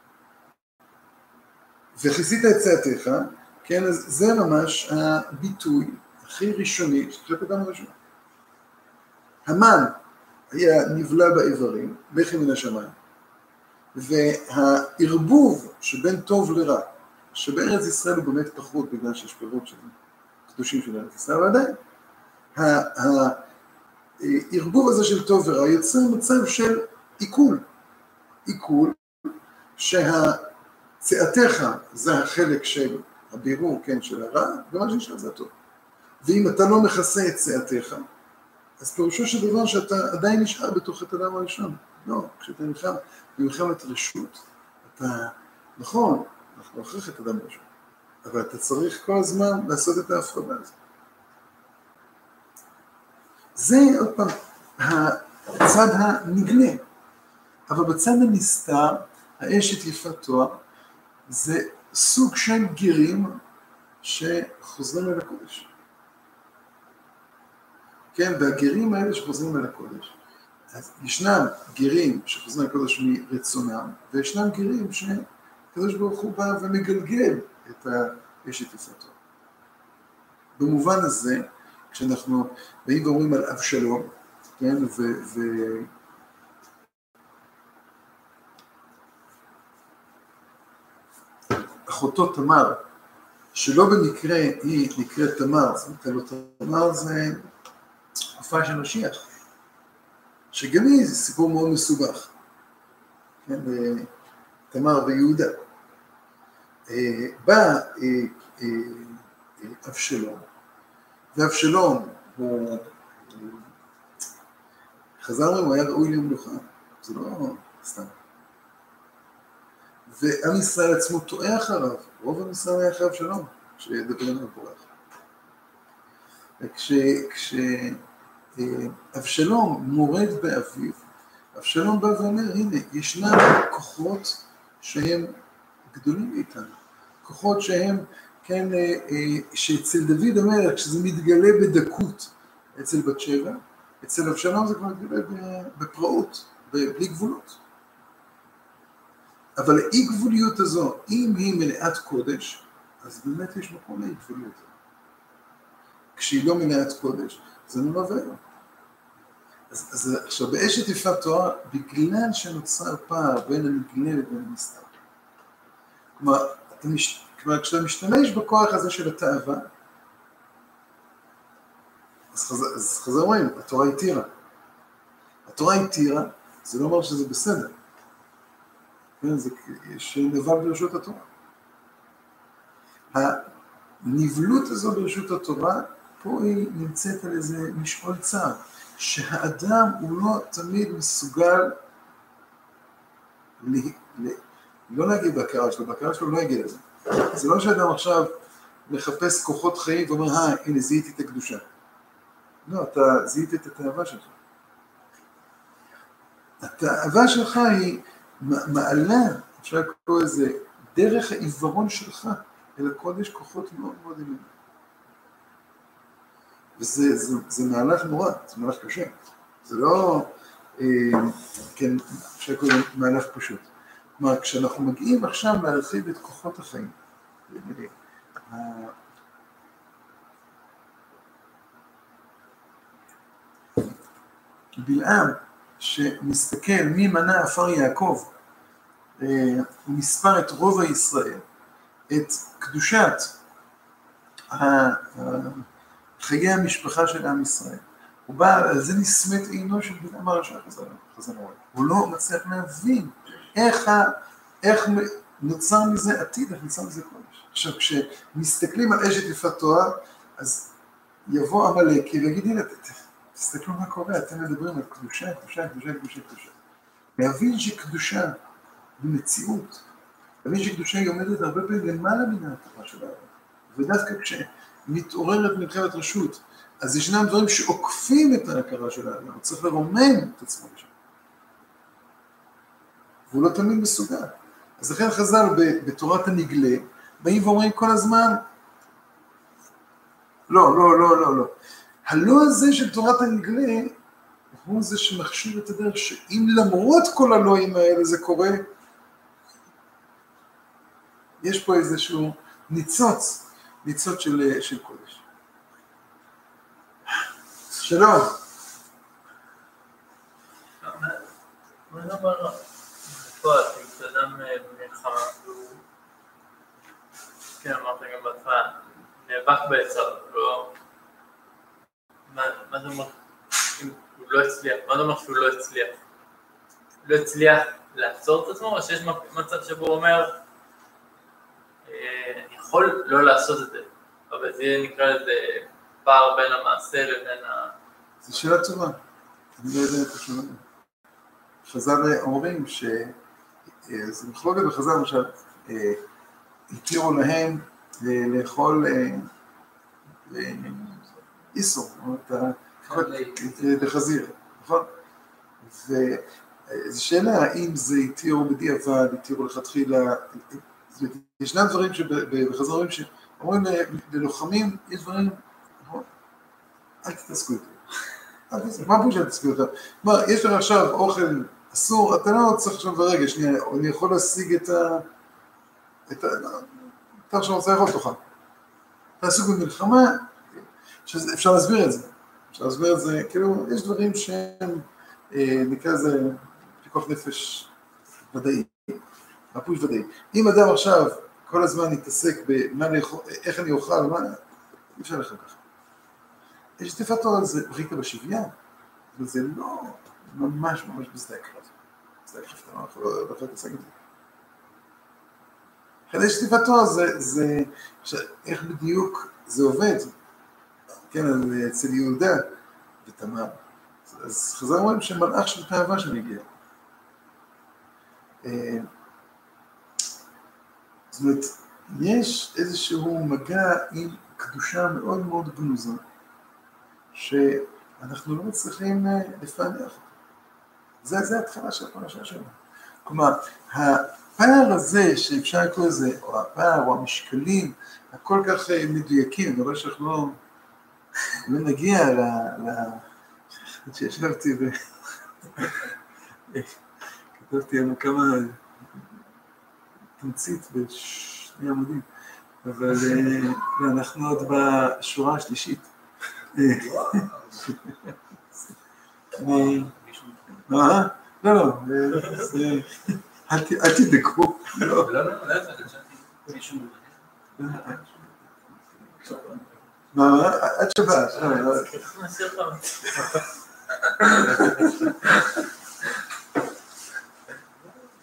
וכיסית את צאתך, כן, אז זה ממש הביטוי הכי ראשוני של חטא אדם הראשון. המן היה נבלע באיברים, בכי מן השמיים, והערבוב שבין טוב לרע, שבארץ ישראל הוא באמת פחות בגלל שיש פירות של קדושים של ארץ ישראל, ועדיין, הערבוב הזה של טוב ורע יוצר מצב של עיכול שהצאתך זה החלק של הבירור, כן, של הרע, ומה שנשאר זה הטוב. ואם אתה לא מכסה את צאתך, אז פירושו של דבר שאתה עדיין נשאר בתוך את האדם הראשון. לא, כשאתה נלחם במלחמת רשות, אתה, נכון, אנחנו אחריך את האדם הראשון, אבל אתה צריך כל הזמן לעשות את ההפרדה הזאת. זה עוד פעם הצד הנגלה, אבל בצד הנסתר, האשת יפת תואר, זה סוג של גירים שחוזרים אל הקודש. כן, והגירים האלה שחוזרים אל הקודש, אז ישנם גירים שחוזרים אל הקודש מרצונם, וישנם גירים שקדוש ברוך הוא בא ומגלגל את האשת יפת תואר. במובן הזה, כשאנחנו באים ואומרים על אבשלום, כן, אחותו תמר, שלא במקרה היא נקראת תמר, זאת אומרת, תמר זה תקופה של משיח, שגם היא זה סיפור מאוד מסובך, כן, תמר ויהודה. בא אבשלום, ואבשלום הוא, חז"ל אומרים, הוא היה ראוי למלוכה, זה לא סתם. ועם ישראל עצמו טועה אחריו, רוב עם ישראל היה אחרי אבשלום, שידבר לנו פורח. וכשאבשלום מורד באביו, אבשלום בא ואומר, הנה, ישנם כוחות שהם גדולים מאיתנו, כוחות שהם, כן, שאצל דוד המלך, כשזה מתגלה בדקות אצל בת שבע, אצל אבשלום זה כבר מתגלה בפראות, בלי גבולות. אבל האי גבוליות הזו, אם היא מלאת קודש, אז באמת יש מקום לאי גבוליות. כשהיא לא מלאת קודש, זה נורא ואיום. אז עכשיו, באשת יפת תואר, בגלל שנוצר פער בין הנגלה לבין הנסתר. כלומר, כשאתה משתמש בכוח הזה של התאווה, אז חזר אומרים, התורה התירה. התורה התירה, זה לא אומר שזה בסדר. יש נבל ברשות התורה. הנבלות הזו ברשות התורה, פה היא נמצאת על איזה משעול צער, שהאדם הוא לא תמיד מסוגל לא להגיע בהכרה שלו, בהכרה שלו לא יגיע לזה. זה לא שאדם עכשיו מחפש כוחות חיים ואומר, הנה זיהיתי את הקדושה. לא, אתה זיהית את התאווה שלך. התאווה שלך היא מעלה, אפשר לקרוא איזה, דרך העיוורון שלך, אל הקודש כוחות מאוד מאוד עליונים. וזה מהלך נורא, זה מהלך קשה. זה לא, כן, אפשר לקרוא מהלך פשוט. כלומר, כשאנחנו מגיעים עכשיו להרחיב את כוחות החיים, בלעם שמסתכל מי מנה עפר יעקב, הוא מספר את רוב הישראל, את קדושת חיי המשפחה של עם ישראל. הוא בא, על זה נסמת עינו של בלעם הרשע חזן הורי. הוא לא מצליח להבין איך נוצר מזה עתיד, איך נוצר מזה קודש. עכשיו, כשמסתכלים על אשת יפת תואר, אז יבוא עמלק ויגיד, הנה, תסתכלו מה קורה, אתם מדברים על קדושה, קדושה, קדושה, קדושה, קדושה. להבין שקדושה במציאות, להבין שקדושה היא עומדת הרבה פעמים למעלה מן ההתרה של האדם. ודווקא כשמתעוררת מלחמת רשות, אז ישנם דברים שעוקפים את ההכרה של האדם, הוא צריך לרומם את עצמו לשם. והוא לא תמיד מסוגל. אז לכן חז"ל בתורת הנגלה, באים ואומרים כל הזמן, לא. הלא הזה של תורת הנגלה, הוא זה שמכשיר את הדרך, שאם למרות כל הלואים האלה זה קורה, יש פה איזשהו ניצוץ של קודש. שלום. מה זה אומר? פה, כשאדם במלחמה, כן, אמרת גם בהתחלה, נאבק ביצר, לא... מה זה אומר? אם הוא לא הצליח, מה זה אומר שהוא לא הצליח? לא הצליח לעצור את עצמו, או שיש מצב שבו הוא אומר, אני יכול לא לעשות את זה, אבל זה נקרא לזה פער בין המעשה לבין ה... זו שאלה טובה, אני לא יודע את השאלה. חז"ל אומרים זה מחלוקת בחז"ל, למשל, התירו להם לאכול איסור, את החזיר, נכון? וזו שאלה, האם זה התירו בדיעבד, התירו לכתחילה, ישנם דברים שבחז"ל אומרים שאומרים ללוחמים, יש דברים, אל תתעסקו איתו. מה פה שאל תתעסקו איתו? יש לך עכשיו אוכל אסור, אתה לא צריך עכשיו ברגע, שנייה, אני יכול להשיג אתה עכשיו רוצה לאכול תוכל. אתה עסוק במלחמה, אפשר להסביר את זה. כאילו, יש דברים שהם, נקרא לזה, פיקוח נפש ודאי, הפוש ודאי. אם אדם עכשיו כל הזמן יתעסק איך אני אוכל, אי אפשר לכם ככה. יש תפת תורה על זה, בריקה בשוויון, וזה לא ממש בשדה הקרב. בשדה הקרב, אתה לא יכול להתעסק עם זה. לכן יש תפת תורה, זה, איך בדיוק זה עובד, כן, אצל יהודה ותמר. אז חז"ל אומרים שמלאך של תאווה שמגיע. זאת אומרת, יש איזשהו מגע עם קדושה מאוד מאוד גנוזה, שאנחנו לא מצליחים לפענח אותו. זה התחלה של הפרשה שלנו. כלומר, הפער הזה שאפשר לקרוא לזה, או הפער או המשקלים, הכל כך מדויקים, אני רואה שאנחנו לא נגיע שישבתי כתבתי לנו כמה תמצית בשני עמודים, אבל אנחנו עוד בשורה השלישית. לא, אל תדקו. לא, מישהו מה? עד שבת.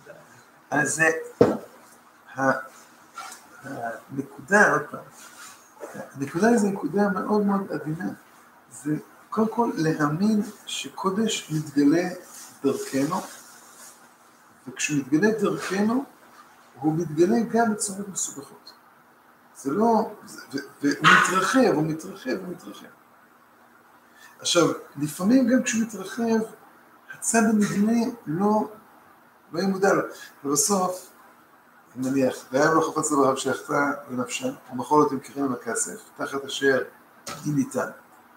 אז הנקודה, עוד פעם, הנקודה היא זו נקודה מאוד מאוד עדינה. זה קודם כל להאמין שקודש מתגלה דרכנו, וכשהוא מתגלה דרכנו, הוא מתגלה גם בצורות מסובכות. זה לא, והוא מתרחב, הוא מתרחב, הוא מתרחב. עכשיו, לפעמים גם כשהוא מתרחב, הצד הנגלה לא יהיה מודע לו. ובסוף, נניח, והיה לו חפץ לברב שהחתה לנפשה, ומחול אותם ככם בכסף, תחת אשר היא ניתן.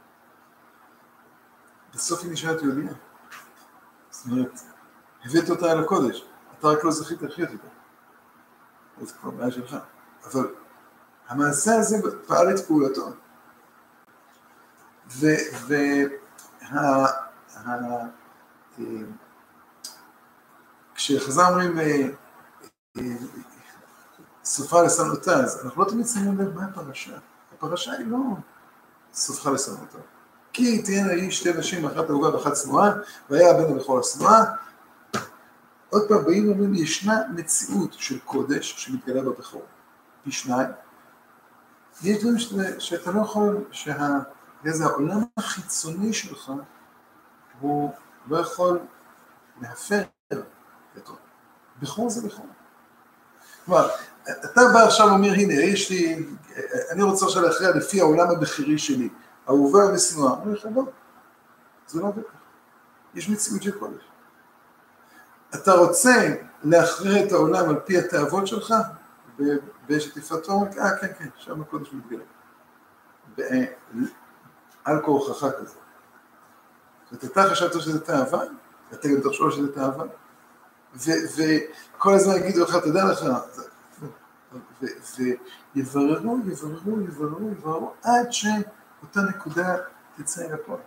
בסוף היא נשארת יהודיה. זאת אומרת, הבאת אותה על הקודש, אתה רק לא זכית לחיות איתה. זה כבר בעיה שלך. אבל המעשה הזה פעל את פעולתו. כשחז"ל אומרים סופה לשנאותה, אז אנחנו לא תמיד שמים לב מה הפרשה. הפרשה היא לא סופה לשנאותה. כי תהיינה היא שתי נשים, אחת אהובה ואחת שנואה, והיה הבן הבכור השנואה. עוד פעם באים ואומרים, ישנה מציאות של קודש שמתגלה בבכור, פי שניים. יש דברים שאתה לא יכול, איזה העולם החיצוני שלך, הוא לא יכול להפר אותו. בכור זה בכור. כלומר, אתה בא עכשיו ואומר, הנה, אני רוצה עכשיו להכריע לפי העולם הבכירי שלי, אהובה ושנואה. אני אומר לך, לא, זה לא עובד. יש מציאות של קודש. אתה רוצה להכריע את העולם על פי התאוות שלך, בשטיפתו, כן, שם הקודש מתגלה. על כורחך כזה. זאת אומרת, אתה חשבת שזה תאווה, אתה גם תחשוב שזה תאווה, וכל הזמן יגידו לך, תדע לך, ויבררו, עד שאותה נקודה תצא אל הפועל.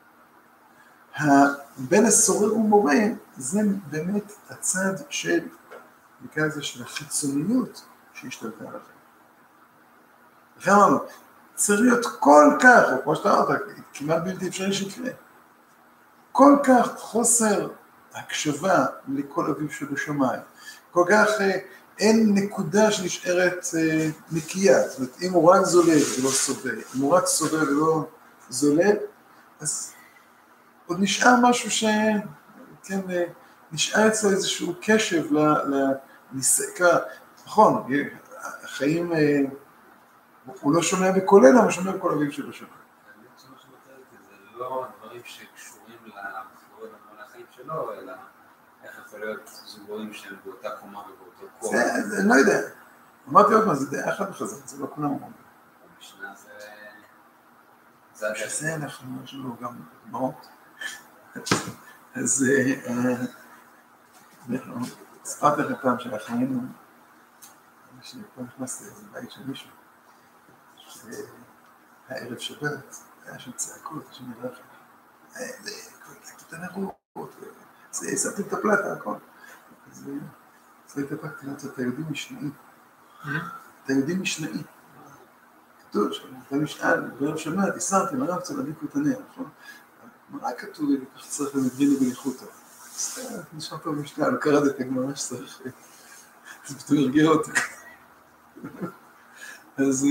בין הסורר ומורה, זה באמת הצד של, נקרא לזה, של החיצוניות שהשתלטה עליכם. לכן אמרנו, צריך להיות כל כך, או כמו שאתה אמרת, כמעט בלתי אפשרי שיקרה, כל כך חוסר הקשבה לכל אביב שבשמיים, כל כך אין נקודה שנשארת נקייה, זאת אומרת, אם הוא רק זולל ולא סובל, אם הוא רק סובל ולא זולל, אז עוד נשאר משהו שכן, נשאר אצלו איזשהו קשב לנסקה, נכון, החיים, הוא לא שומע בקולנו, הוא שומע בכל אביב שבשמיים. זה לא דברים שקשורים לבחירות המהלכים שלו, אלא איך יכול להיות זוגורים שהם באותה קומה ובאותו קור. זה לא יודע. אמרתי עוד מה, זה די אחד בחזר, זה לא כולם אומרים. במשנה זה... שזה אנחנו, יש לנו גם דמעות. אז ספרתי לכם פעם שהחיינו, שפה נכנסתי לאיזה בית של מישהו, שהערב שבת, היה שם צעקות, שם נראה קטנה רוחות, שמתי את הפלטה, הכל. אז התאפקתי לעצת, אתה יהודי משנאי. אתה יהודי משנאי. כתוב שם, אתה משאל, בערב שבת, הסרתי, מראה קצת להביא קוטניה, נכון? מה כתוב לי, כך צריך למדריני בניחותא? נשאר פה במשנה, לא קראתי הגמרא שצריך, זה פתאום הרגיע אותי. אז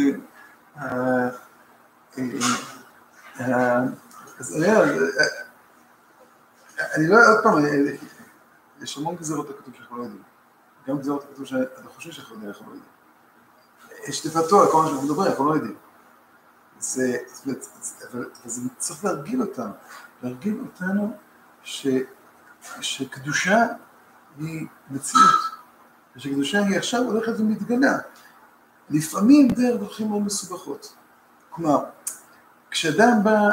אני לא, עוד פעם, יש המון גזירות הכתוב שאנחנו לא יודעים. גם גזירות הכתוב שאנחנו חושבים שאנחנו יודעים, אנחנו לא יודעים. יש תפתו על כל מה שאנחנו מדברים, אנחנו לא יודעים. זה צריך להרגיל אותנו. להרגיל אותנו שקדושה היא מציאות, ושקדושה היא עכשיו הולכת ומתגלה, לפעמים דרך דרכים מאוד מסובכות. כלומר, כשאדם בא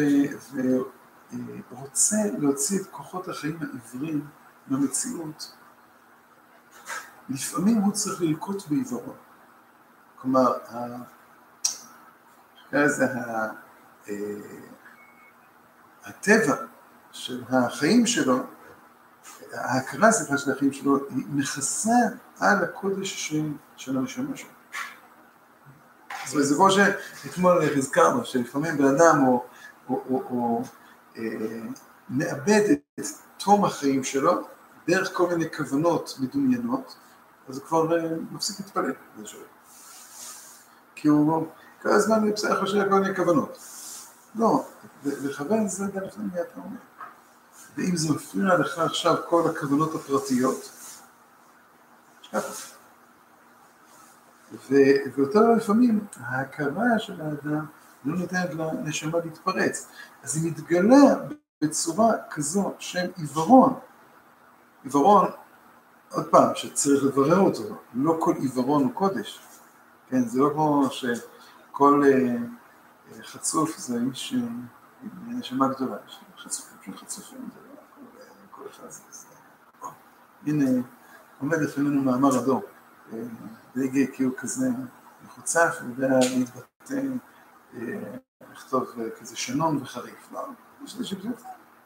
ורוצה להוציא את כוחות החיים העיוורים מהמציאות, לפעמים הוא צריך ללקוט בעיוורון. כלומר, הטבע של החיים שלו, ההכרה של החיים שלו, היא מכסה על הקודש של הנשמה שלו. זה כמו שאתמול הזכרנו, שלפעמים בן אדם הוא מאבד את תום החיים שלו, דרך כל מיני כוונות מדומיינות, אז הוא כבר מפסיק להתפלל. כי הוא כל הזמן בסדר חושב כל מיני כוונות. לא, לכוון זה דרך מי אתה אומר. ואם זה מפריע לך עכשיו כל הכוונות הפרטיות, ואותו לפעמים ההכרה של האדם לא נותנת לנשמה להתפרץ. אז היא מתגלה בצורה כזו של עיוורון. עיוורון, עוד פעם, שצריך לברר אותו, לא כל עיוורון הוא קודש. כן, זה לא כמו שכל חצוף זה איש עם נשמה גדולה. חצופים, חצופים, זה לא כל אחד זה. הנה, עומד לפנינו מאמר הדור. דגי כי הוא כזה מחוצף, ויודע להתבטא, לכתוב כזה שנון וחריף. לא, יש לי שבזאת.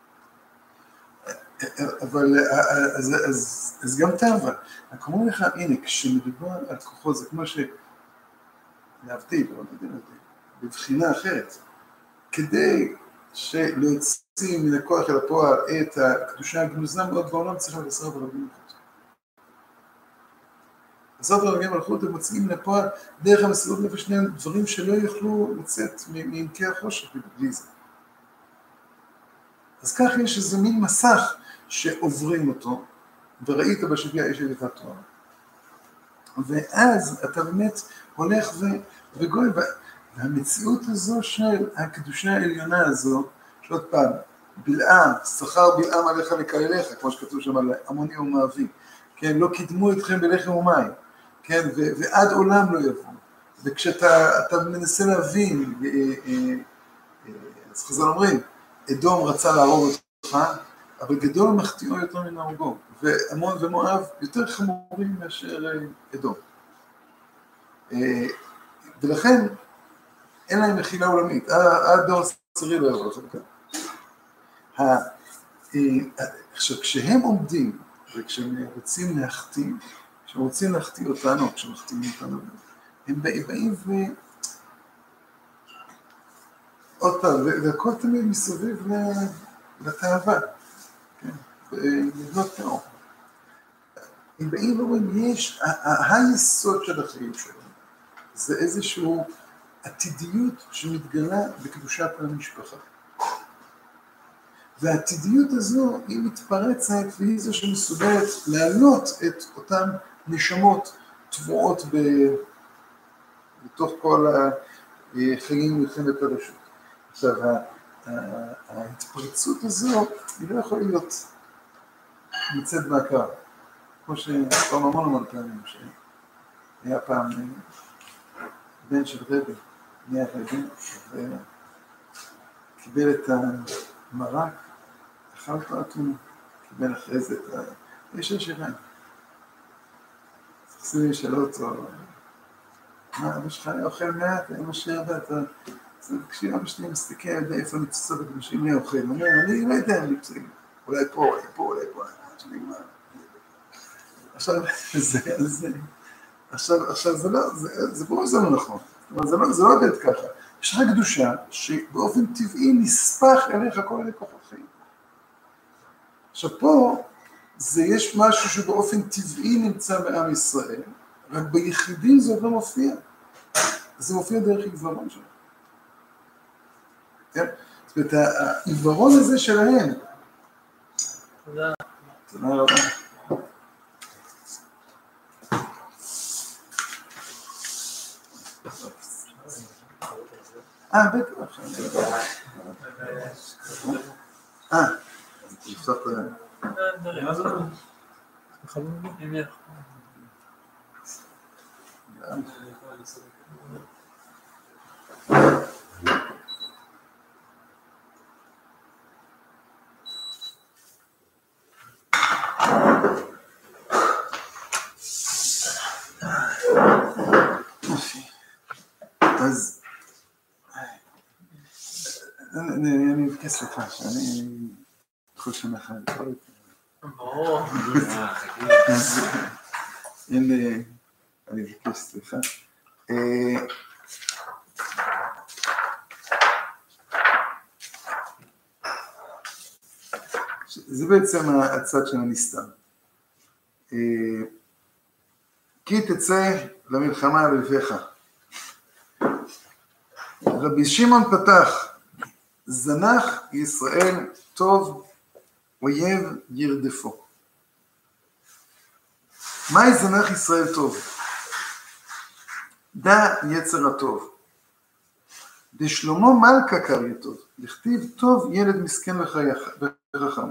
אבל, אז גם תאווה. כמו לך, הנה, כשמדובר על כוחות, זה כמו להבדיל, בבחינה אחרת, כדי להוציא מן הכוח אל הפועל את הקדושה הגנוזה מאוד בעולם, צריכה לעשרת הרבים מלכות. עשרת הרבים מלכות הם מוצאים לפועל דרך המסירות נפש שני דברים שלא יוכלו לצאת מעמקי החושך בלי זה. אז כך יש איזה מין מסך שעוברים אותו, וראית בשביע יש את התורה. ואז אתה באמת הולך וגוי, והמציאות הזו של הקדושה העליונה הזו, שעוד פעם, בלעם, שכר בלעם עליך לקלליך, כמו שכתוב שם על עמוני ומואבי, כן, לא קידמו אתכם בלחם ומים, כן, ועד עולם לא יבוא. וכשאתה מנסה להבין, אז חז"ל אומרים, אדום רצה להרוג אותך, אבל גדול מחטיאו יותר מן הורגו, ועמון ומואב יותר חמורים מאשר אדום. ולכן אין להם מחילה עולמית, עד דור עשירי לא יבוא לכם כאן. עכשיו, כשהם עומדים, וכשהם רוצים להחטיא, כשהם רוצים להחטיא אותנו, כשהם מחטיאים אותנו, הם באים עוד פעם, והכל תמיד מסביב לתאווה, כן? לבנות תאום. הם באים ואומרים, יש, היסוד של החיים שלנו, זה איזושהי עתידיות שמתגלה בקדושת המשפחה. והעתידיות הזו היא מתפרצת, והיא זו שמסוגלת להעלות את אותן נשמות טבועות בתוך כל החיים מלחמת הרשות. עכשיו, ההתפרצות הזו היא לא יכולה להיות נמצאת בהכרה. כמו שפעם המון פעמים שהיה פעם בן של רבי, נהיה רבי, וקיבל את המרק, אכל אותו אטום, קיבל אחרי זה את יש שיריים. תחסי לשאול אותו, מה, אבא שלך היה אוכל מעט, היה משאיר ואתה... כשאבא שלי מסתכל, יודע איפה ניצוצות הקדושים מי אוכל, הוא אומר, אני לא יודע, אני פסיק, אולי פה, אולי פה, אולי פה, שנגמר. עכשיו זה ברור שזה לא נכון, זה לא עובד ככה. יש לך קדושה שבאופן טבעי נספח אליך כל אלה כוחות חיים. עכשיו פה, יש משהו שבאופן טבעי נמצא בעם ישראל, רק ביחידים זה עוד לא מופיע. זה מופיע דרך עיוורון שלו. כן? זאת אומרת, העיוורון הזה שלהם. תודה. תודה רבה. בטח. אז תפתח אז אני מבקש לך שאני כל שנה אחד יכול להיות. ברור. הנה, אני מבקש סליחה. זה בעצם הצד של הנסתר. כי תצא למלחמה על אויביך. רבי שמעון פתח, זנח ישראל טוב, אויב ירדפו. מהי זנח ישראל טוב? דע יצר הטוב. דשלמה מלכה קרא טוב, לכתיב טוב ילד מסכן וחכם.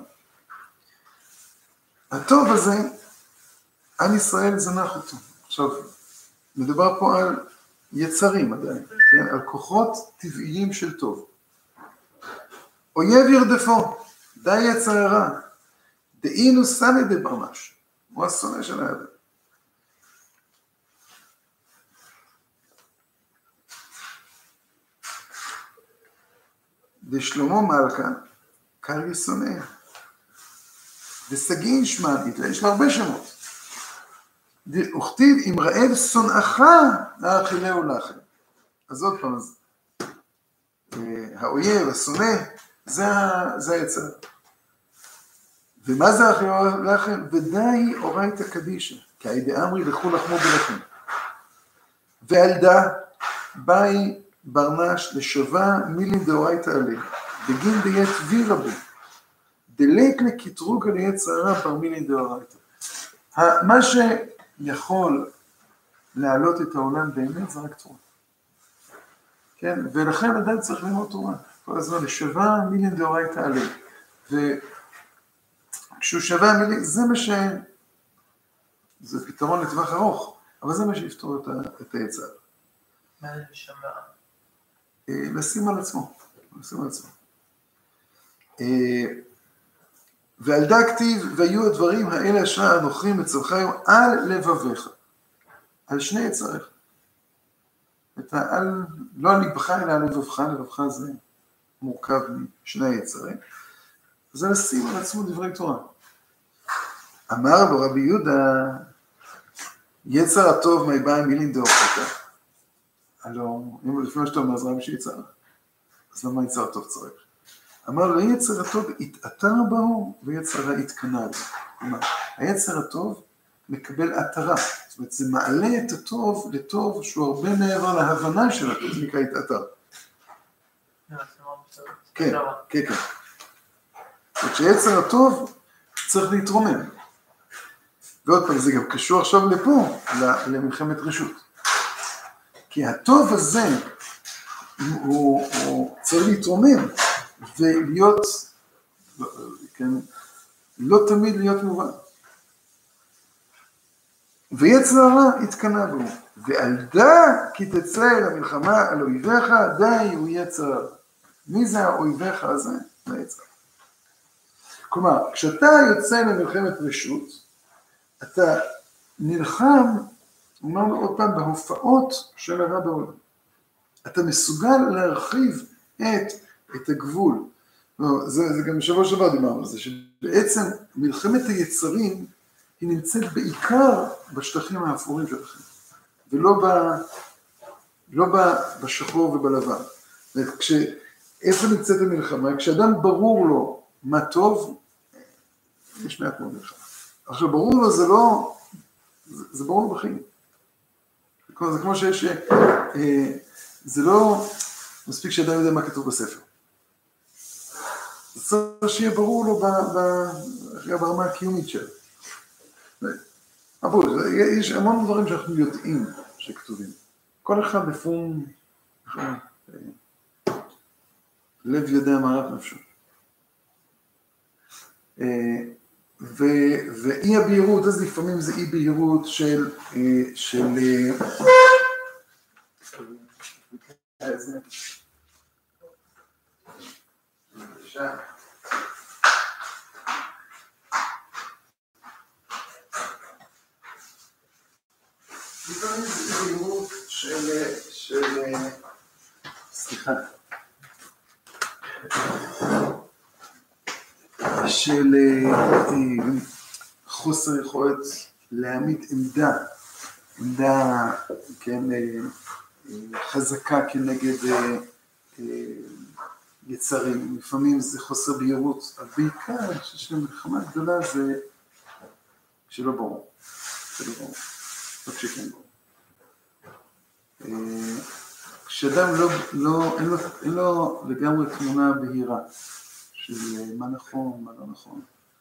הטוב הזה, עם ישראל זנח אותו. עכשיו, מדובר פה על יצרים עדיין, כן? על כוחות טבעיים של טוב. אויב ירדפו, דע יצר הרע, דאינו סנא דברנש, הוא השונא של האדם. דשלמה מלכה, קרא שונא. וסגין שמן, יש לה הרבה שמות. וכתיב, אם רעב שונאך, האכילהו לחם. אז עוד פעם, האויב, השונא, זה היצר. ומה זה האכילהו לחם? ודי אורייתא קדישא, כי הידי אמרי לכו לחמו בלחם. וילדה, באי ברנש לשווה מילין דאורייתא עליה, בגין דיית וירה בו, דלק לקטרוג על יצר הרע בר מילין דאורייתא. מה שיכול להעלות את העולם באמת זה רק תורה. כן? ולכן אדם צריך ללמוד תורה. כל הזמן לשווה מילין דאורייתא עליה. וכשהוא שווה מילין, זה מה זה פתרון לטווח ארוך, אבל זה מה שיפתור את היצר. מה זה שווה? לשים על עצמו. לשים על עצמו. ועל דה כתיב, והיו הדברים האלה אשר הנוכרים מצווך היום על לבביך, על שני יצריך. לא על לבך אלא על לבבך, לבבך זה מורכב משני יצרים. זה לשים על עצמו דברי תורה. אמר לו רבי יהודה, יצר הטוב מי בא מילין דאורייתא. הלא, אם לפני מה שאתה אומר, אז רבי שיצר. אז למה יצר הטוב צריך? אמר לו, היצר הטוב התעתר בו, ויצר רע התקנה בו. כלומר, היצר הטוב מקבל עתרה. זאת אומרת, זה מעלה את הטוב לטוב שהוא הרבה מעבר להבנה של הטוב, זה נקרא התעתר. כן, כן, כן. זאת אומרת, שהיצר הטוב צריך להתרומם. ועוד פעם, זה גם קשור עכשיו לפה, למלחמת רשות. כי הטוב הזה, הוא צריך להתרומם. ולהיות, כן, לא תמיד להיות מובן. ויצר הרע התקנה בו, ועל דה כי תצא אל המלחמה על אויביך, די הוא יצר. מי זה האויביך הזה? זה יצר. כלומר, כשאתה יוצא למלחמת רשות, אתה נלחם, אמרנו עוד פעם, בהופעות של הרע בעולם. אתה מסוגל להרחיב את הגבול. זה גם שבוע שעבר דיברנו על זה, שבעצם מלחמת היצרים היא נמצאת בעיקר בשטחים האפורים שלכם, ולא בשחור ובלבן. איפה נמצאת המלחמה? כשאדם ברור לו מה טוב, יש מעט מאוד מלחמה. עכשיו ברור לו זה ברור בחיים. זה כמו שיש, זה לא מספיק שאדם יודע מה כתוב בספר. זה צריך שיהיה ברור לו ברמה הקיומית שלו. אבל יש המון דברים שאנחנו יודעים שכתובים. כל אחד בפום, לב יודע מערת נפשו. ואי הבהירות, אז לפעמים זה אי בהירות של לפעמים זה בהירות סליחה, של חוסר יכולת להעמיד עמדה, כן, חזקה כנגד יצרים. לפעמים זה חוסר בהירות, אבל בעיקר, אני חושב שהמלחמה הגדולה זה שלא ברור. לא כשכן ברור. כשאדם אין לו לגמרי תמונה בהירה של מה נכון, מה לא נכון.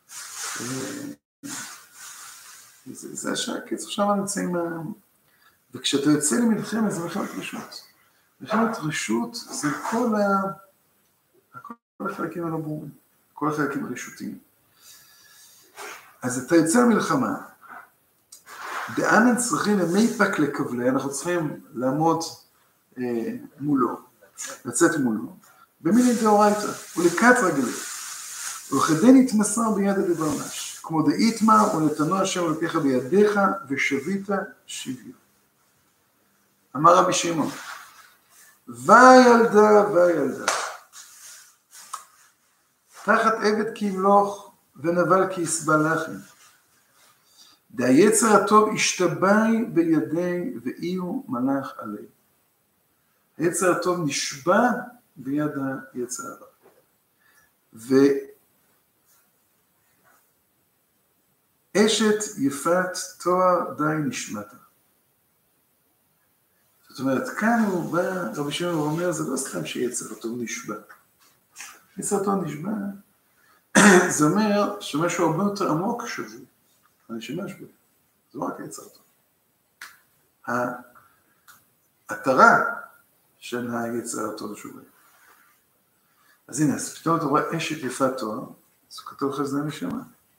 זה שהקיצור שם נמצאים, וכשאתה יוצא למלחמת זה מלחמת רשות. מלחמת רשות זה כל החלקים הלא ברורים, כל החלקים הרשותיים. אז אתה יוצא למלחמה, דאנן צריכים למייפק לקבלה, אנחנו צריכים לעמוד מולו, לצאת מולו, במילים דאורייתא, ולקט רגלי, וכדי נתמסר ביד הדברנש, כמו דאיתמר ונתנו השם ולקחה בידיך ושבית שביו. אמר רבי שמעון, וילדה, תחת עבד כי ימלוך ונבל כי יסבל לחם. והיצר הטוב השתבעי בידי ואיהו מלך עלי. היצר הטוב נשבע ביד היצר הרע. ואשת יפת תואר די נשמתה. זאת אומרת, כאן הוא בא, רבי שמעון אומר, זה לא סתם שיצר הטוב נשבע. יצר הטוב נשבע, זה אומר שמשהו הרבה יותר עמוק שווה. אני שימש בו, זה לא רק יצר טוב. ההתרה של היצר הטוב שווה. אז הנה, אז פתאום אתה רואה אשת יפת תואר, אז הוא כתוב חסדי נשמה.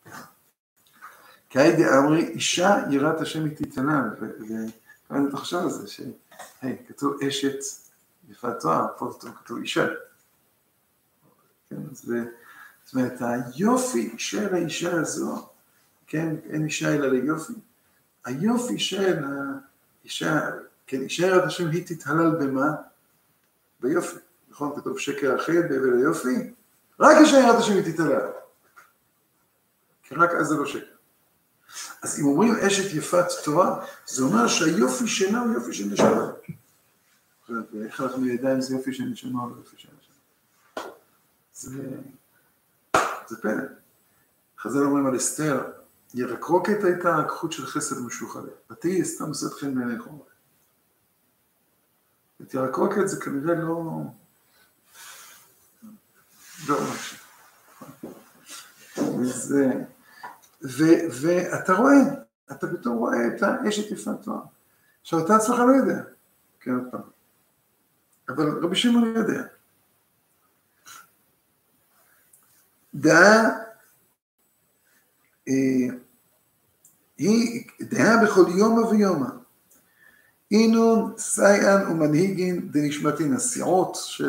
כאי דאמרי, אישה יראת השם היא תתנה, וכאן אתה חושב על זה, כתוב אשת יפת תואר, פה כתוב אישה. כן, אז זאת אומרת, היופי של האישה הזו, כן, אין אישה אלא ליופי. היופי של האישה, כן, אישה יראת השם היא תתהלל במה? ביופי. נכון, כתוב שקר אחר בהבל היופי, רק אישה יראת השם היא תתהלל. כי רק אז זה לא שקר. אז אם אומרים אשת יפת תורה, זה אומר שהיופי שלה הוא יופי של נשמה. ואיך אנחנו נדע אם זה יופי של נשמה או לא יופי של נשמה. זה פלא. חז"ל אומרים על אסתר, ירקרוקת הייתה הכחות של חסד משוך עליה. ותהי סתם עושת חן בעיני חומר. את ירקרוקת זה כנראה לא משהו. ואתה רואה, אתה פתאום רואה את האשת יפת תואר. עכשיו אתה עצמך לא יודע. כן, עוד פעם. אבל רבי שמעון לא יודע. היא דעה בכל יומה ויומה. אינון סייען ומנהיגין דנשמתין הסיעות של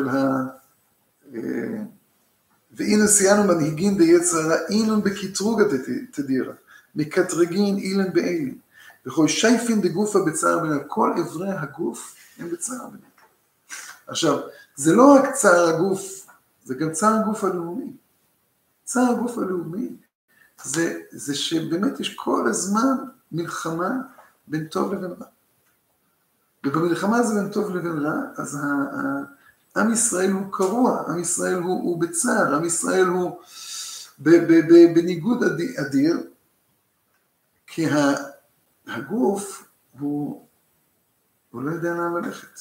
ואינון סייען ומנהיגין דיצרה, אינון בקטרוגה תדירה, מקטרגין אילן באילין, וכל שייפין דגופה בצער בנה, כל אברי הגוף הם בצער בנה. עכשיו, זה לא רק צער הגוף, זה גם צער הגוף הלאומי. צער הגוף הלאומי, זה שבאמת יש כל הזמן מלחמה בין טוב לבין רע. ובמלחמה הזו בין טוב לבין רע, אז עם ישראל הוא קרוע, עם ישראל הוא בצער, עם ישראל הוא בניגוד אדיר, כי הגוף הוא לא יודע לאן ללכת.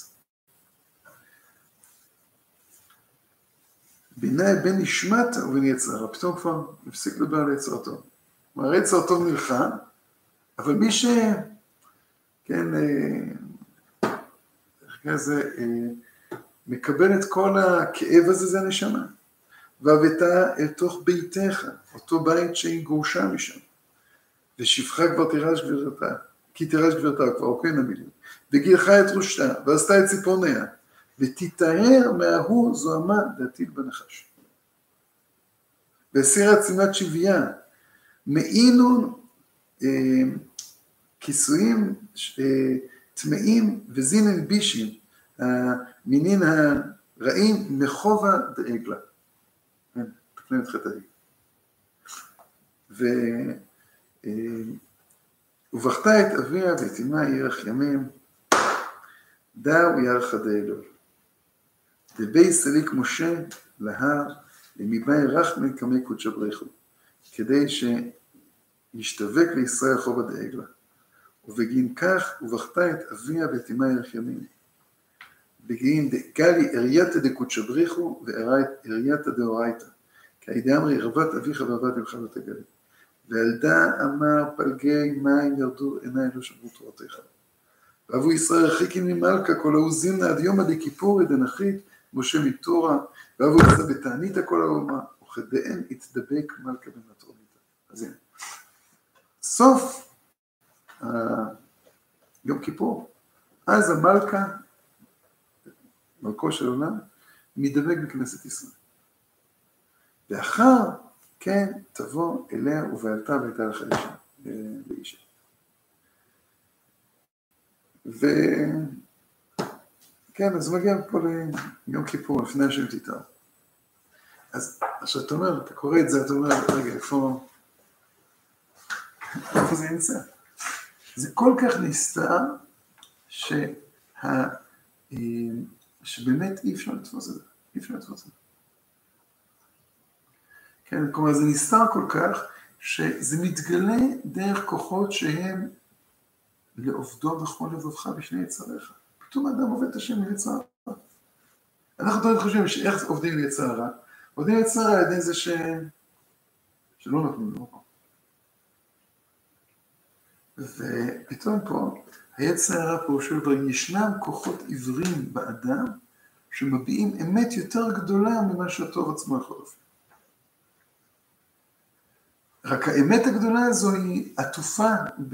בינה בין נשמת ובין יצר, פתאום כבר הפסיק לדבר על יצר טוב. כלומר, יצר טוב נלחם, אבל מי ש... כן, כזה, מקבל את כל הכאב הזה, זה הנשמה. והבאתה אל תוך ביתך, אותו בית שהיא גורשה משם. ושפחה כבר תירש גבירתה, כי תירש גבירתה, כבר אוקיין המילים. וגילחה את ראשה, ועשתה את ציפורניה, ותתאר מההוא זוהמה להטיל בנחש. והסירה צימת שוויה, מעינון כיסויים טמאים וזינן בישים, המינין הרעים מחובה דאגלה. תקנן את חטאי. ובכתה את אביה ואת אמה ירח ימים, דאו ירחה דאלול. דבי סליק משה להר, למבאי רחמן כמי קודשא בריחו, כדי שישתבק לישראל חובה דאגלה. ובגין כך ובכתה את אביה ואת אמה ירח ימים. בגין דקלי ארייתא דקודשא בריחו וארייתא דאורייתא. כי הידי אמרי רבת אביך ועבד ממך לא תגלה. וילדה אמר פלגי מים ירדו עיניי לא שמעו תורתך. ואבו ישראל הרחיקין ממלכה כל העוזים עד יומא דכיפורי דנחית משה מתורה ואבו ישראל בתעניתא כל האומה וכדאין התדבק מלכה במטרוניתא. אז הנה. סוף יום כיפור. אז המלכה, מלכו של עולם, מתדבק בכנסת ישראל. ואחר כן תבוא אליה ובעלתה והייתה לך אישה, לאישה. וכן, אז מגיע פה ליום כיפור, לפני השם תיתר. אז עכשיו אתה אומר, אתה קורא את זה, אתה אומר, רגע, איפה זה נמצא? זה כל כך נסתר, שבאמת אי אפשר לתפוס את זה. אי אפשר לתפוס את זה. כן, כלומר, זה נסתר כל כך, שזה מתגלה דרך כוחות שהם לעובדו בכל לבבך בשני יצריך. פתאום האדם עובד את השם מיצר הרע. אנחנו תמיד חושבים שאיך עובדים ליצר הרע? עובדים ליצר הרע על ידי זה שלא נותנים לו. ופתאום פה, היצר הרע פה של דברים, ישנם כוחות עיוורים באדם, שמביעים אמת יותר גדולה ממה שהטוב עצמו יכול להופיע. רק האמת הגדולה הזו היא עטופה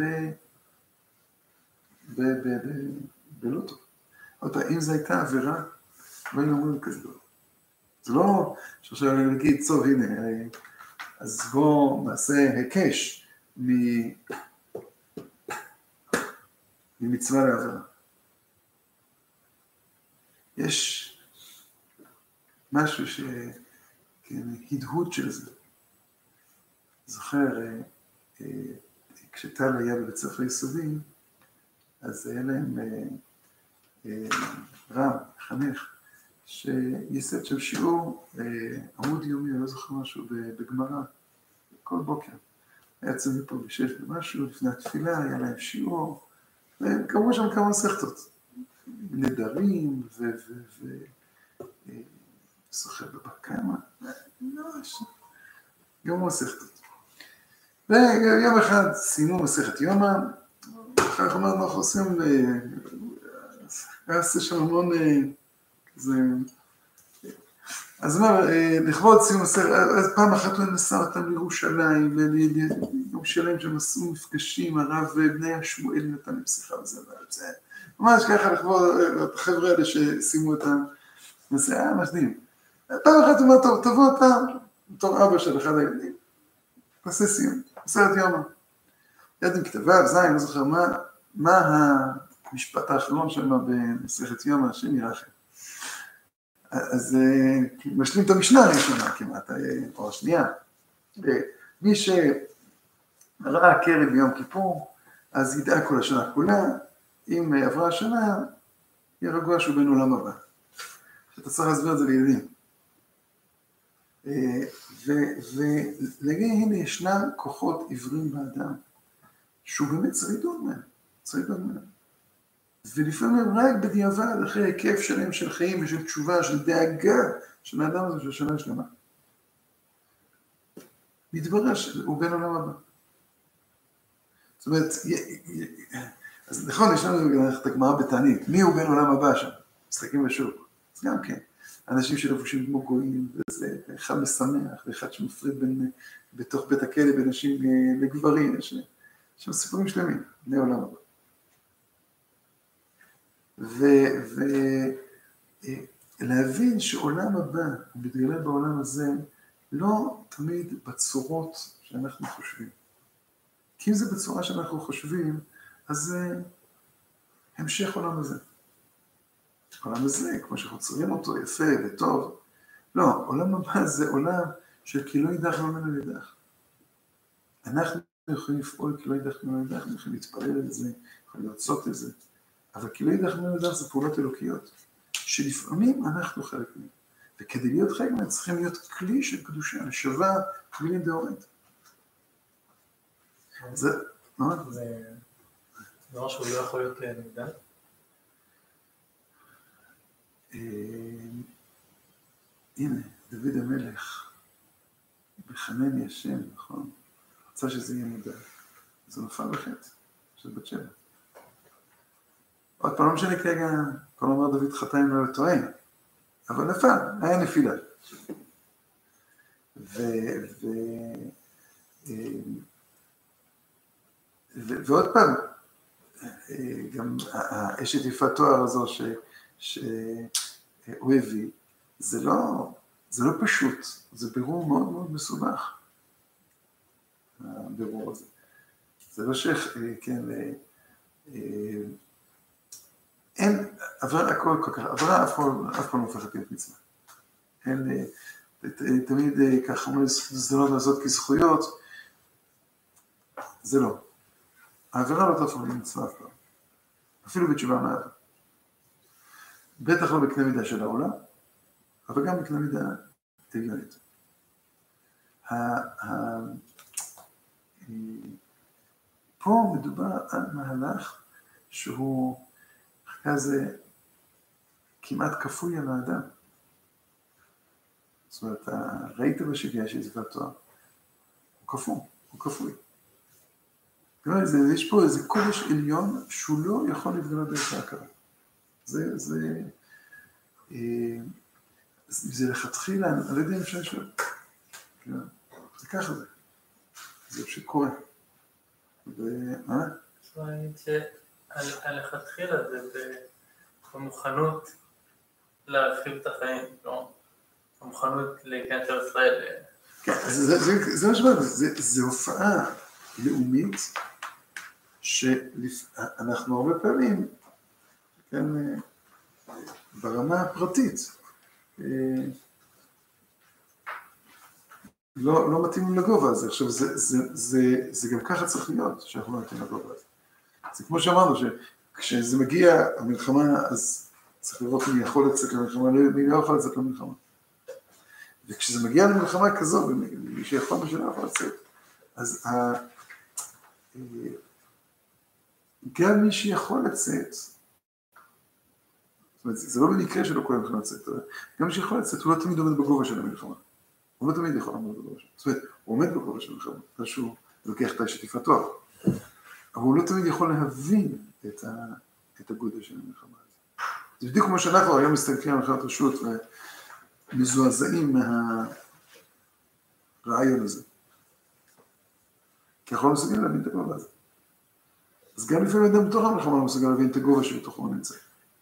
בלא טוב. עוד פעם, אם זו הייתה עבירה, לא היינו אומרים כזה דבר. זה לא שעכשיו אני נגיד, טוב, הנה, אז בואו נעשה היקש ממצווה לעבירה. יש משהו הדהוד של זה. זוכר, כשטל היה בבית ספר יסודי, אז היה להם רב, חנך, שייסד שם שיעור, עמוד יומי, אני לא זוכר משהו, בגמרא, כל בוקר. היה יוצא מפה בשש ומשהו, לפני התפילה, היה להם שיעור, וקראו שם כמה מסכתות, נדרים, וסוחר בבקמה, גם מסכתות. ויום אחד סיימו מסכת יומא, אחר כך אמרנו, אנחנו עושים, עושה שם המון, אז אמר, לכבוד סיום מסכת, אז פעם אחת הוא נסע אותם לירושלים, ליום שלם שהם עשו מפגשים, הרב בני השמואל נתן עם שיחה וזה, ממש ככה לכבוד את החבר'ה האלה שסיימו את המסע, משנים. פעם אחת הוא אמר, טוב, תבוא אתה, בתור אבא של אחד הילדים, נעשה סיום, מסכת יומא. יד עם כתביו, זין, לא זוכר מה המשפט האחרון שלנו במסכת יומא, השם ירחם. אז משלים את המשנה הראשונה כמעט, או השנייה. מי שראה קרב ביום כיפור, אז ידע כל השנה כולה, אם עברה השנה, יהיה רגוע שהוא בן עולם הבא. אתה צריך להסביר את זה לילדים. ולגבי הנה ישנם כוחות עיוורים באדם, שהוא באמת צריך לדאוג מהם. ולפעמים רק בדיעבד, אחרי היקף שלם של חיים ושל תשובה, של דאגה של האדם הזה של שנה שלמה. מתברר שהוא בן עולם הבא. זאת אומרת, אז נכון, יש לנו את הגמרא בתענית, מי הוא בן עולם הבא שם? משחקים בשוק. אז גם כן, אנשים שלבושים כמו גויים, וזה אחד משמח, ואחד שמפריד בתוך בית הכלא בין נשים לגברים, יש שם סיפורים שלמים, בני עולם הבא. ולהבין שעולם הבא, מתגלה בעולם הזה, לא תמיד בצורות שאנחנו חושבים. כי אם זה בצורה שאנחנו חושבים, אז זה המשך עולם הזה. עולם הזה, כמו שאנחנו צריכים אותו, יפה וטוב. לא, עולם הבא זה עולם של כי לא יידח ממנו יידח. אנחנו יכולים לפעול כי לא יידח ממנו יידח, אנחנו יכולים להתפלל על זה, יכולים לעשות את זה. אבל כי לא יידח ממנו יידח זה פעולות אלוקיות, שלפעמים אנחנו חלק מהם. וכדי להיות חלק מהם צריכים להיות כלי של קדושה, לשווה כלים דאורית. זה דבר שהוא לא יכול להיות נגדל? הנה, דוד המלך, בחנני השם, נכון? רצה שזה יהיה מודע. זה נפל בחטא של בת שבע. עוד פעם, לא משנה כרגע, כל אומר דוד חטא אם לא לטוען, אבל נפל, היה נפילה. ועוד פעם, גם האשת יפת תואר הזו שהוא הביא, זה לא פשוט, זה בירור מאוד מאוד מסובך, הבירור הזה. זה לא כן, אין, עברה הכל כל כך, עברה אף פעם לא הופכת להיות מצווה. אין, תמיד ככה זדונות לעשות כזכויות, זה לא. העבירה לא תהפוך למצווה אף פעם, אפילו בתשובה מהעבר. בטח לא בקנה מידה של העולם, אבל גם בקנה מידה עליונית. פה מדובר על מהלך שהוא כזה כמעט כפוי על האדם. זאת אומרת, ראית בשגיאה של זיוות תואר, הוא כפוי. יש פה איזה קודש עליון שהוא לא יכול להתגלות דרך ההכרה. זה לכתחילה, על ידי אפשר לשאול. זה ככה זה. זה פשוט קורה. זאת אומרת שהלכתחילה זה במוכנות להרחיב את החיים, לא? המוכנות להיכנס של ישראל. כן, זה מה שבא, זה הופעה לאומית שאנחנו הרבה פעמים, כן, ברמה הפרטית, לא מתאים לגובה הזה. עכשיו, זה גם ככה צריך להיות, שאנחנו לא מתאים לגובה הזה. זה כמו שאמרנו, שכשזה מגיע המלחמה, אז צריך לראות מי יכול לצאת למלחמה, מי לא יכול לצאת למלחמה. וכשזה מגיע למלחמה כזו, מי שיכול מי שלא יכול לצאת, אז גם מי שיכול לצאת, זאת אומרת, זה לא במקרה שלא כולם יכולים לצאת, גם מי שיכול לצאת, הוא לא תמיד עומד בגובה של המלחמה. הוא לא תמיד יכול לעמוד בגובה שלו. זאת אומרת, הוא עומד בגובה של המלחמה, זה שהוא לוקח את האשת יפת תואר. אבל הוא לא תמיד יכול להבין את הגודל של המלחמה הזאת. זה בדיוק כמו שאנחנו היום מסתכלים על מלחמת רשות ומזועזעים מהרעיון הזה. כי אנחנו לא מסוגלים להבין את הגובה הזה. אז גם לפעמים אדם בתוך המלחמה לא מסוגל להבין את הגובה שבתוכו הוא נמצא.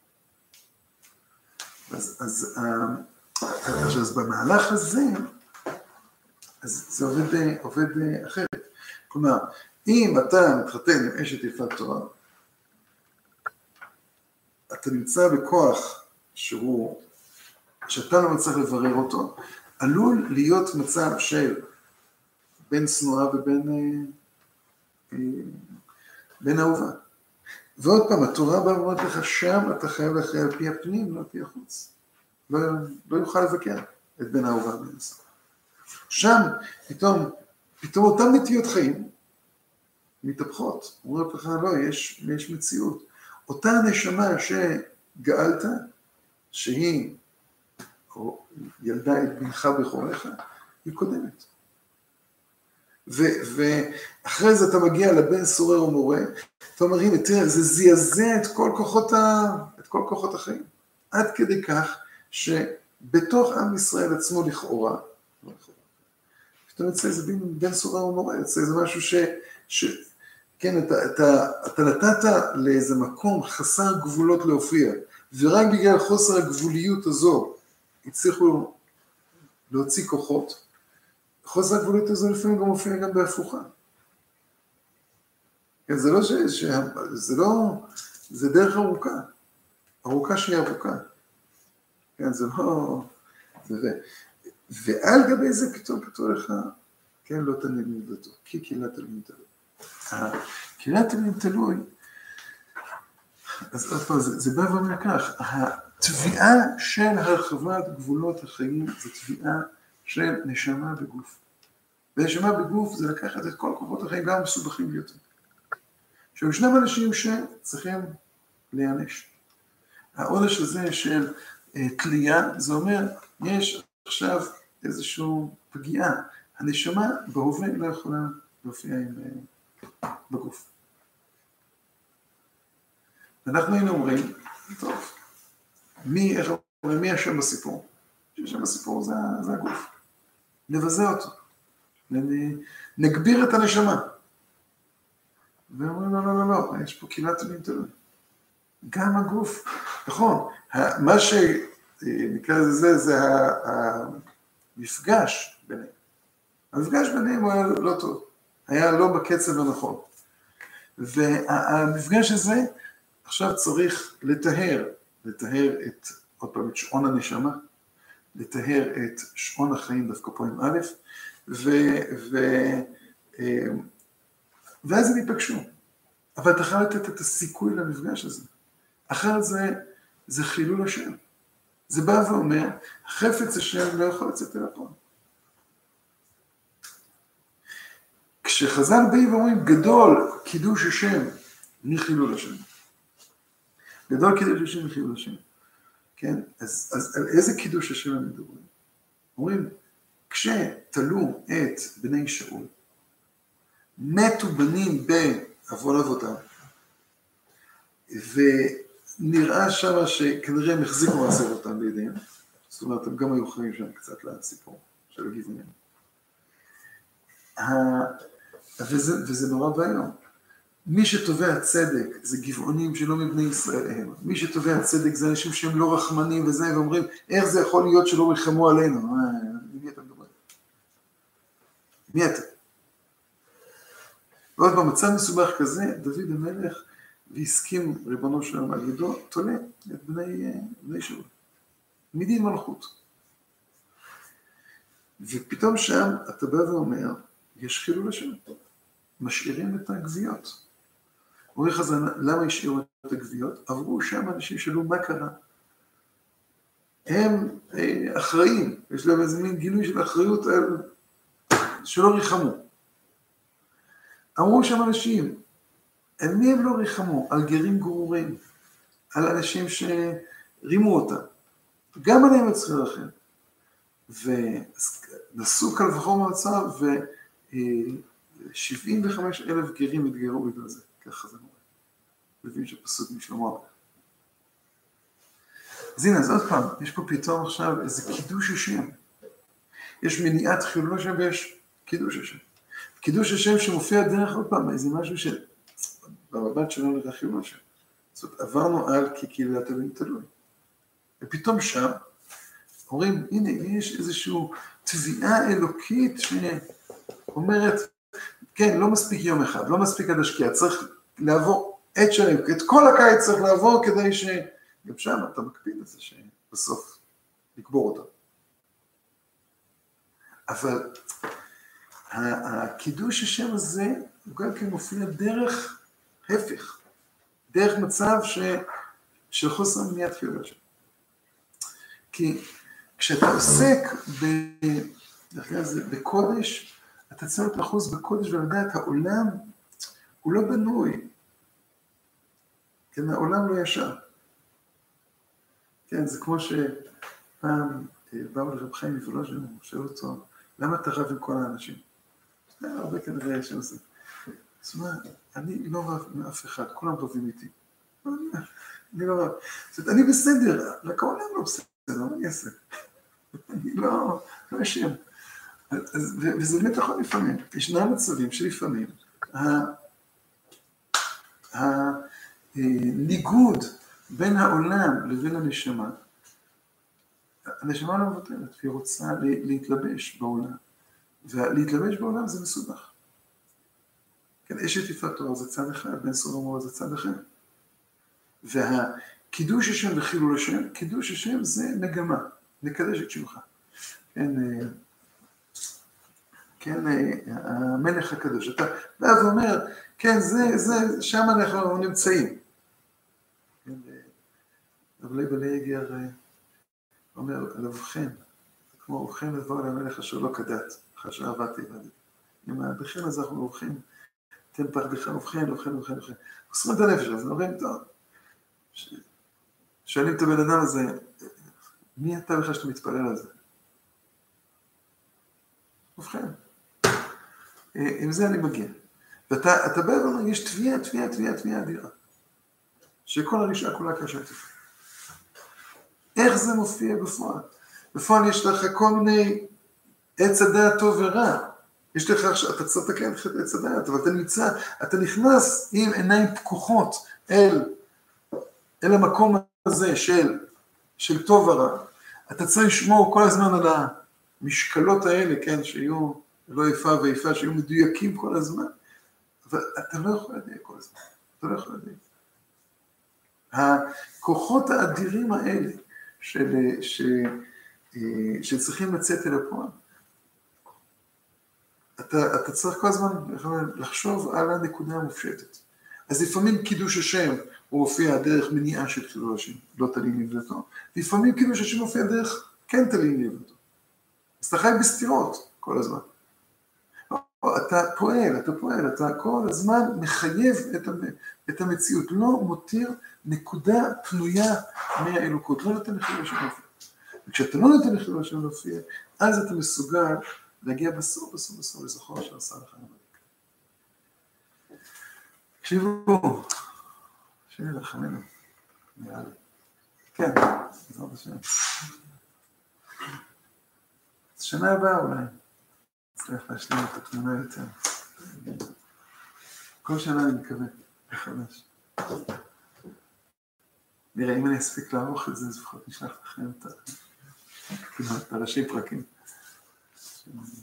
אז במהלך הזה, אז זה עובד אחרת. כלומר, אם אתה מתחתן עם אשת יפת תואר, אתה נמצא בכוח שאתה לא מצליח לברר אותו, עלול להיות מצב של בין שנואה ובין אהובה. ועוד פעם, התורה באה ואומרת לך, שם אתה חייב להכריע על פי הפנים, לא על פי החוץ. לא יוכל לבקר את בין האהובה ובין השנואה. שם פתאום אותם נטיות חיים מתהפכות. אומרת לך, לא, יש מציאות. אותה נשמה שגאלת, שהיא או ילדה את בנך בכורך, היא קודמת. ואחרי זה אתה מגיע לבן סורר ומורה, אתה אומר, הנה, תראה, זה זעזע את כל כוחות החיים. עד כדי כך שבתוך עם ישראל עצמו לכאורה, אתה מצא איזה בן סורר ומורה, יוצא איזה משהו כן, אתה נתת לאיזה מקום חסר גבולות להופיע, ורק בגלל חוסר הגבוליות הזו, הצליחו להוציא כוחות, חוסר הגבוליות הזו לפעמים גם מופיע גם בהפוכה. כן, זה דרך ארוכה שהיא ארוכה. כן, זה לא... ועל גבי זה פתאום כתוב לך, כן, לא תלמיד מידתו, כי קהילת תלמיד תלוי. קהילת תלמיד תלוי, אז זה בא ואומר כך, התביעה של הרחבת גבולות החיים, זה תביעה של נשמה בגוף. ונשמה בגוף זה לקחת את כל כוחות החיים, גם מסובכים ביותר. שישנם אנשים שצריכים להיענש. העונש הזה של תלייה, זה אומר, יש עכשיו איזושהי פגיעה. הנשמה בהווה לא יכולה להופיע בגוף. ואנחנו היינו אומרים, טוב, מי השם בסיפור? השם בסיפור זה הגוף. נבזה אותו. נגביר את הנשמה. ואומרים, לא, יש פה כמעט תלוי. גם הגוף, נכון, מה שנקרא לזה, זה המפגש ביניהם. המפגש ביניהם הוא היה לא טוב, היה לא בקצב הנכון. והמפגש הזה עכשיו צריך לטהר את, עוד פעם, את שעון הנשמה, לטהר את שעון החיים דווקא פה עם א', ואז הם ייפגשו. אבל אתה חייב לתת את הסיכוי למפגש הזה. אחרת זה חילול השם. זה בא ואומר, חפץ השם לא יכול לצאת אל הפועל. כשחז"ל באים ואומרים, גדול קידוש השם מחילול השם. גדול קידוש השם מחילול השם. כן? אז על איזה קידוש השם הם מדברים? אומרים, כשתלו את בני שאול, מתו בנים בעוון עבודה, ונראה שם שכנראה הם החזיקו לעשות אותם בידיהם, זאת אומרת, הם גם היו חיים שם קצת לסיפור של הגבעונים. וזה נורא והיום. מי שתובע צדק זה גבעונים שלא מבני ישראל הם. מי שתובע צדק זה אנשים שהם לא רחמנים וזה, ואומרים, איך זה יכול להיות שלא רחמו עלינו? מי אתה מדבר? מי אתה? ועוד במצב מסובך כזה, דוד המלך, והסכים ריבונו שלום על ידו, תולה את בני שאול. מדין מלכות. ופתאום שם אתה בא ואומר, יש חילול השם. משאירים את הגוויות. אומרים חז"ל, למה השאירו את הגוויות? עברו שם אנשים שלא מה קרה. הם אחראים, יש להם איזה מין גילוי של אחריות שלא ריחמו. אמרו שם אנשים, על מי הם לא ריחמו? על גרים גרורים, על אנשים שרימו אותם. גם עליהם הם צריכים לכם. ונסו קל וחומר מצב, 75,000 גרים התגרו בגלל זה, ככה זה נורא. מבין שפסוק משלמה המלך. אז הנה, אז עוד פעם, יש פה פתאום עכשיו איזה קידוש השם. יש מניעת חילול השם ויש קידוש השם. קידוש השם שמופיע דרך עוד פעם, איזה משהו שבמבט שלנו נראה חילול השם. זאת אומרת, עברנו על כקהילת אלוהים תלוי. ופתאום שם, אומרים, הנה, יש איזושהי תביעה אלוקית שאומרת, כן, לא מספיק יום אחד, לא מספיק עד השקיעה, צריך לעבור את שלם, את כל הקיץ צריך לעבור כדי גם שם אתה מקפיד את זה שבסוף לקבור אותה. אבל הקידוש השם הזה הוא גם כן מופיע דרך הפך, דרך מצב של חוסר מניעת חילול השם. כי כשאתה עוסק בקודש, אתה צריך לחוס בקודש ולדעת, העולם הוא לא בנוי. כן, העולם לא ישר. כן, זה כמו שפעם באו לרב חיים מוולוז'ין, שאלו אותו, למה אתה רב עם כל האנשים? הרבה כנראה יש על זה. זאת אומרת, אני לא רב עם אף אחד, כולם רבים איתי. אני לא רב. זאת אומרת, אני בסדר, רק העולם לא בסדר, מה אני אעשה? אני לא אשם. וזה באמת נכון לפעמים. ישנם מצבים שלפעמים הניגוד בין העולם לבין הנשמה, הנשמה לא מבטלת, והיא רוצה להתלבש בעולם. ולהתלבש בעולם זה מסובך. כן, אשת יפת תואר זה צד אחד, בן סולומון זה צד אחר. והקידוש השם וחילול השם, קידוש השם זה מגמה, נקדש את שמך. כן, המלך הקדוש. אתה בא ואומר, כן, זה, שם אנחנו נמצאים. כן, אבל בלי יגר אומר, לבחן, כמו ובחן לבוא על המלך אשר לא כדת, אחר שאהבתי עבדי. עם הבחן הזה אנחנו ובחן, תן פחדך, ובחן. עושים את הנפש, אז אומרים, טוב, שואלים את הבן אדם הזה, מי אתה בכלל שאתה מתפלל על זה? ובכן, עם זה אני מגיע. ואתה בא ואומר, יש תביעה אדירה. שכל הרשעה כולה קשה תפעה. איך זה מופיע בפועל? בפועל יש לך כל מיני עץ הדעת טוב ורע. יש לך, אתה צריך לתקן את עץ הדעת, אבל אתה נכנס עם עיניים פקוחות אל המקום הזה של טוב ורע. אתה צריך לשמור כל הזמן על המשקלות האלה, כן, שיהיו לא איפה ואיפה, שיהיו מדויקים כל הזמן. אבל אתה לא יכול לדייק כל הזמן. אתה לא יכול לדייק. הכוחות האדירים האלה שצריכים לצאת אל הפועל, אתה צריך כל הזמן לחשוב על הנקודה המופשטת. אז לפעמים קידוש השם הוא מופיע דרך מניעה של חילול השם, לא תלין נבלתו. לפעמים קידוש השם מופיע דרך כן תלין נבלתו. אז אתה חי בסתירות כל הזמן. אתה פועל, אתה כל הזמן מחייב את המציאות, לא מותיר נקודה פנויה מהאלוקות, לא נותן לחילול השם להופיע. וכשאתה לא נותן לחילול השם להופיע, אז אתה מסוגל להגיע בסוף לזכור שעשה לך המלך. תקשיבו, שיהיה לחמנו, נראה לי. כן, בעזרת השם. אז שנה הבאה אולי. צריך להשלים את התמונה יותר. כל שנה אני מקווה, מחדש. נראה, אם אני אספיק לערוך את זה, אז לפחות נשלח לכם את הראשי פרקים.